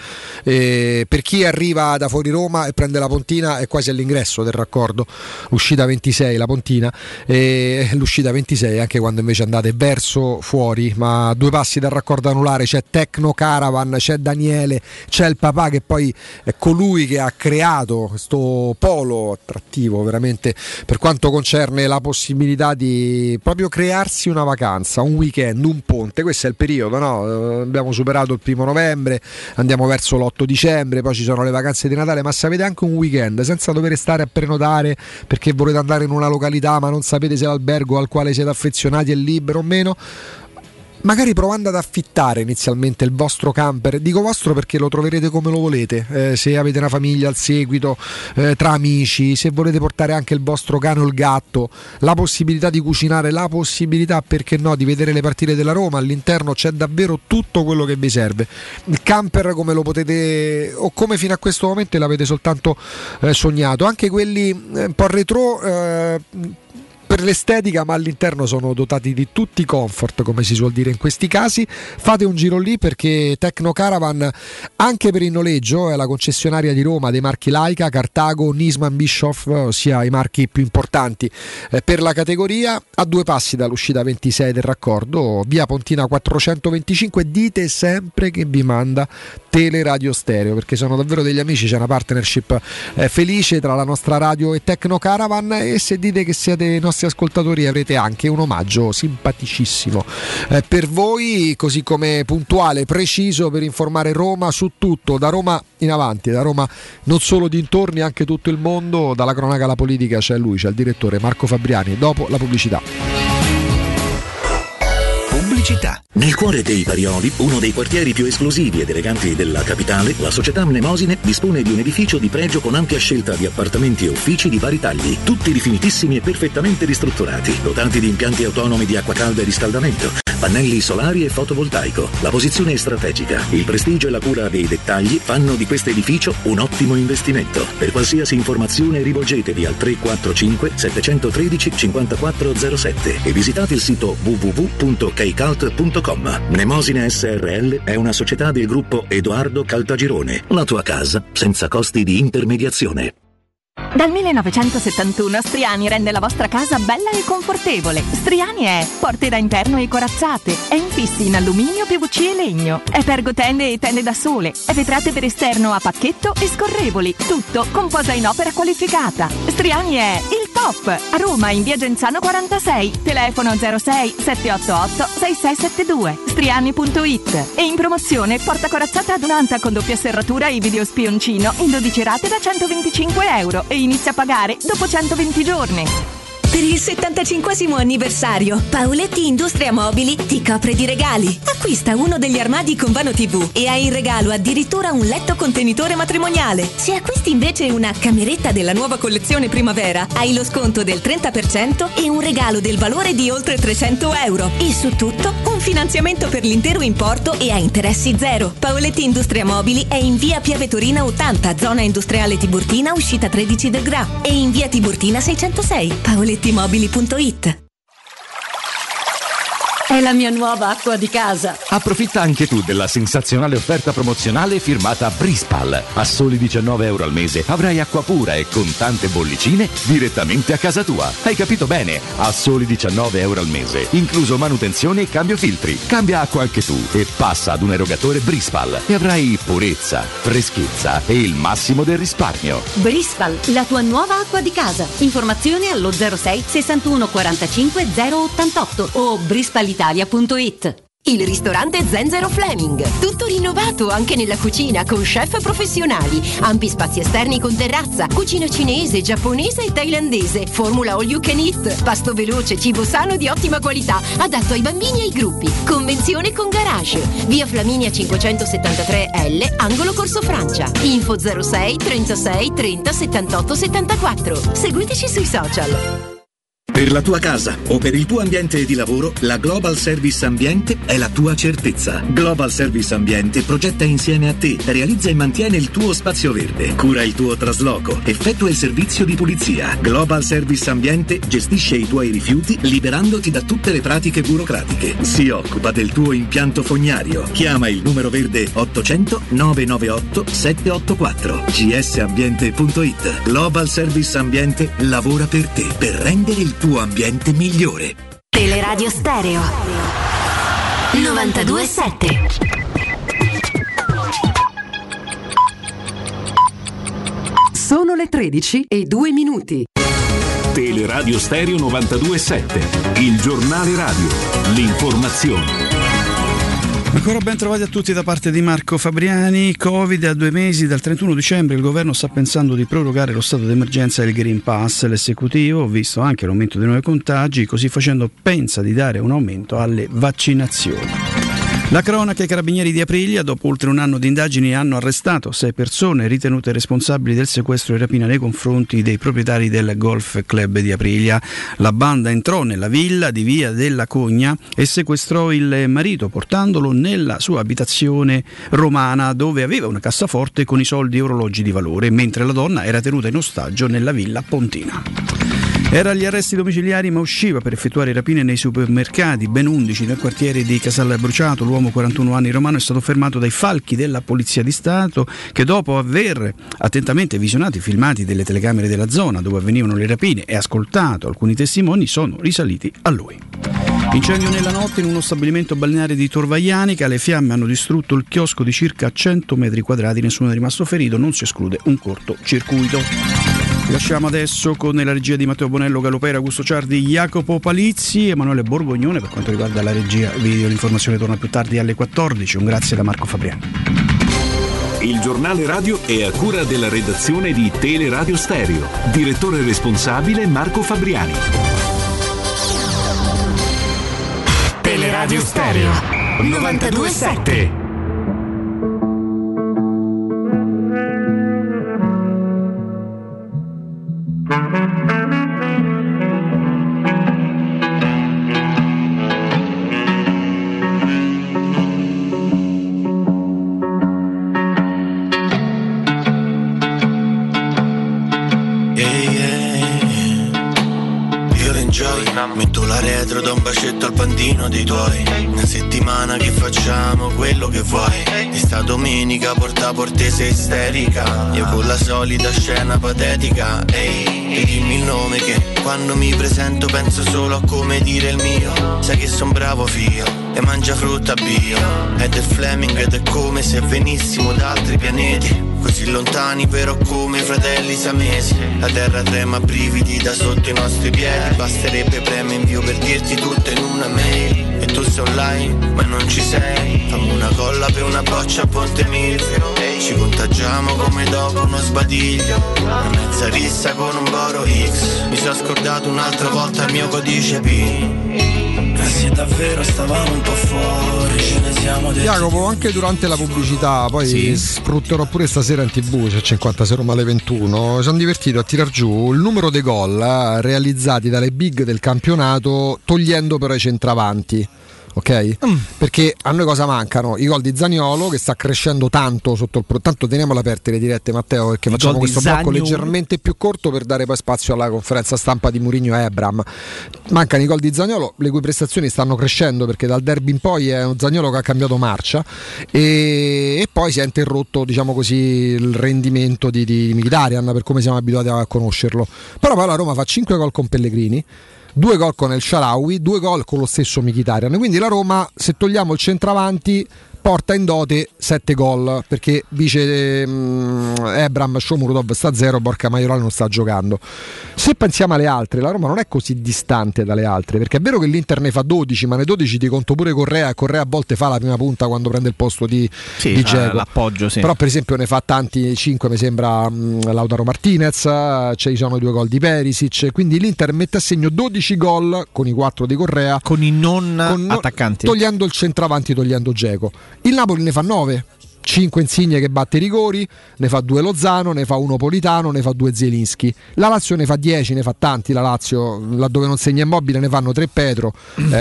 per chi arriva da fuori Roma e prende la Pontina è quasi all'ingresso del raccordo, l'uscita 26 la Pontina, l'uscita 26 anche quando invece andate verso fuori, ma a 2 passi dal raccordo anulare c'è Tecno Caravan, c'è Daniele, c'è il papà che poi è colui che ha creato questo polo attrattivo veramente per quanto concerne la possibilità di proprio crearsi una vacanza, un weekend, un ponte. Questo è il periodo, no? Abbiamo superato il 1° novembre, andiamo verso l'8 dicembre, poi ci sono le vacanze di Natale, ma se avete anche un weekend senza dover stare a prenotare perché volete andare in una località ma non sapete se l'albergo al quale siete affezionati è libero o meno, magari provando ad affittare inizialmente il vostro camper. Dico vostro perché lo troverete come lo volete, se avete una famiglia al seguito, tra amici, se volete portare anche il vostro cane o il gatto, la possibilità di cucinare, la possibilità, perché no, di vedere le partite della Roma. All'interno c'è davvero tutto quello che vi serve. Il camper come lo potete, o come fino a questo momento l'avete soltanto sognato, anche quelli un po' retro per l'estetica, ma all'interno sono dotati di tutti i comfort, come si suol dire in questi casi. Fate un giro lì, perché Tecno Caravan anche per il noleggio è la concessionaria di Roma dei marchi Laika, Cartago, Nisman, Bischoff, ossia i marchi più importanti per la categoria. A 2 passi dall'uscita 26 del raccordo, via Pontina 425. Dite sempre che vi manda Teleradio Stereo, perché sono davvero degli amici, c'è una partnership felice tra la nostra radio e Tecno Caravan, e se dite che siete nostri ascoltatori avrete anche un omaggio simpaticissimo per voi, così come puntuale, preciso, per informare Roma su tutto, da Roma in avanti, da Roma non solo dintorni, anche tutto il mondo. Dalla cronaca alla politica c'è lui, c'è il direttore Marco Fabriani, dopo la pubblicità. Pubblicità. Nel cuore dei Parioli, uno dei quartieri più esclusivi ed eleganti della capitale, la società Mnemosine dispone di un edificio di pregio con ampia scelta di appartamenti e uffici di vari tagli, tutti rifinitissimi e perfettamente ristrutturati, dotati di impianti autonomi di acqua calda e riscaldamento, pannelli solari e fotovoltaico. La posizione è strategica, il prestigio e la cura dei dettagli fanno di questo edificio un ottimo investimento. Per qualsiasi informazione rivolgetevi al 345 713 5407 e visitate il sito www.kcalt.com. Mnemosine SRL è una società del gruppo Edoardo Caltagirone, la tua casa senza costi di intermediazione. Dal 1971 Striani rende la vostra casa bella e confortevole. Striani è porte da interno e corazzate, è infissi in alluminio, PVC e legno, è pergotende e tende da sole, è vetrate per esterno a pacchetto e scorrevoli, tutto con posa in opera qualificata. Striani è il top! A Roma in via Genzano 46, telefono 06 788 6672, striani.it. E in promozione porta corazzata adunanta con doppia serratura e video spioncino in 12 rate da €125 e inizia a pagare dopo 120 giorni. Per il 75° anniversario, Paoletti Industria Mobili ti copre di regali. Acquista uno degli armadi con vano TV e hai in regalo addirittura un letto contenitore matrimoniale. Se acquisti invece una cameretta della nuova collezione primavera, hai lo sconto del 30% e un regalo del valore di oltre €300. E su tutto, un finanziamento per l'intero importo e a interessi zero. Paoletti Industria Mobili è in via Pieve Torina 80, zona industriale Tiburtina, uscita 13 del Gra, e in via Tiburtina 606. Paolettimobili.it. È la mia nuova acqua di casa. Approfitta anche tu della sensazionale offerta promozionale firmata Brispal. A soli €19 al mese avrai acqua pura e con tante bollicine direttamente a casa tua. Hai capito bene? A soli €19 al mese, incluso manutenzione e cambio filtri. Cambia acqua anche tu e passa ad un erogatore Brispal e avrai purezza, freschezza e il massimo del risparmio. Brispal, la tua nuova acqua di casa. Informazioni allo 06 61 45 088 o brispalitalia.it. Il ristorante Zenzero Fleming, tutto rinnovato anche nella cucina con chef professionali, ampi spazi esterni con terrazza, cucina cinese, giapponese e thailandese, formula all you can eat, pasto veloce, cibo sano di ottima qualità, adatto ai bambini e ai gruppi, convenzione con garage, via Flaminia 573L, angolo Corso Francia, info 06 36 30 78 74, seguiteci sui social. Per la tua casa o per il tuo ambiente di lavoro, la Global Service Ambiente è la tua certezza. Global Service Ambiente progetta insieme a te, realizza e mantiene il tuo spazio verde, cura il tuo trasloco, effettua il servizio di pulizia. Global Service Ambiente gestisce i tuoi rifiuti liberandoti da tutte le pratiche burocratiche. Si occupa del tuo impianto fognario. Chiama il numero verde 800 998 784. gsambiente.it. Global Service Ambiente lavora per te, per rendere il tuo ambiente migliore. Teleradio Stereo 92.7. Sono le 13:02. Teleradio Stereo 92.7, il giornale radio, l'informazione. Ancora ben trovati a tutti da parte di Marco Fabriani. Covid a 2 mesi dal 31 dicembre, il governo sta pensando di prorogare lo stato d'emergenza e il Green Pass. L'esecutivo, visto anche l'aumento dei nuovi contagi, così facendo pensa di dare un aumento alle vaccinazioni. La cronaca: i carabinieri di Aprilia, dopo oltre un anno di indagini, hanno arrestato 6 persone ritenute responsabili del sequestro e rapina nei confronti dei proprietari del Golf Club di Aprilia. La banda entrò nella villa di Via della Cogna e sequestrò il marito portandolo nella sua abitazione romana, dove aveva una cassaforte con i soldi e orologi di valore, mentre la donna era tenuta in ostaggio nella villa pontina. Era agli arresti domiciliari ma usciva per effettuare rapine nei supermercati, ben 11 nel quartiere di Casal Bruciato. L'uomo 41 anni romano è stato fermato dai falchi della Polizia di Stato che, dopo aver attentamente visionato i filmati delle telecamere della zona dove avvenivano le rapine e ascoltato alcuni testimoni, sono risaliti a lui. Incendio nella notte in uno stabilimento balneare di Tor Vaianica, le fiamme hanno distrutto il chiosco di circa 100 metri quadrati, nessuno è rimasto ferito, non si esclude un cortocircuito. Lasciamo adesso con la regia di Matteo Bonello, Galopera, Augusto Ciardi, Jacopo Palizzi, Emanuele Borgognone. Per quanto riguarda la regia video, l'informazione torna più tardi alle 14. Un grazie da Marco Fabriani. Il giornale radio è a cura della redazione di Teleradio Stereo. Direttore responsabile Marco Fabriani. Teleradio Stereo 92.7. You'll enjoy Metto la retro, do un bacetto al pandino dei tuoi. Una settimana che facciamo quello che vuoi. E sta domenica porta portese isterica. Io con la solita scena patetica. Ehi, e dimmi il nome che quando mi presento penso solo a come dire il mio. Sai che son bravo figlio e mangia frutta bio. Ed è Fleming ed è come se venissimo da altri pianeti. Così lontani però come fratelli siamesi. La terra trema, brividi da sotto i nostri piedi. Basterebbe preme invio per dirti tutto in una mail. E tu sei online ma non ci sei. Fammi una colla per una boccia a Ponte Milvio. Ci contagiamo come dopo uno sbadiglio. Una mezza rissa con un boro X. Mi sono scordato un'altra volta il mio codice PIN. Se davvero stavamo un po' fuori, ce ne siamo detti. Jacopo, anche durante la pubblicità, poi sfrutterò pure stasera in TV, c'è 56 Roma alle 21. Mi sono divertito a tirar giù il numero dei gol realizzati dalle big del campionato, togliendo però i centravanti. Ok? Perché a noi cosa mancano? I gol di Zaniolo, che sta crescendo tanto sotto il tanto teniamole aperte le dirette, Matteo, perché facciamo questo blocco leggermente più corto per dare poi spazio alla conferenza stampa di Mourinho e Ebram. Mancano i gol di Zaniolo, le cui prestazioni stanno crescendo perché dal derby in poi è un Zaniolo che ha cambiato marcia e poi si è interrotto, diciamo così, il rendimento di Mkhitaryan, per come siamo abituati a conoscerlo. Però poi la Roma fa 5 gol con Pellegrini, 2 gol con El Shaarawy, 2 gol con lo stesso Mkhitaryan. Quindi la Roma, se togliamo il centravanti, porta in dote 7 gol, perché dice Ebram, Shomurodov sta a 0, Borca Maiorale non sta giocando. Se pensiamo alle altre, la Roma non è così distante dalle altre, perché è vero che l'Inter ne fa 12, ma nei 12 ti conto pure Correa a volte fa la prima punta quando prende il posto di Dzeko, l'appoggio, sì. Però per esempio ne fa tanti, 5 mi sembra Lautaro Martinez, ci sono i 2 gol di Perisic, quindi l'Inter mette a segno 12 gol con i 4 di Correa, con i non attaccanti, togliendo il centravanti, togliendo Dzeko. Il Napoli ne fa 9, 5 Insigne che batte i rigori, ne fa 2 Lozano, ne fa 1 Politano, ne fa 2 Zielinski. La Lazio ne fa 10, ne fa tanti la Lazio, laddove non segna Immobile ne fanno 3 Pedro,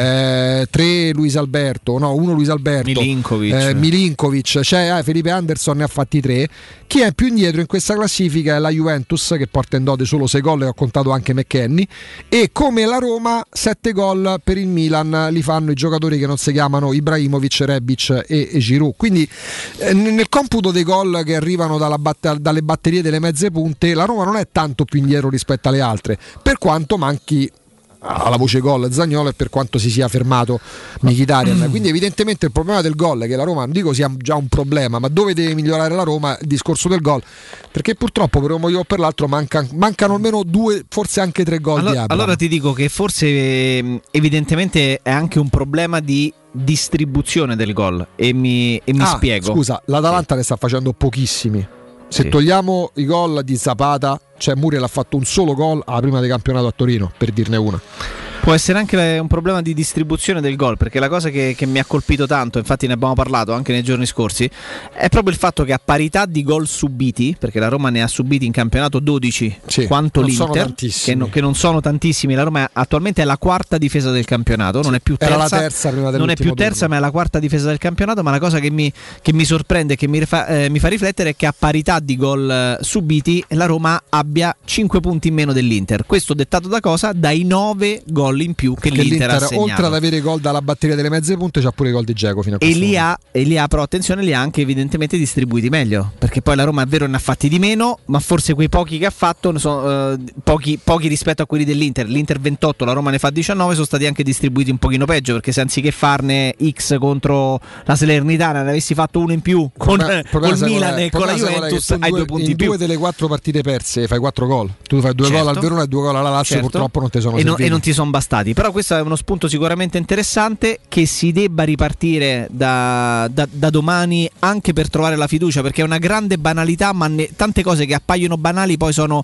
3 Luis Alberto, 1 Luis Alberto, Milinkovic, Felipe Anderson ne ha fatti 3. Chi è più indietro in questa classifica è la Juventus, che porta in dote solo 6 gol e ho contato anche McKennie, e come la Roma 7 gol per il Milan li fanno i giocatori che non si chiamano Ibrahimovic, Rebic e Giroud. Quindi nel computo dei gol che arrivano dalle batterie delle mezze punte, la Roma non è tanto più indietro rispetto alle altre, per quanto manchi alla voce gol Zaniolo e per quanto si sia fermato Mkhitaryan. Quindi evidentemente il problema del gol, che la Roma non dico sia già un problema, ma dove deve migliorare la Roma, il discorso del gol, perché purtroppo per un motivo o per l'altro mancano almeno 2, forse anche 3 gol di Abraham. Allora ti dico che forse evidentemente è anche un problema di distribuzione del gol e mi spiego. Scusa, l'Atalanta ne sta facendo pochissimi. Se togliamo i gol di Zapata, cioè Muriel ha fatto un solo gol alla prima del campionato a Torino, per dirne una. Può essere anche un problema di distribuzione del gol, perché la cosa che mi ha colpito tanto, infatti ne abbiamo parlato anche nei giorni scorsi, è proprio il fatto che a parità di gol subiti, perché la Roma ne ha subiti in campionato 12 quanto l'Inter, che non sono tantissimi. La Roma attualmente è la quarta difesa del campionato, non è più terza, era la terza prima non è più terza, ma è la quarta difesa del campionato. Ma la cosa che mi sorprende e che mi fa riflettere è che a parità di gol subiti la Roma abbia 5 punti in meno dell'Inter. Questo dettato da cosa? Dai 9 gol in più che l'Inter ha segnato. Oltre ad avere gol dalla batteria delle mezze punte, c'ha pure i gol di Dzeko fino a questo momento. E li ha, però attenzione, li ha anche evidentemente distribuiti meglio, perché poi la Roma è vero ne ha fatti di meno, ma forse quei pochi che ha fatto sono pochi rispetto a quelli dell'Inter. L'Inter 28, la Roma ne fa 19, sono stati anche distribuiti un pochino peggio, perché se anziché farne X contro la Salernitana ne avessi fatto uno in più col Milan e con la Juventus, hai 2 punti in più. In 2 delle 4 partite perse fai 4 gol. Tu fai 2 gol al Verona e 2 gol alla Lazio, purtroppo non ti sono serviti. E non ti sono bastati. Però questo è uno spunto sicuramente interessante, che si debba ripartire da domani anche per trovare la fiducia, perché è una grande banalità, ma tante cose che appaiono banali poi sono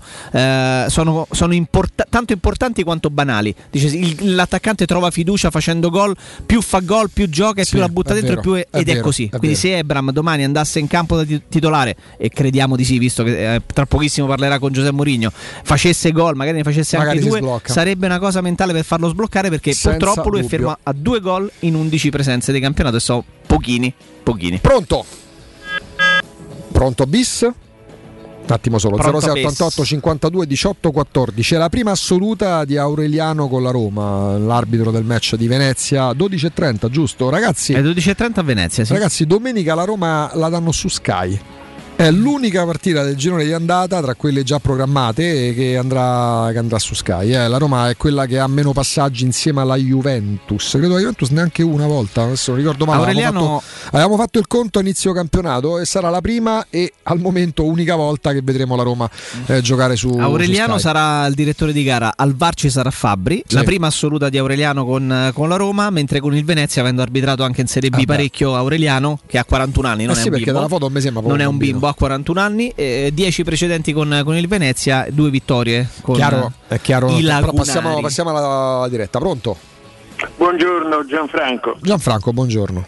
tanto importanti quanto banali. Dice, l'attaccante trova fiducia facendo gol, più fa gol, più gioca e più la butta dentro, ed è così. Quindi se Ebram domani andasse in campo da titolare, e crediamo di sì, visto che tra pochissimo parlerà con Giuseppe Mourinho, facesse gol, magari ne facesse anche 2, sarebbe una cosa mentale per farlo sbloccare, perché purtroppo lui è fermo a 2 gol in 11 presenze di campionato e sono pochini. Pronto bis? Un attimo solo, 0688 52 18 14. È la prima assoluta di Aureliano con la Roma, l'arbitro del match di Venezia, 12:30, giusto? Ragazzi, è 12:30 a Venezia, sì. Ragazzi, domenica la Roma la danno su Sky. È l'unica partita del girone di andata tra quelle già programmate che andrà su Sky. La Roma è quella che ha meno passaggi insieme alla Juventus. Credo la Juventus neanche una volta, adesso non ricordo male. Avevamo fatto il conto a inizio campionato e sarà la prima e al momento unica volta che vedremo la Roma giocare su Aureliano su Sky. Sarà il direttore di gara, al VAR ci sarà Fabbri, sì. La prima assoluta di Aureliano con la Roma, mentre con il Venezia, avendo arbitrato anche in Serie B parecchio Aureliano, che ha 41 anni, non è un bimbo. Perché dalla foto mi sembra non è un bimbo, ha 41 anni, 10 precedenti con il Venezia, 2 vittorie con è chiaro. I lagunari. Passiamo alla diretta. Pronto? Buongiorno Gianfranco, buongiorno.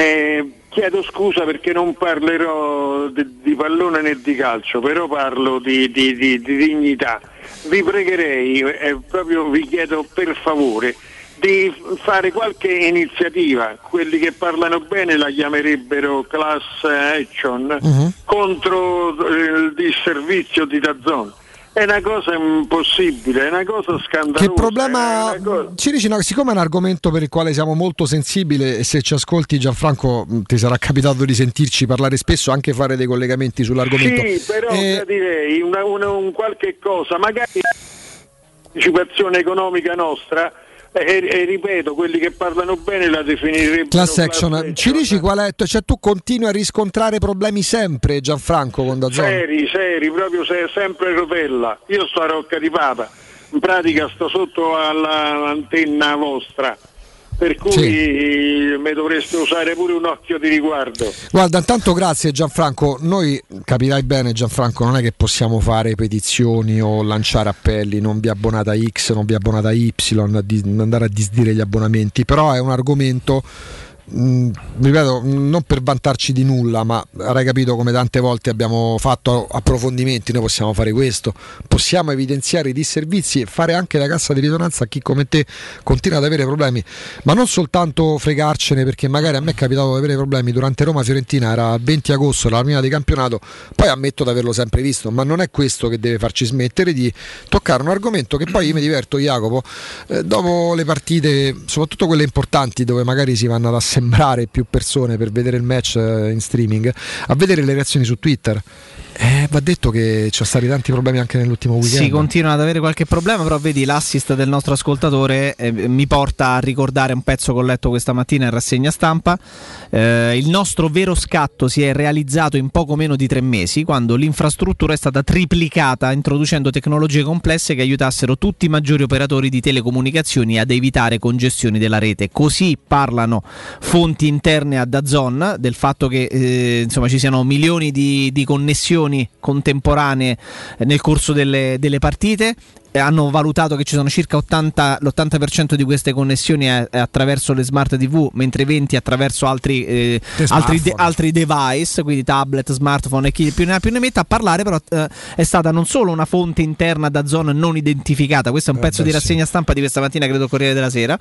Chiedo scusa perché non parlerò di pallone né di calcio, però parlo di dignità. Vi pregherei, proprio vi chiedo per favore di fare qualche iniziativa. Quelli che parlano bene la chiamerebbero class action contro il disservizio di DAZN. È una cosa impossibile, è una cosa scandalosa. Che problema ci dici? No, siccome è un argomento per il quale siamo molto sensibili, e se ci ascolti Gianfranco ti sarà capitato di sentirci parlare spesso, anche fare dei collegamenti sull'argomento. Sì, però direi un qualche cosa, magari partecipazione economica nostra. E ripeto, quelli che parlano bene la definirebbero class action. Ci dici qual è? Cioè, tu continui a riscontrare problemi sempre, Gianfranco, con DAZN? Seri, proprio sempre rotella. Io sto a Rocca di Papa, in pratica sto sotto all'antenna vostra, per cui mi dovreste usare pure un occhio di riguardo. Guarda, intanto grazie Gianfranco. Noi, capirai bene Gianfranco, non è che possiamo fare petizioni o lanciare appelli, non vi abbonate a X, non vi abbonate a Y, andare a disdire gli abbonamenti, però è un argomento, ripeto, non per vantarci di nulla, ma avrai capito come tante volte abbiamo fatto approfondimenti. Noi possiamo fare questo, possiamo evidenziare i disservizi e fare anche la cassa di risonanza a chi come te continua ad avere problemi, ma non soltanto fregarcene, perché magari a me è capitato di avere problemi durante Roma-Fiorentina, era il 20 agosto, la prima di campionato, poi ammetto di averlo sempre visto, ma non è questo che deve farci smettere di toccare un argomento che poi io mi diverto, Jacopo, dopo le partite, soprattutto quelle importanti dove magari si vanno ad assemblare più persone per vedere il match in streaming, a vedere le reazioni su Twitter. Va detto che ci sono stati tanti problemi anche nell'ultimo weekend. Si continua ad avere qualche problema, però vedi, l'assist del nostro ascoltatore mi porta a ricordare un pezzo che ho letto questa mattina in rassegna stampa. Il nostro vero scatto si è realizzato in poco meno di 3 mesi, quando l'infrastruttura è stata triplicata, introducendo tecnologie complesse che aiutassero tutti i maggiori operatori di telecomunicazioni ad evitare congestioni della rete. Così parlano fonti interne a DAZN del fatto che insomma ci siano milioni di connessioni contemporanee nel corso delle partite. Hanno valutato che ci sono circa l'80% di queste connessioni attraverso le smart TV, mentre 20% attraverso altri device, quindi tablet, smartphone e chi più ne ha più ne metta. A parlare però è stata non solo una fonte interna da zona non identificata, questo è un pezzo di rassegna stampa di questa mattina, credo Corriere della Sera.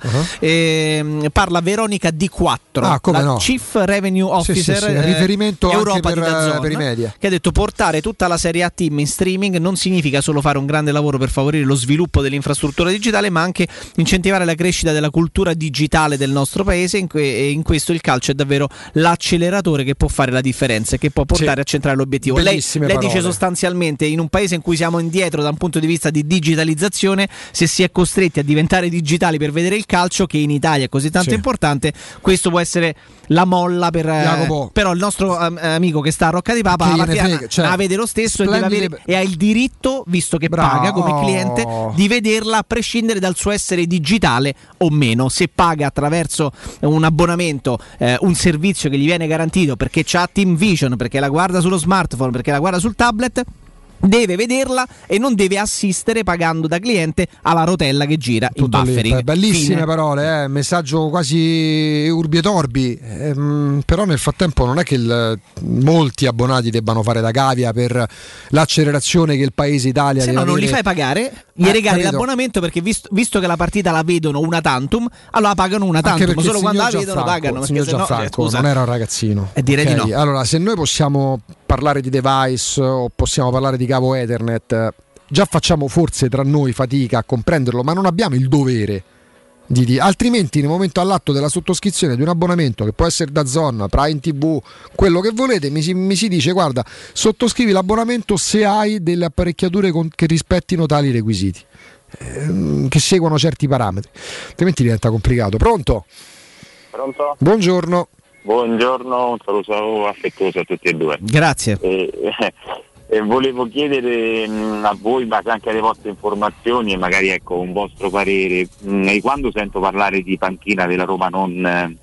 Parla Veronica Di Quattro, Chief Revenue Officer, riferimento Europa anche per i media, che ha detto: portare tutta la Serie A team in streaming non significa solo fare un grande lavoro per favorire lo sviluppo dell'infrastruttura digitale, ma anche incentivare la crescita della cultura digitale del nostro paese, e in questo il calcio è davvero l'acceleratore che può fare la differenza e che può portare a centrare l'obiettivo. Lei dice sostanzialmente, in un paese in cui siamo indietro da un punto di vista di digitalizzazione, se si è costretti a diventare digitali per vedere il calcio, che in Italia è così tanto importante, questo può essere la molla per però il nostro amico che sta a Rocca di Papa la vede lo stesso, e deve avere, e ha il diritto, visto che paga come cliente, di vederla a prescindere dal suo essere digitale o meno. Se paga attraverso un abbonamento, un servizio che gli viene garantito perché c'ha Team Vision, perché la guarda sullo smartphone, perché la guarda sul tablet, deve vederla e non deve assistere pagando da cliente alla rotella che gira in buffering. Bellissime parole, messaggio quasi urbi et orbi, però nel frattempo non è che molti abbonati debbano fare da cavia per l'accelerazione che il paese Italia se deve non li fai pagare, gli regali l'abbonamento, perché visto che la partita la vedono una tantum, allora pagano una tantum, quando la vedono pagano. Signor Gianfranco, non era un ragazzino, direi di no. Allora, se noi possiamo parlare di device o possiamo parlare di cavo Ethernet, già facciamo forse tra noi fatica a comprenderlo, ma non abbiamo il dovere altrimenti nel momento all'atto della sottoscrizione di un abbonamento che può essere DAZN, Prime TV, quello che volete, mi si dice guarda, sottoscrivi l'abbonamento se hai delle apparecchiature che rispettino tali requisiti, che seguono certi parametri, altrimenti diventa complicato. Pronto? Buongiorno. Buongiorno, un saluto affettuoso a tutti e due. Grazie. E volevo chiedere a voi, ma anche alle vostre informazioni e magari ecco un vostro parere, quando sento parlare di panchina della Roma non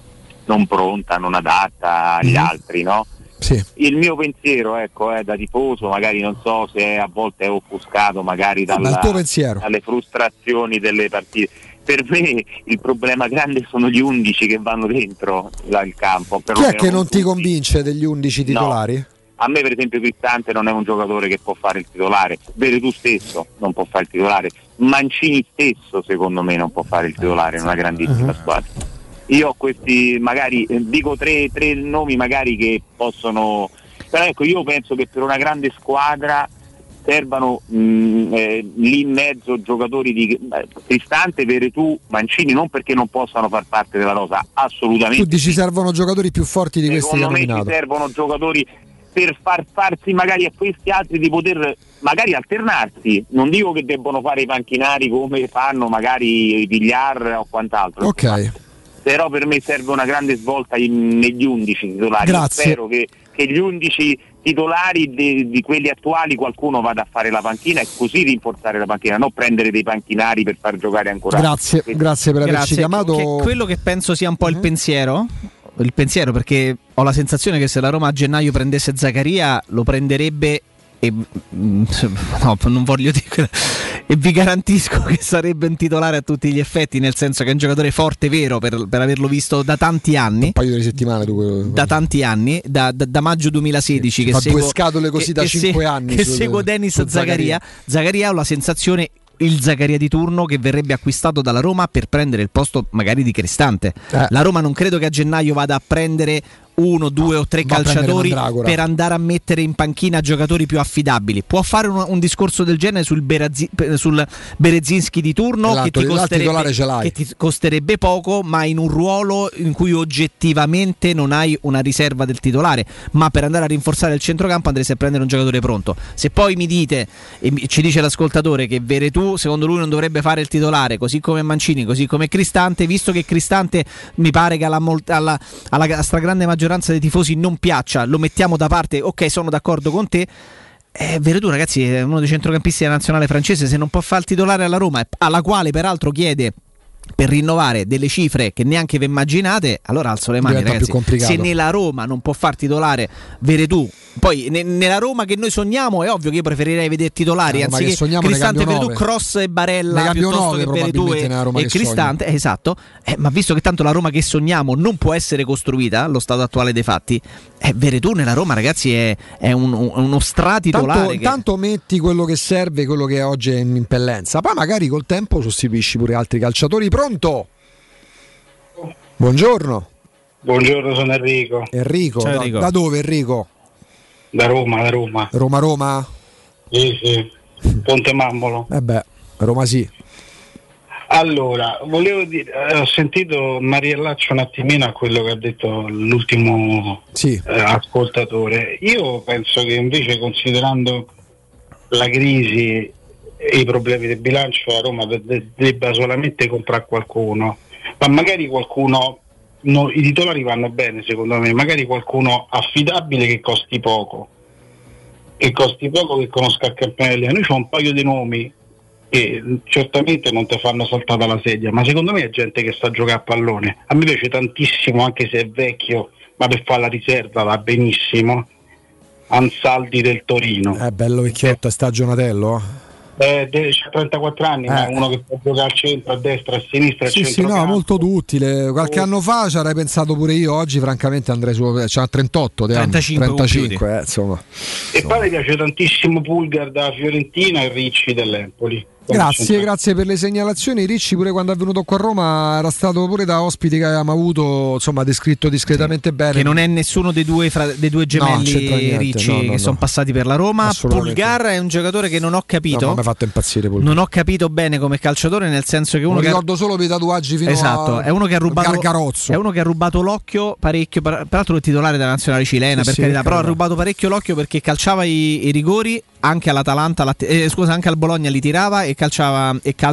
pronta, non adatta agli altri, no? Sì. Il mio pensiero, ecco, è da tifoso, magari non so se a volte è offuscato magari dalle frustrazioni delle partite. Per me il problema grande sono gli 11 che vanno dentro il campo. Chi è che non ti convince degli 11 titolari? No. A me per esempio Cristante non è un giocatore che può fare il titolare, Veretù stesso non può fare il titolare, Mancini stesso secondo me non può fare il titolare in una grandissima squadra. Io ho questi, magari dico tre nomi magari che possono, però ecco, io penso che per una grande squadra servano lì in mezzo giocatori di Cristante, Veretù, Mancini, non perché non possano far parte della rosa, assolutamente. Tu dici servono giocatori più forti di questi che hai nominato? Secondo me ci servono giocatori per farsi magari a questi altri di poter magari alternarsi, non dico che debbono fare i panchinari come fanno magari i Villar o quant'altro, ok, però per me serve una grande svolta negli 11 titolari. Grazie. Spero che gli 11 titolari di quelli attuali qualcuno vada a fare la panchina e così rinforzare la panchina, non prendere dei panchinari per far giocare ancora. Grazie per averci chiamato. Quello che penso sia un po' il pensiero, perché ho la sensazione che se la Roma a gennaio prendesse Zaccaria lo prenderebbe e no, non voglio dire, e vi garantisco che sarebbe un titolare a tutti gli effetti, nel senso che è un giocatore forte, vero, per averlo visto da tanti anni, un paio di settimane da tanti anni, da maggio 2016 che fa seguo, due scatole così da 5 anni che seguo Dennis Zaccaria. Zaccaria, ho la sensazione il Zaccaria di turno che verrebbe acquistato dalla Roma per prendere il posto magari di Cristante. La Roma non credo che a gennaio vada a prendere 1, 2 o 3 calciatori per andare a mettere in panchina giocatori più affidabili. Può fare un discorso del genere sul Berezinski di turno che ti costerebbe poco, ma in un ruolo in cui oggettivamente non hai una riserva del titolare, ma per andare a rinforzare il centrocampo andresti a prendere un giocatore pronto. Se poi mi dite e ci dice l'ascoltatore che Veretù secondo lui non dovrebbe fare il titolare, così come Mancini, così come Cristante, visto che Cristante mi pare che alla stragrande maggioranza dei tifosi non piaccia, lo mettiamo da parte, ok, sono d'accordo con te. Veretù, ragazzi, è uno dei centrocampisti della nazionale francese, se non può fare il titolare alla Roma, alla quale peraltro chiede per rinnovare delle cifre che neanche vi immaginate, allora alzo le mani, ragazzi. Se nella Roma non può far titolare Veretù, poi nella Roma che noi sogniamo è ovvio che io preferirei vedere titolari anziché Cristante, Veretù, Cross e Barella piuttosto che Veretù e Cristante, esatto. Ma visto che tanto la Roma che sogniamo non può essere costruita allo stato attuale dei fatti, Veretù nella Roma, ragazzi, è uno stratitolare. Tanto metti quello che serve, quello che oggi è in impellenza, poi magari col tempo sostituisci pure altri calciatori. Pronto? Buongiorno. Buongiorno, sono Enrico. Ciao, Enrico. Da dove, Enrico? Da Roma. Roma? Sì. Ponte Mammolo. Roma sì. Allora, volevo dire, ho sentito Mariellaccio un attimino a quello che ha detto l'ultimo ascoltatore. Io penso che invece, considerando la crisi e i problemi del bilancio, la Roma debba solamente comprare qualcuno, ma magari qualcuno, i titolari vanno bene secondo me, magari qualcuno affidabile che costi poco, che conosca il campione. Noi c'ho un paio di nomi che certamente non ti fanno saltare dalla sedia, ma secondo me è gente che sa giocare a pallone. A me piace tantissimo, anche se è vecchio, ma per fare la riserva va benissimo, Ansaldi del Torino. È bello vecchiotto, è stagionatello. C'ha 34 anni, ma è uno che può giocare al centro, a destra, a sinistra, no, molto utile. Qualche anno fa ci avrei pensato pure io, oggi francamente andrei su, c'ha 38 35 insomma. E poi mi piace tantissimo Pulgar da Fiorentina e Ricci dell'Empoli. Grazie per le segnalazioni. Ricci pure quando è venuto qua a Roma era stato pure da ospiti che avevamo avuto, insomma, descritto discretamente bene. Che non è nessuno dei due gemelli Ricci che sono passati per la Roma. Pulgar è un giocatore che non ho capito. Non mi ha fatto impazzire Pulgar. Non ho capito bene come calciatore, nel senso che uno ricordo solo per i tatuaggi fino a è uno che ha rubato Gargarozzo. È uno che ha rubato l'occhio parecchio, peraltro è titolare della nazionale cilena, per carità, però ha rubato parecchio l'occhio perché calciava i rigori anche all'Atalanta, anche al Bologna li tirava e calcia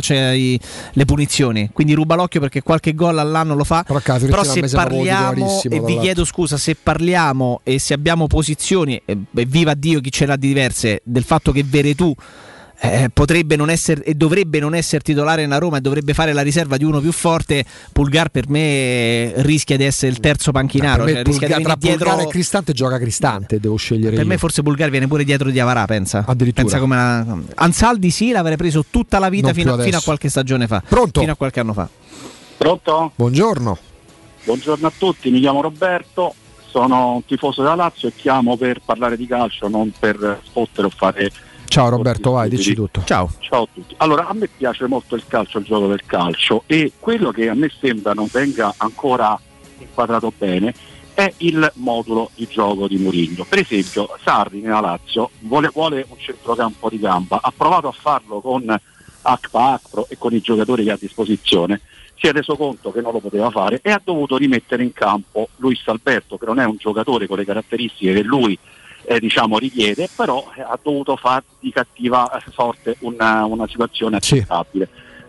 le punizioni, quindi ruba l'occhio perché qualche gol all'anno lo fa. Però se parliamo, e vi chiedo scusa, se parliamo e se abbiamo posizioni, e viva Dio chi ce l'ha di diverse, del fatto che Veretù potrebbe non essere e dovrebbe non essere titolare nella Roma e dovrebbe fare la riserva di uno più forte, Pulgar per me rischia di essere il terzo panchinaro. Rischia tra Pulgar e Cristante gioca Cristante, devo scegliere per io. Me forse Pulgar viene pure dietro di Avarà, pensa. Addirittura. Come Ansaldi sì, l'avrei preso tutta la vita fino a qualche stagione fa. Pronto? Fino a qualche anno fa. Pronto? Buongiorno a tutti, mi chiamo Roberto, sono un tifoso della Lazio e chiamo per parlare di calcio, non per sfottere o fare. Ciao Roberto, vai, dici tutto. Ciao a tutti. Allora, a me piace molto il calcio, il gioco del calcio, e quello che a me sembra non venga ancora inquadrato bene è il modulo di gioco di Mourinho. Per esempio, Sarri nella Lazio vuole un centrocampo di gamba, ha provato a farlo con Akpro e con i giocatori che ha a disposizione, si è reso conto che non lo poteva fare e ha dovuto rimettere in campo Luis Alberto, che non è un giocatore con le caratteristiche che lui richiede, però ha dovuto fare di cattiva sorte una situazione accettabile.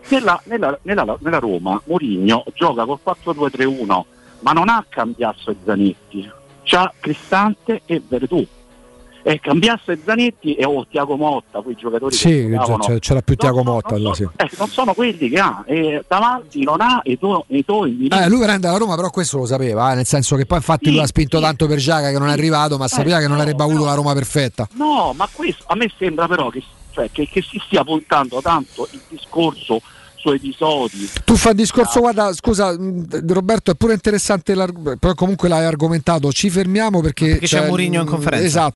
Nella Roma Mourinho gioca col 4-2-3-1, ma non ha Cambiasso e Zanetti, c'ha Cristante e Veretù. Cambiasso e Zanetti e Thiago Motta, quei giocatori che giocavano, c'era più Thiago Motta non sono quelli che ha, davanti non ha lui prende la Roma, però questo lo sapeva, nel senso che poi infatti lui ha spinto tanto per Giaga che non è arrivato, ma sapeva che non avrebbe avuto la Roma perfetta. No, ma questo a me sembra però che si stia puntando tanto il discorso su episodi. Tu fai il discorso, guarda, scusa Roberto, è pure interessante, però comunque l'hai argomentato, ci fermiamo perché c'è Mourinho in conferenza. Esatto.